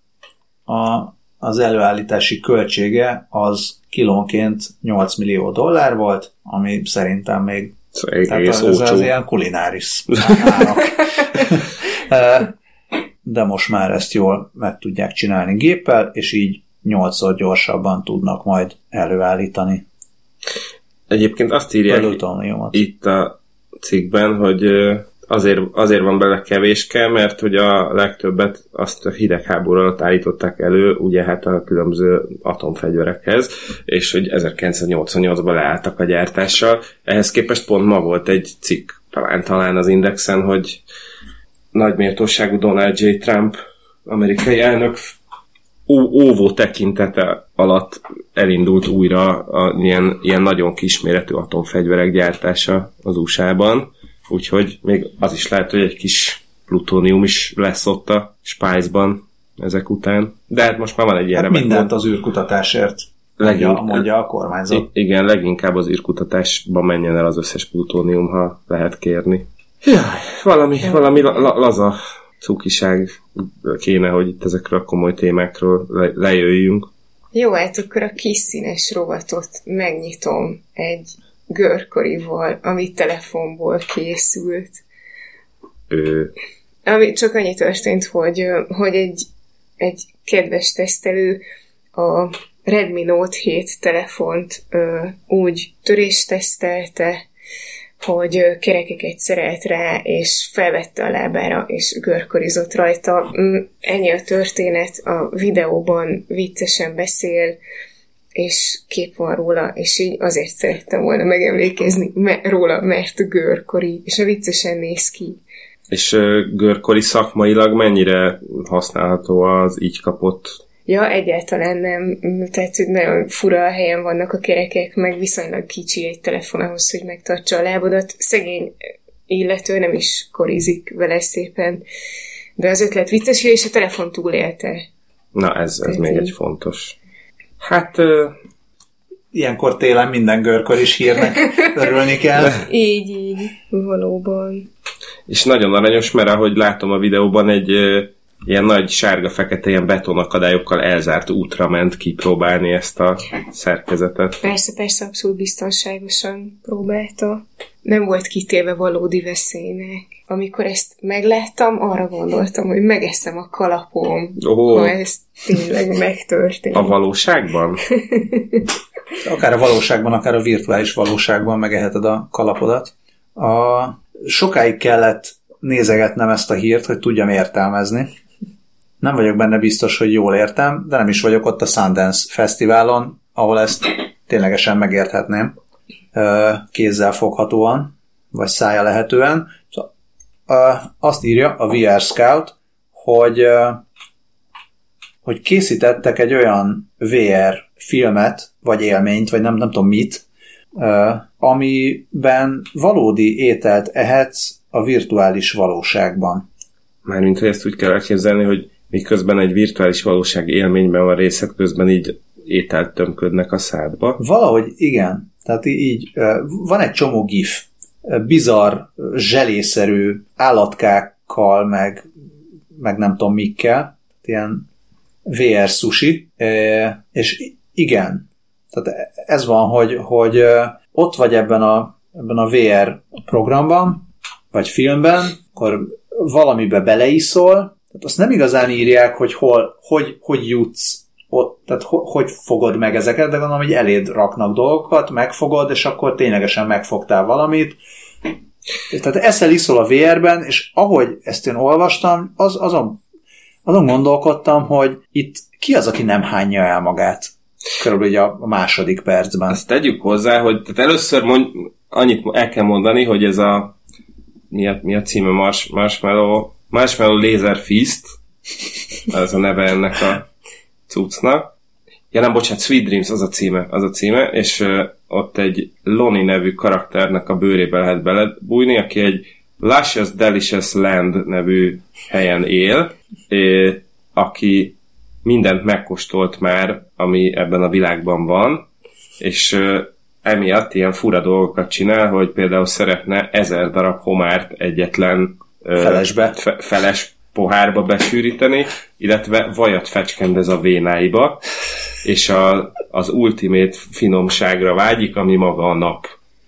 az előállítási költsége az kilónként $8 millió volt, ami szerintem még ez ilyen kulináris árak. De most már ezt jól meg tudják csinálni géppel, és így 8-szor gyorsabban tudnak majd előállítani. Egyébként azt írják itt a cikkben, hogy azért van bele kevéske, mert hogy a legtöbbet azt a hidegháború alatt állították elő, ugye hát a különböző atomfegyverekhez, és hogy 1988-ban leálltak a gyártással. Ehhez képest pont ma volt egy cikk, talán az Indexen, hogy nagy méltóságú Donald J. Trump amerikai elnök óvó tekintete alatt elindult újra ilyen nagyon kisméretű atomfegyverek gyártása az USA-ban, úgyhogy még az is lehet, hogy egy kis plutónium is lesz ott a Spice-ban ezek után. De hát most már van egy ilyen remek. Mindent az űrkutatásért mondja a kormányzat. Igen, leginkább az űrkutatásban menjen el az összes plutónium, ha lehet kérni. Jaj, valami laza cukiság kéne, hogy itt ezekről a komoly témákról lejöjjünk. Jó, hát akkor a kis színes rovatot megnyitom egy görkorival, ami telefonból készült. Ami csak annyi történt, hogy egy kedves tesztelő a Redmi Note 7 telefont úgy töréstesztelte, hogy kerekeket szerelt rá, és felvette a lábára, és görkorizott rajta. Ennyi a történet, a videóban viccesen beszél, és kép van róla, és így azért szerettem volna megemlékezni róla, mert görkori, és a viccesen néz ki. És görkori szakmailag mennyire használható az így kapott? Ja, egyáltalán nem. Tehát nagyon fura helyen vannak a kerekek, meg viszonylag kicsi egy telefon ahhoz, hogy megtartsa a lábodat. Szegény illető nem is korizik vele szépen. De az ötlet vicces, és a telefon túlélte. Na, ez még egy fontos. Hát... ilyenkor télen minden görkoris hírnek örülni kell. Így, valóban. És nagyon aranyos, mert ahogy látom a videóban, egy ilyen nagy sárga-fekete ilyen betonakadályokkal elzárt útra ment kipróbálni ezt a szerkezetet. Persze, abszolút biztonságosan próbálta. Nem volt kitéve valódi veszélynek. Amikor ezt megláttam, arra gondoltam, hogy megeszem a kalapom, ha ez tényleg megtörtént. A valóságban? Akár a valóságban, akár a virtuális valóságban megeheted a kalapodat. Sokáig kellett nézegetnem ezt a hírt, hogy tudjam értelmezni. Nem vagyok benne biztos, hogy jól értem, de nem is vagyok ott a Sundance Fesztiválon, ahol ezt ténylegesen megérthetném kézzel foghatóan, vagy szája lehetően. Azt írja a VR Scout, hogy készítettek egy olyan VR filmet, vagy élményt, vagy nem tudom mit, amiben valódi ételt ehetsz a virtuális valóságban. Mármint, hogy ezt úgy kell elképzelni, hogy miközben egy virtuális valóság élményben van részek, közben így ételt tömködnek a szádba. Valahogy igen. Tehát így van egy csomó gif, bizarr, zselészerű állatkákkal, meg nem tudom mikkel, ilyen VR sushi, és igen, tehát ez van, hogy ott vagy ebben a VR programban, vagy filmben, akkor valamibe beleiszol, tehát azt nem igazán írják, hogy jutsz ott, tehát hogy fogod meg ezeket, de gondolom, hogy eléd raknak dolgokat, megfogod, és akkor ténylegesen megfogtál valamit. Tehát eszel-iszol a VR-ben, és ahogy ezt én olvastam, azon gondolkodtam, hogy itt ki az, aki nem hányja el magát? Körülbelül a második percben. Ezt tegyük hozzá, hogy tehát először annyit el kell mondani, hogy ez a mi a címe? Marshmallow Laser Feast, ez a neve ennek a cuccnak. Ja nem, bocsánat, Sweet Dreams, az a címe, és ott egy Lonnie nevű karakternek a bőrébe lehet belebújni, aki egy Luscious Delicious Land nevű helyen él, aki mindent megkóstolt már, ami ebben a világban van, és emiatt ilyen fura dolgokat csinál, hogy például szeretne 1000 darab homárt egyetlen feles pohárba besűríteni, illetve vajat fecskendez a vénáiba, és az ultimate finomságra vágyik, ami maga a nap.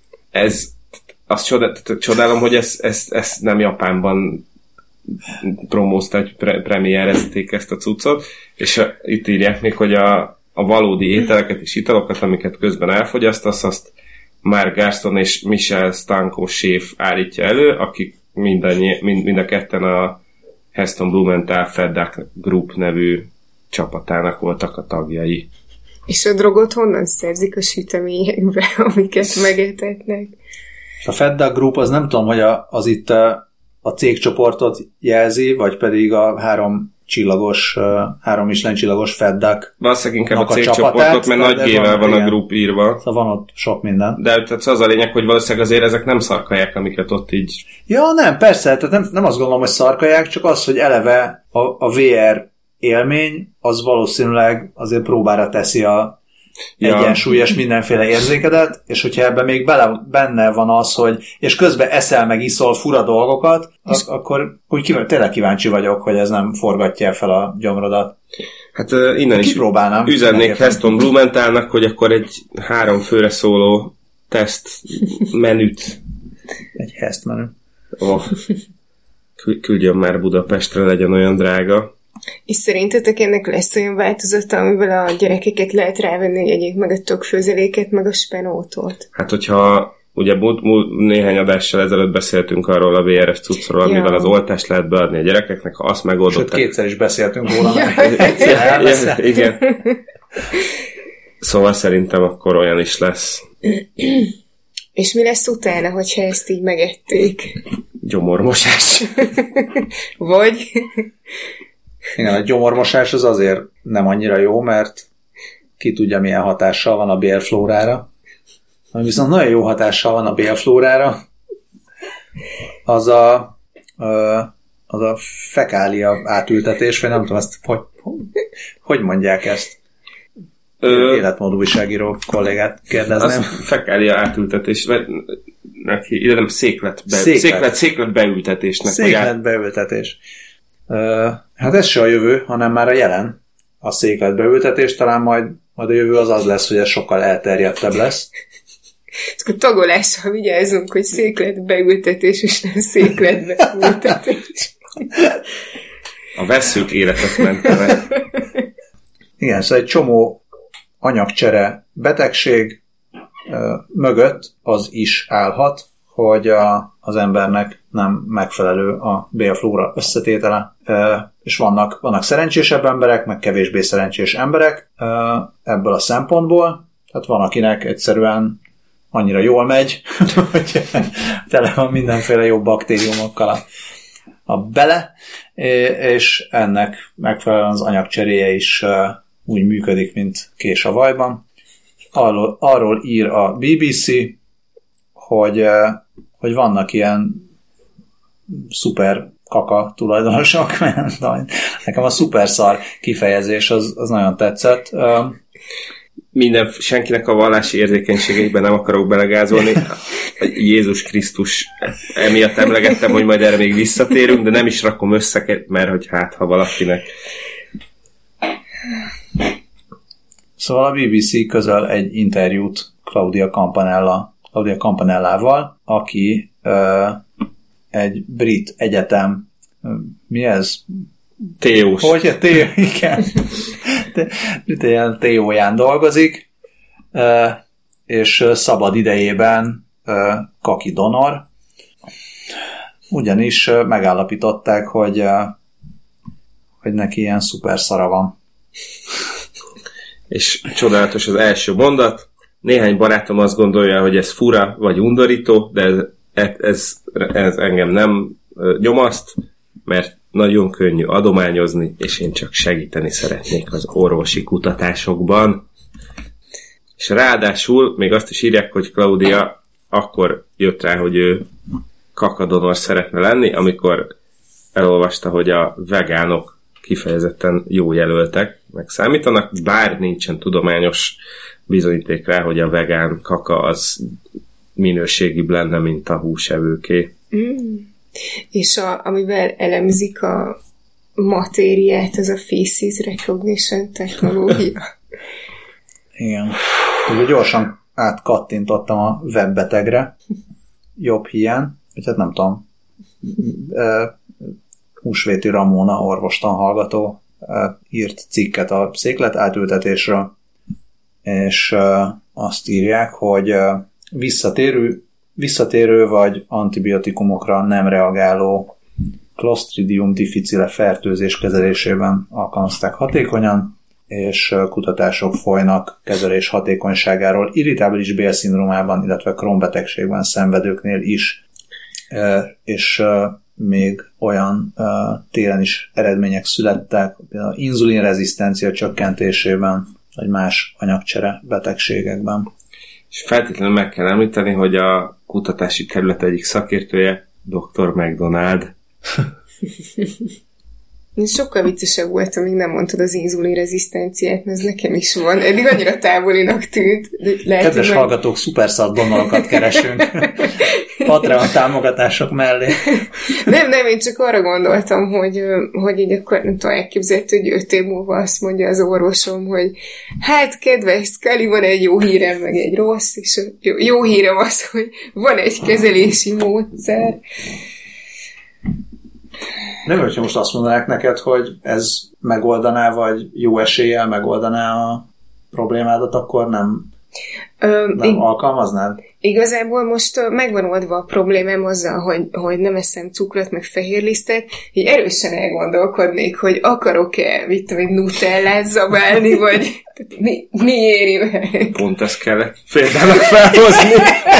Azt csodálom, hogy ezt nem Japánban promózták, hogy premierezték ezt a cuccot, és itt írják még, hogy a valódi ételeket és italokat, amiket közben elfogyasztasz, azt Mark Garston és Michel Stanko séf állítja elő, akik mind a ketten a Heston Blumenthal Fat Duck Group nevű csapatának voltak a tagjai. És a drogot honnan szerzik a süteményekbe, amiket megetetnek? A Fat Duck Group az nem tudom, hogy az itt a cégcsoportot jelzi, vagy pedig a 3 Michelin csillagos Fat Duck. Valószínűleg inkább a cégcsoportot, mert nagy G-vel van a group írva. Szóval van ott sok minden. De tehát az a lényeg, hogy valószínűleg azért ezek nem szarkaják, amiket ott így... Ja, nem, persze, tehát nem azt gondolom, hogy szarkaják, csak az, hogy eleve a VR élmény, az valószínűleg azért próbára teszi a egyensúlyos mindenféle érzékedet, és hogyha ebben még benne van az, hogy és közben eszel meg iszol fura dolgokat, akkor úgy tényleg kíváncsi vagyok, hogy ez nem forgatja fel a gyomrodat. Hát innen is üzennék Heston Blumenthalnak, hogy akkor egy 3 főre szóló teszt menüt. Egy Hest menü. Küldjön már Budapestre, legyen olyan drága. És szerintetek ennek lesz olyan változata, amivel a gyerekeket lehet rávenni, hogy egyék meg a tokfőzeléket, meg a spenótot? Hát, hogyha ugye néhány adással ezelőtt beszéltünk arról a VRS cuccról, amivel az oltást lehet beadni a gyerekeknek, ha azt megoldották. Sőt, kétszer is beszéltünk róla. Igen. Szóval szerintem akkor olyan is lesz. És mi lesz utána, hogyha ezt így megették? Gyomormosás. Vagy... Igen, a gyomormosás az azért nem annyira jó, mert ki tudja, milyen hatással van a bélflórára. Ami viszont nagyon jó hatással van a bélflórára, az a fekália átültetés, vagy nem tudom, ezt hogy mondják ezt? Életmódú újságíró kollégát kérdezném. Fekália átültetés, ide nem széklet beültetésnek. Széklet beültetés. Hát ez se a jövő, hanem már a jelen. A széklet beültetés, talán majd a jövő az lesz, hogy ez sokkal elterjedtebb lesz. Csak a tagolással vigyázzunk, hogy széklet beültetés, és nem széklet beültetés. A vesszők életet mentenek. Igen, szóval egy csomó anyagcsere betegség mögött az is állhat, hogy az embernek nem megfelelő a bélflóra összetétele, és vannak szerencsésebb emberek, meg kevésbé szerencsés emberek ebből a szempontból. Tehát van, akinek egyszerűen annyira jól megy, hogy tele van mindenféle jó baktériumokkal a bele, és ennek megfelelően az anyagcseréje is úgy működik, mint kés a vajban. Arról ír a BBC, hogy vannak ilyen szuper kaka tulajdonosok, nekem a szuperszar kifejezés az nagyon tetszett. Senkinek a vallási érzékenységeiben nem akarok belegázolni. Jézus Krisztus emiatt emlegettem, hogy majd erre még visszatérünk, de nem is rakom össze, mert hogy ha valakinek. Szóval a BBC közöl egy interjút Claudia Campanellával, aki egy brit egyetem, mi ez? Teós. Hogy? Igen. Brit egyetem Teóján dolgozik, és szabad idejében kaki donor, Ugyanis megállapították, hogy neki ilyen szuper szara van. És csodálatos az első mondat. Néhány barátom azt gondolja, hogy ez fura vagy undorító, de ez engem nem nyomaszt, mert nagyon könnyű adományozni, és én csak segíteni szeretnék az orvosi kutatásokban. És ráadásul még azt is írják, hogy Claudia akkor jött rá, hogy ő kakadonor szeretne lenni, amikor elolvasta, hogy a vegánok kifejezetten jó jelöltek, meg számítanak, bár nincsen tudományos bizonyíték rá, hogy a vegán kaka az minőségibb lenne, mint a húsevőké. És amivel elemzik a matériát, az a faces recognition technológia. Igen. Ugye gyorsan átkattintottam a webbetegre, jobb hiány, vagy hát nem tudom, Húsvéti Ramóna orvostan hallgató írt cikket a széklet átültetésről, és azt írják, hogy visszatérő vagy antibiotikumokra nem reagáló Clostridium difficile fertőzés kezelésében alkalmazták hatékonyan, és kutatások folynak kezelés hatékonyságáról irritábilis bélszindrómában, illetve Crohn-betegségben szenvedőknél is, és még olyan téren is eredmények születtek, például inzulinrezisztencia csökkentésében, vagy más anyagcsere betegségekben. És feltétlenül meg kell említeni, hogy a kutatási terület egyik szakértője Dr. McDonald. Sokkal viccesebb volt, amíg nem mondtad az inzulinrezisztenciát, mert ez nekem is van. Eddig annyira távolinak tűnt. Kedves hallgatók, szuperszart gondolatokat keresünk. Patreon támogatások mellé. Nem, én csak arra gondoltam, hogy így akkor nem tudom, elképzelhető, hogy 5 év múlva azt mondja az orvosom, hogy hát kedves Scully, van egy jó hírem, meg egy rossz, és jó hírem az, hogy van egy kezelési módszer. Nem, hogyha most azt mondanák neked, hogy ez megoldaná, vagy jó eséllyel megoldaná a problémádat, akkor nem alkalmaznád? Igazából most megvan oldva a problémám azzal, hogy nem eszem cukrot, meg fehérlisztet, így erősen elgondolkodnék, hogy akarok-e, mit tudom, egy nutellát zabálni, vagy mi éri meg. Pont ezt kellett például felhozni.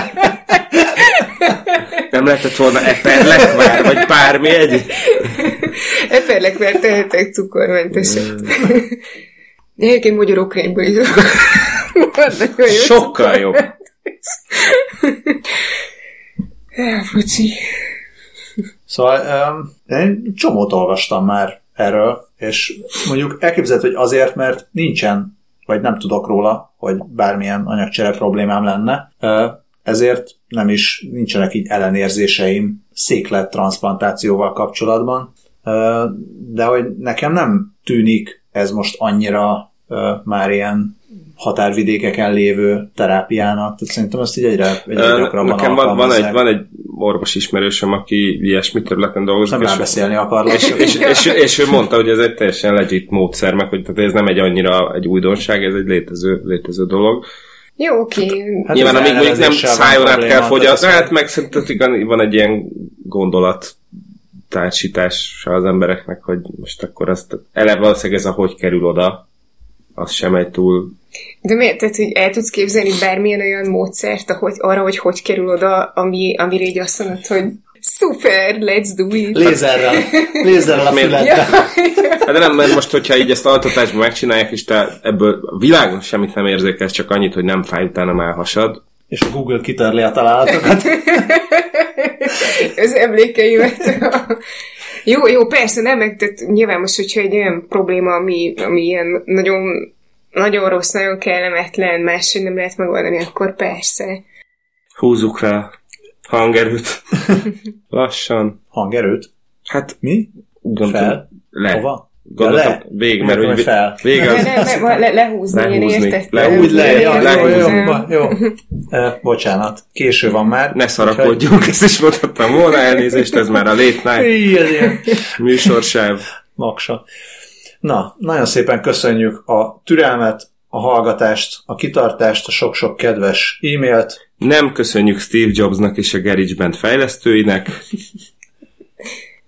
Nem lehetett volna eperlekvár, vagy bármi egy? Eperlekvár tehetek cukormenteset. Egyébként magyarokrényből is. Sokkal jobb. Bocsi. Szóval én csomót olvastam már erről, és mondjuk elképzelhető, hogy azért, mert nincsen, vagy nem tudok róla, hogy bármilyen anyagcsere problémám lenne, ezért nincsenek így ellenérzéseim széklettranszplantációval kapcsolatban, de hogy nekem nem tűnik ez most annyira már ilyen határvidékeken lévő terápiának, tehát szerintem ezt így egyre gyakrabban nekem alkalmazzák. van egy orvos ismerősöm, aki ilyesmi területen dolgozik. Nem beszélni akarlak. És ő mondta, hogy ez egy teljesen legit módszer, meg hogy tehát ez nem egy annyira egy újdonság, ez egy létező dolog. Jó, oké. Hát nyilván amíg mondjuk nem szájon át kell fogyatni, hát meg szerintem van egy ilyen gondolat társítása az embereknek, hogy most akkor azt eleve valószínűleg ez a hogy kerül oda, az sem egy túl... De miért? Tehát, hogy el tudsz képzelni bármilyen olyan módszert arra, hogy kerül oda, amire így azt mondod, hogy szuper, let's do it. Lézerrel a füledbe. Hát de nem, mert most, hogyha így ezt altatásban megcsinálják, és te ebből a világon semmit nem érzékelsz, csak annyit, hogy nem fáj utána már hasad. És a Google kitörli a találatokat. Az emlékeimet. Jó, persze, nem, meg tehát nyilván most, hogyha egy olyan probléma, ami ilyen nagyon, nagyon rossz, nagyon kellemetlen, máshogy nem lehet megoldani, akkor persze. Húzzuk rá hangerőt. Lassan. Hangerőt? Hát mi? Fel? Le. Hova? Gondoltam, vég, mert úgy lehúzni, én értettem. Jó. Bocsánat, késő van már. Ne szarakodjunk, ezt is mondhattam volna, elnézést, ez már a late night műsorsáv. Maksa. Na, nagyon szépen köszönjük a türelmet, a hallgatást, a kitartást, a sok-sok kedves e-mailt. Nem köszönjük Steve Jobsnak és a GarageBand fejlesztőinek.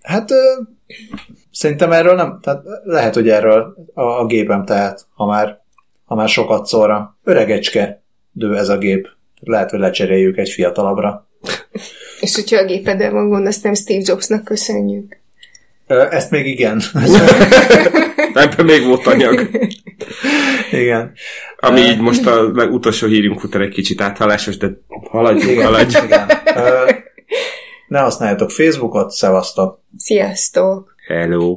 Hát szerintem erről nem, tehát lehet, hogy erről a gépem tehet, ha már sokat szóra. Öregecske dő ez a gép. Lehet, hogy lecseréljük egy fiatalabbra. És hogyha a gépeddel van gond, azt nem Steve Jobsnak köszönjük. Ezt még igen. Ebben még volt anyag. Igen. Ami így most a utolsó hírünk után egy kicsit áthallásos, de haladjunk. Igen. Ne használjatok Facebookot, szevasztok! Sziasztok! Hello!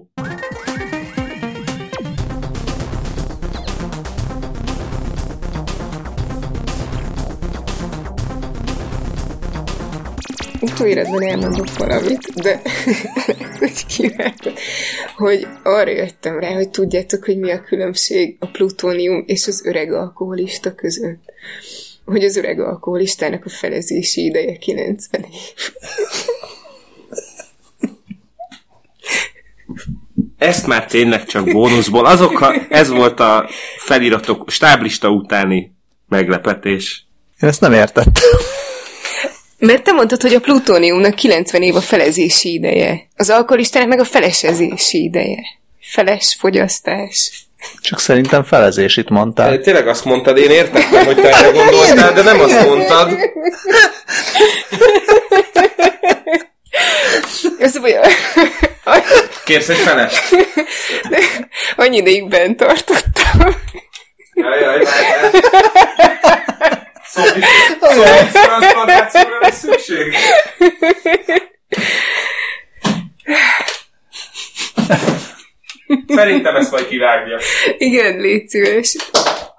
Utóéletben elmondok valamit, de hogy kívánom, hogy arra jöttem rá, hogy tudjátok, hogy mi a különbség a plutónium és az öreg alkoholista között. Hogy az öreg alkoholistának a felezési ideje 90 év. Ezt már tényleg csak bónuszból. Ez volt a feliratok stáblista utáni meglepetés. Én ezt nem értettem. Mert te mondtad, hogy a plutóniumnak 90 év a felezési ideje. Az alkoholistának meg a felesezési ideje. Feles fogyasztás. Csak szerintem felezésit mondtál. Tényleg azt mondtad, én értettem, hogy te erre gondoltál, de nem azt mondtad. Kérsz egy felest? Annyi ideig bent tartottam. Jaj, transzplantációra lesz szükség? Szerintem ezt majd kivágja. Igen, légy szíves.